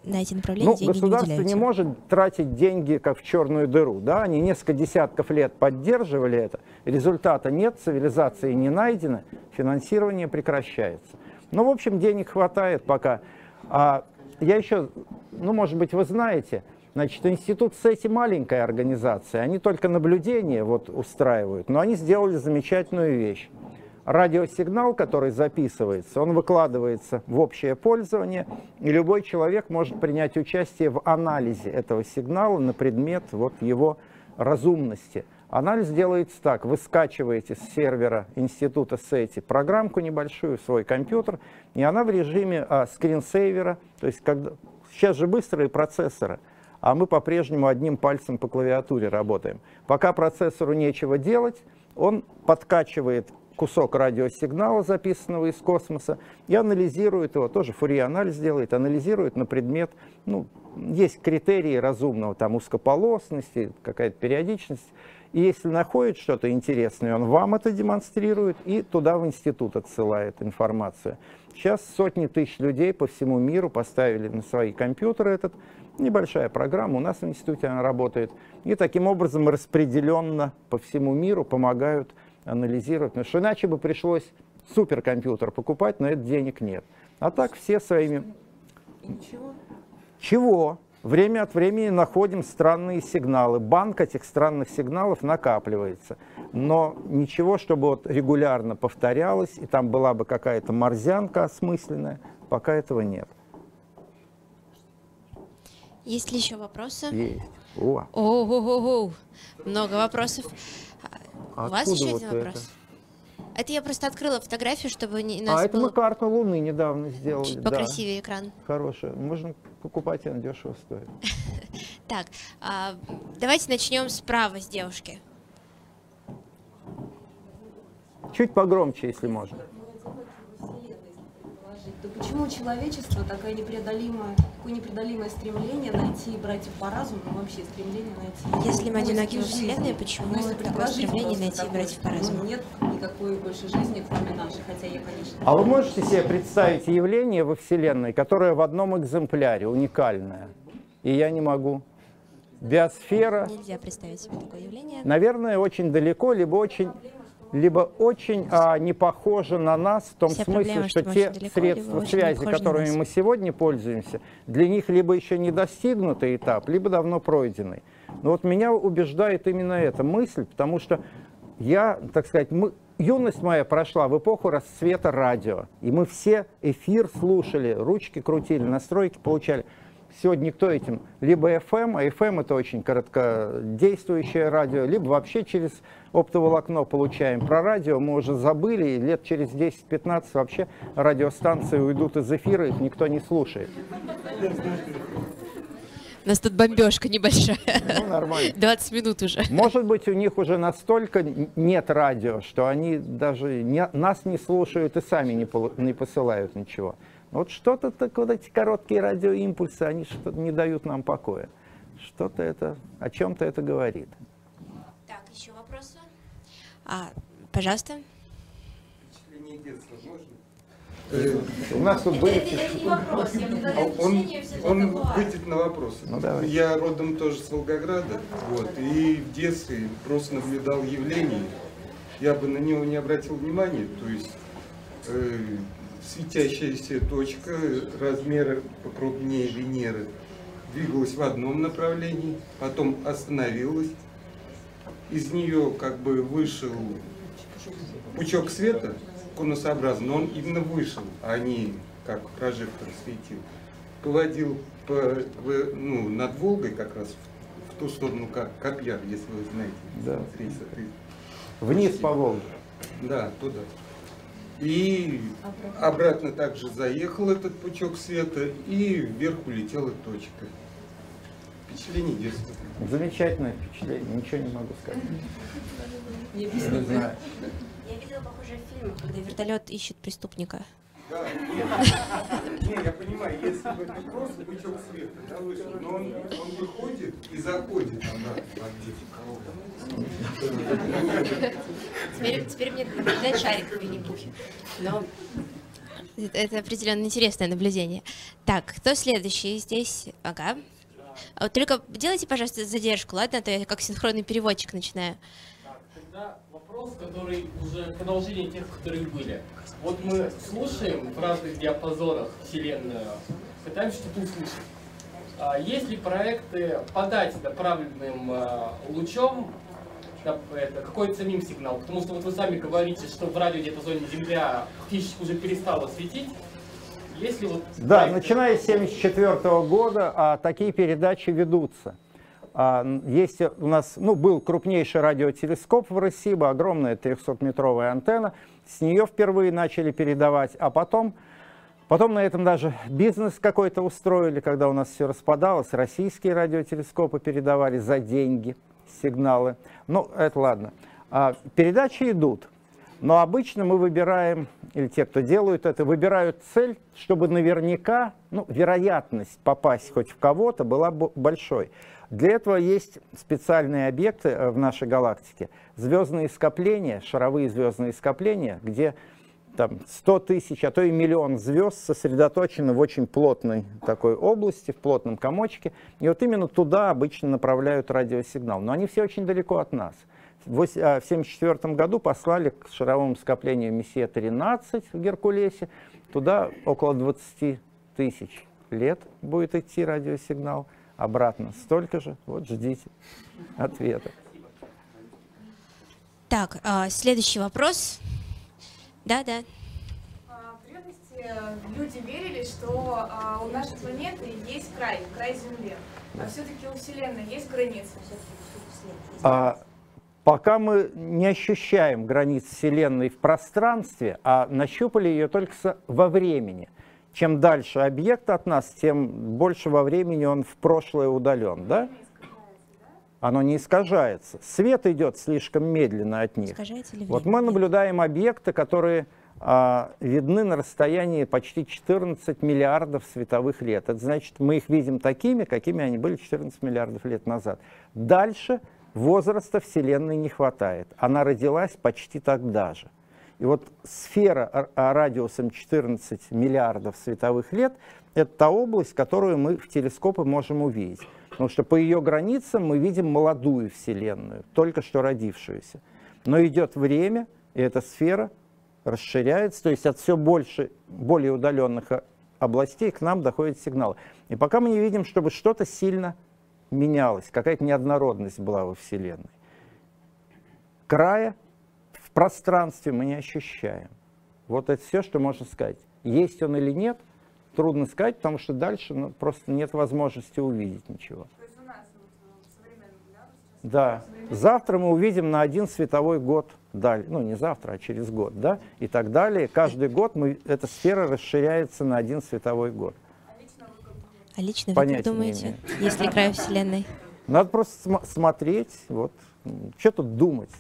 на эти направления деньги не государство выделяются. не может тратить деньги как в черную дыру. Да? Они несколько десятков лет поддерживали это. Результата нет, цивилизации не найдено, финансирование прекращается. Ну, в общем, денег хватает пока. А я еще, может быть, вы знаете, значит, институт СЭТИ маленькая организация, они только наблюдения устраивают, но они сделали замечательную вещь. Радиосигнал, который записывается, он выкладывается в общее пользование, и любой человек может принять участие в анализе этого сигнала на предмет его разумности. Анализ делается так: вы скачиваете с сервера института СЭТИ программку небольшую в свой компьютер, и она в режиме скринсейвера, то есть сейчас же быстрые процессоры, а мы по-прежнему одним пальцем по клавиатуре работаем. Пока процессору нечего делать, он подкачивает кусок радиосигнала, записанного из космоса, и анализирует его, тоже Фурье-анализ делает, анализирует на предмет, есть критерии разумного, там узкополосности, какая-то периодичность, и если находит что-то интересное, он вам это демонстрирует и туда в институт отсылает информацию. Сейчас сотни тысяч людей по всему миру поставили на свои компьютеры этот, небольшая программа, у нас в институте она работает, и таким образом распределенно по всему миру помогают анализировать, потому что иначе бы пришлось суперкомпьютер покупать, но это денег нет. А так все своими... Ничего? Чего? Время от времени находим странные сигналы. Банк этих странных сигналов накапливается. Но ничего, чтобы регулярно повторялось, и там была бы какая-то морзянка осмысленная, пока этого нет. Есть ли еще вопросы? Есть. О-о-о-о-о. Много вопросов. У вас Откуда еще один вопрос? Это я просто открыла фотографию, чтобы нас это было мы карту Луны недавно сделали. чуть покрасивее экран. Хорошая. Можно покупать, она дешево стоит. Так, давайте начнем справа с девушки. Чуть погромче, если можно. То почему у человечества такое непреодолимое стремление найти братьев по разуму, но вообще стремление найти... Если мы одиноки во Вселенной, почему такое стремление найти братьев по разуму? Нет никакой больше жизни, кроме нашей, хотя я, конечно... А вы можете себе представить явление во Вселенной, которое в одном экземпляре, уникальное? И я не могу. Биосфера... Нельзя представить себе такое явление. Наверное, очень далеко, либо очень не похоже на нас, в том смысле, что те средства связи, которыми мы сегодня пользуемся, для них либо еще не достигнутый этап, либо давно пройденный. Но меня убеждает именно эта мысль, потому что я, так сказать, юность моя прошла в эпоху расцвета радио, и мы все эфир слушали, ручки крутили, настройки получали. Сегодня никто этим, либо FM, а FM это очень короткодействующее радио, либо вообще через оптоволокно получаем. Про радио мы уже забыли, и лет через 10-15 вообще радиостанции уйдут из эфира, их никто не слушает. У нас тут бомбежка небольшая. Нормально. 20 минут уже. Может быть, у них уже настолько нет радио, что они даже нас не слушают и сами не посылают ничего. Что-то так, эти короткие радиоимпульсы, они что-то не дают нам покоя. Что-то это, о чем-то это говорит. Так, еще вопросы? Пожалуйста. Впечатление детства можно? У нас тут были... Это не вопрос, я предлагаю Он выйдет на вопрос. Давай. Я родом тоже с Волгограда, и в детстве просто наблюдал явление. Я бы на него не обратил внимания, то есть светящаяся точка размера покрупнее Венеры двигалась в одном направлении, потом остановилась. Из нее вышел пучок света конусообразный, но он именно вышел, а не как прожектор светил. Поводил над Волгой как раз в ту сторону, как Копьяр, если вы знаете. Да. Смотрите. Вниз по Волге. Да, туда. И обратно также заехал этот пучок света, и вверх улетела точка. Впечатление детства. Замечательное впечатление, ничего не могу сказать. Не знаю. Я видела похожий фильм, когда вертолет ищет преступника. Да, я понимаю, если бы это просто пучок света, вышел, но он выходит и заходит Теперь мне надо дать шарик в Винни-Пухе. Но Это определенно интересное наблюдение. Так, кто следующий здесь? Ага. Только делайте, пожалуйста, задержку, ладно? А то я как синхронный переводчик начинаю. Так, тогда вопрос, который уже продолжение тех, которые были. Вот мы слушаем в разных диапазонах Вселенную, пытаемся что-то услышать. Есть ли проекты подать направленным лучом какой-то самим сигнал? Потому что вот вы сами говорите, что в радиодиапазоне Земля фактически уже перестала светить. Есть ли вот да, проекты... начиная с 1974 года такие передачи ведутся. Есть у нас, был крупнейший радиотелескоп в Ресибо, огромная 300-метровая антенна. С нее впервые начали передавать, а потом на этом даже бизнес какой-то устроили, когда у нас все распадалось. Российские радиотелескопы передавали за деньги сигналы. Это ладно. Передачи идут, но обычно мы выбираем, или те, кто делают это, выбирают цель, чтобы наверняка, вероятность попасть хоть в кого-то была большой. Для этого есть специальные объекты в нашей галактике. Звездные скопления, шаровые звездные скопления, где там 100 тысяч, а то и миллион звезд сосредоточены в очень плотной такой области, в плотном комочке. И вот именно туда обычно направляют радиосигнал. Но они все очень далеко от нас. В 1974 году послали к шаровому скоплению Мессия-13 в Геркулесе. Туда около 20 тысяч лет будет идти радиосигнал. Обратно столько же. Вот ждите ответа. Так, следующий вопрос. Да. В древности люди верили, что у нашей планеты есть край Земли. А все-таки у Вселенной есть границы? Пока мы не ощущаем границ Вселенной в пространстве, а нащупали ее только во времени. Чем дальше объект от нас, тем больше во времени он в прошлое удален, да? Оно не искажается. Свет идет слишком медленно от них. Вот мы наблюдаем объекты, которые видны на расстоянии почти 14 миллиардов световых лет. Это значит, мы их видим такими, какими они были 14 миллиардов лет назад. Дальше возраста Вселенной не хватает. Она родилась почти тогда же. И вот сфера радиусом 14 миллиардов световых лет – это та область, которую мы в телескопы можем увидеть. Потому что по ее границам мы видим молодую Вселенную, только что родившуюся. Но идет время, и эта сфера расширяется, то есть от все более удаленных областей к нам доходят сигналы. И пока мы не видим, чтобы что-то сильно менялось, какая-то неоднородность была во Вселенной. Края в пространстве мы не ощущаем. Вот это все, что можно сказать. Есть он или нет, трудно сказать, потому что дальше просто нет возможности увидеть ничего. То есть у нас современный, да? Завтра мы увидим на 1 световой год, не завтра, а через год, да? И так далее. Каждый год эта сфера расширяется на 1 световой год. А лично вы как думаете, есть ли край Вселенной? Надо просто смотреть, что тут думать.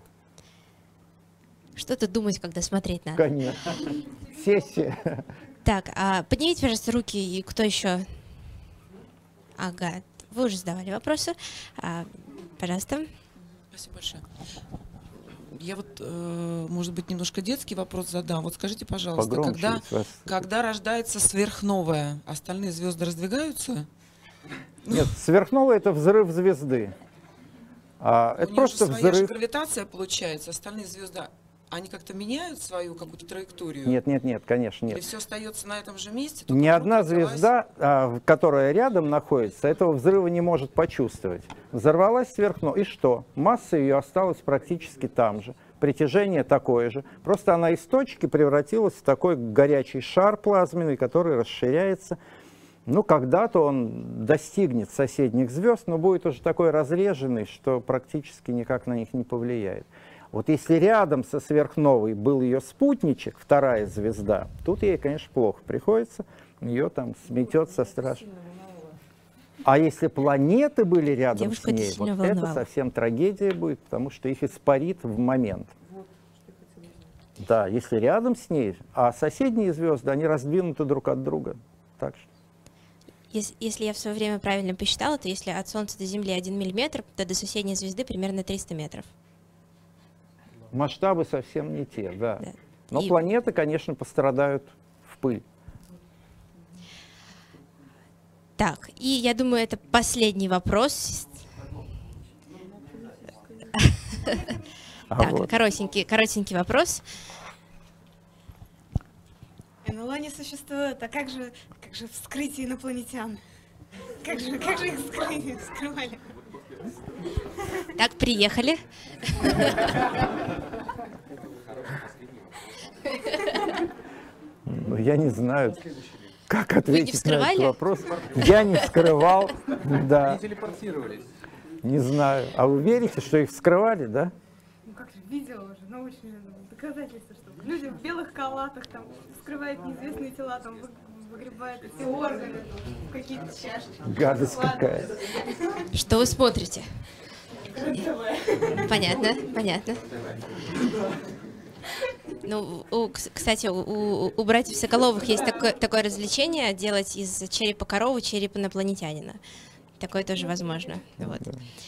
Что-то думать, когда смотреть надо. Конечно. Сессия. Так, поднимите, пожалуйста, руки, и кто еще? Ага, вы уже задавали вопросы. Пожалуйста. Спасибо большое. Я может быть, немножко детский вопрос задам. Вот скажите, пожалуйста, когда рождается сверхновая, остальные звезды раздвигаются? Нет, сверхновая — это взрыв звезды. Это просто взрыв. Своя же гравитация получается, остальные звезды, они как-то меняют свою какую-то траекторию? Нет, конечно, нет. Или все остается на этом же месте? Ни одна звезда, которая рядом находится, этого взрыва не может почувствовать. Взорвалась сверхновая, и что? Масса ее осталась практически там же. Притяжение такое же. Просто она из точки превратилась в такой горячий шар плазменный, который расширяется. Когда-то он достигнет соседних звезд, но будет уже такой разреженный, что практически никак на них не повлияет. Вот если рядом со сверхновой был ее спутничек, вторая звезда, тут ей, конечно, плохо приходится, ее там сметет со страшным. А если планеты были рядом с ней, это совсем трагедия будет, потому что их испарит в момент. Да, если рядом с ней, а соседние звезды, они раздвинуты друг от друга. Так что. Если я в свое время правильно посчитала, то если от Солнца до Земли 1 миллиметр, то до соседней звезды примерно 300 метров. Масштабы совсем не те, да. Но планеты, конечно, пострадают в пыль. Так, и я думаю, это последний вопрос. Так, коротенький вопрос. НЛО не существует, а как же вскрытие инопланетян? Как же их скрывали? Так, приехали. Ну, я не знаю, как ответить на этот вопрос. Я не вскрывал, да. Они телепортировались. Не знаю. А вы верите, что их вскрывали, да? Ну как же, видела уже научные доказательства, что люди в белых халатах там вскрывают неизвестные тела, там выгребают эти органы в какие-то чашки. Гадость какая. Что вы смотрите? Понятно. Ну, кстати, у братьев Соколовых есть такое развлечение — делать из черепа коровы череп инопланетянина. Такое тоже возможно. Вот.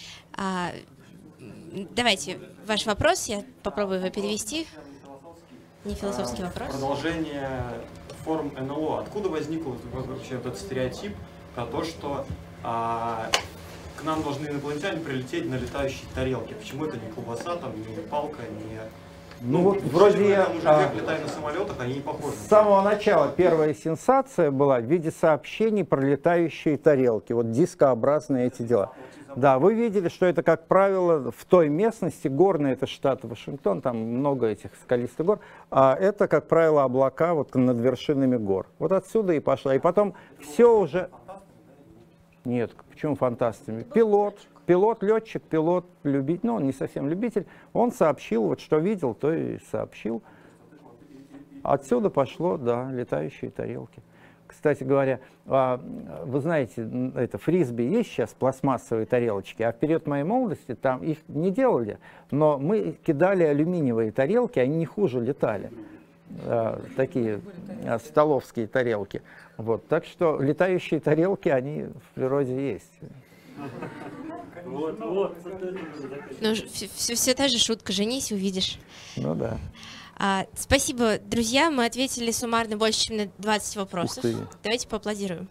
Давайте ваш вопрос, я попробую его перевести. Не философский вопрос. Продолжение форм НЛО. Откуда возник вообще этот стереотип про то, что к нам должны инопланетяне прилететь на летающей тарелке? Почему это не колбаса, там, не палка, не... Ну вот вроде летая на самолетах, они не похожи. С самого начала первая сенсация была в виде сообщений про летающие тарелки, вот дискообразные эти дела. Да, вы видели, что это, как правило, в той местности, горный, это штат Вашингтон, там много этих скалистых гор, а это, как правило, облака вот над вершинами гор. Вот отсюда и пошла. И потом все уже... Нет, почему фантастами? Пилот, летчик, пилот, любитель, ну, он не совсем любитель, он сообщил, вот что видел, то и сообщил. Отсюда пошло, да, летающие тарелки. Кстати говоря, вы знаете, это фрисби есть сейчас, пластмассовые тарелочки, а в период моей молодости там их не делали, но мы кидали алюминиевые тарелки, они не хуже летали. Такие столовские тарелки. Вот, так что летающие тарелки, они в природе есть. Ну, все та же шутка, женись, увидишь. Ну да. Спасибо, друзья, мы ответили суммарно больше, чем на 20 вопросов. Давайте поаплодируем.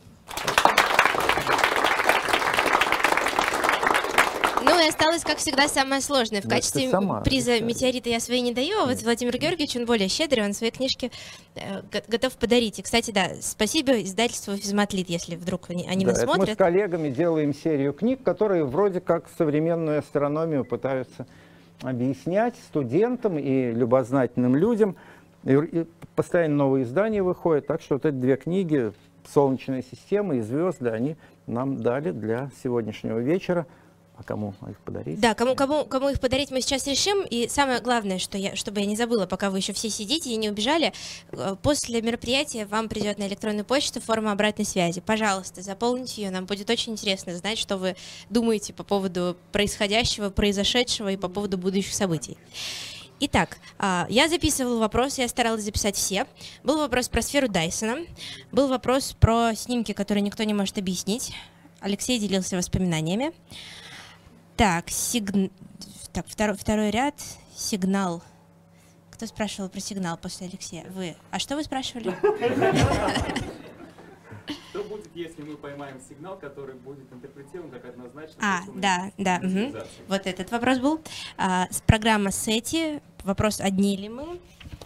Ну и осталось, как всегда, самое сложное. В качестве приза «Метеорита» я свои не даю, а вот Владимир Георгиевич, он более щедрый, он свои книжки готов подарить. И, кстати, да, спасибо издательству «Физматлит», если вдруг они нас смотрят. Мы с коллегами делаем серию книг, которые вроде как современную астрономию пытаются объяснять студентам и любознательным людям. И постоянно новые издания выходят, так что вот эти две книги «Солнечная система» и «Звезды» они нам дали для сегодняшнего вечера. А кому их подарить? Да, кому их подарить, мы сейчас решим. И самое главное, чтобы я не забыла, пока вы еще все сидите и не убежали, после мероприятия вам придет на электронную почту форма обратной связи. Пожалуйста, заполните ее. Нам будет очень интересно знать, что вы думаете по поводу происходящего, произошедшего и по поводу будущих событий. Итак, я записывала вопросы, я старалась записать все. Был вопрос про сферу Дайсона, был вопрос про снимки, которые никто не может объяснить. Алексей делился воспоминаниями. Так, второй ряд, сигнал. Кто спрашивал про сигнал после Алексея? Вы. А что вы спрашивали? Что будет, если мы поймаем сигнал, который будет интерпретирован как однозначно? Да. Угу. Вот этот вопрос был. Программа SETI. Вопрос, одни ли мы?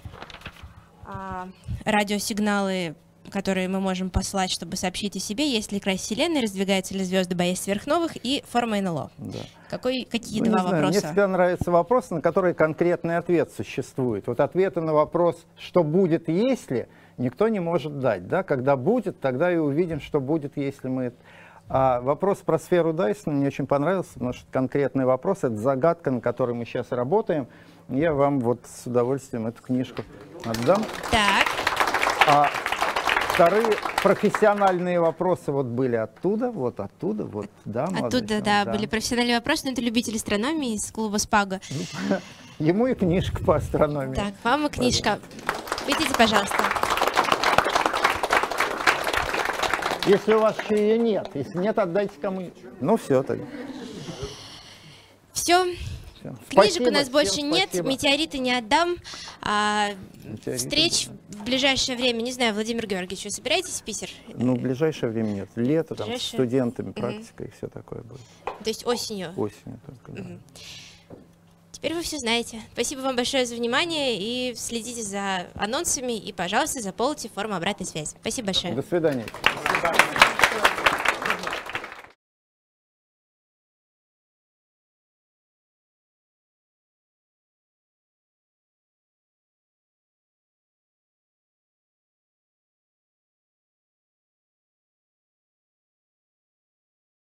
Радиосигналы, которые мы можем послать, чтобы сообщить о себе, есть ли край Вселенной, раздвигаются ли звезды, боясь сверхновых, и форма НЛО. Да. Какие два вопроса? Мне всегда нравятся вопросы, на которые конкретный ответ существует. Вот ответы на вопрос, что будет, если, никто не может дать. Да? Когда будет, тогда и увидим, что будет, если мы... А вопрос про сферу Дайсона мне очень понравился, потому что конкретный вопрос, это загадка, на которой мы сейчас работаем. Я вам вот с удовольствием эту книжку отдам. Так. Вторые профессиональные вопросы вот были оттуда, да. Оттуда, да, были профессиональные вопросы, но это любители астрономии из клуба «Спага». Ему и книжка по астрономии. Так, вам и книжка. Видите, пожалуйста. Если у вас еще ее нет, если нет, отдайте кому-нибудь. Ну все тогда. Все. Книжек у нас больше нет, метеориты не отдам. Встреч в ближайшее время, не знаю, Владимир Георгиевич, вы собираетесь в Питер? Ну, в ближайшее время нет. Лето, там, с студентами, практика и все такое будет. То есть осенью? Осенью только, да. Теперь вы все знаете. Спасибо вам большое за внимание и следите за анонсами и, пожалуйста, заполните форму обратной связи. Спасибо большое. До свидания.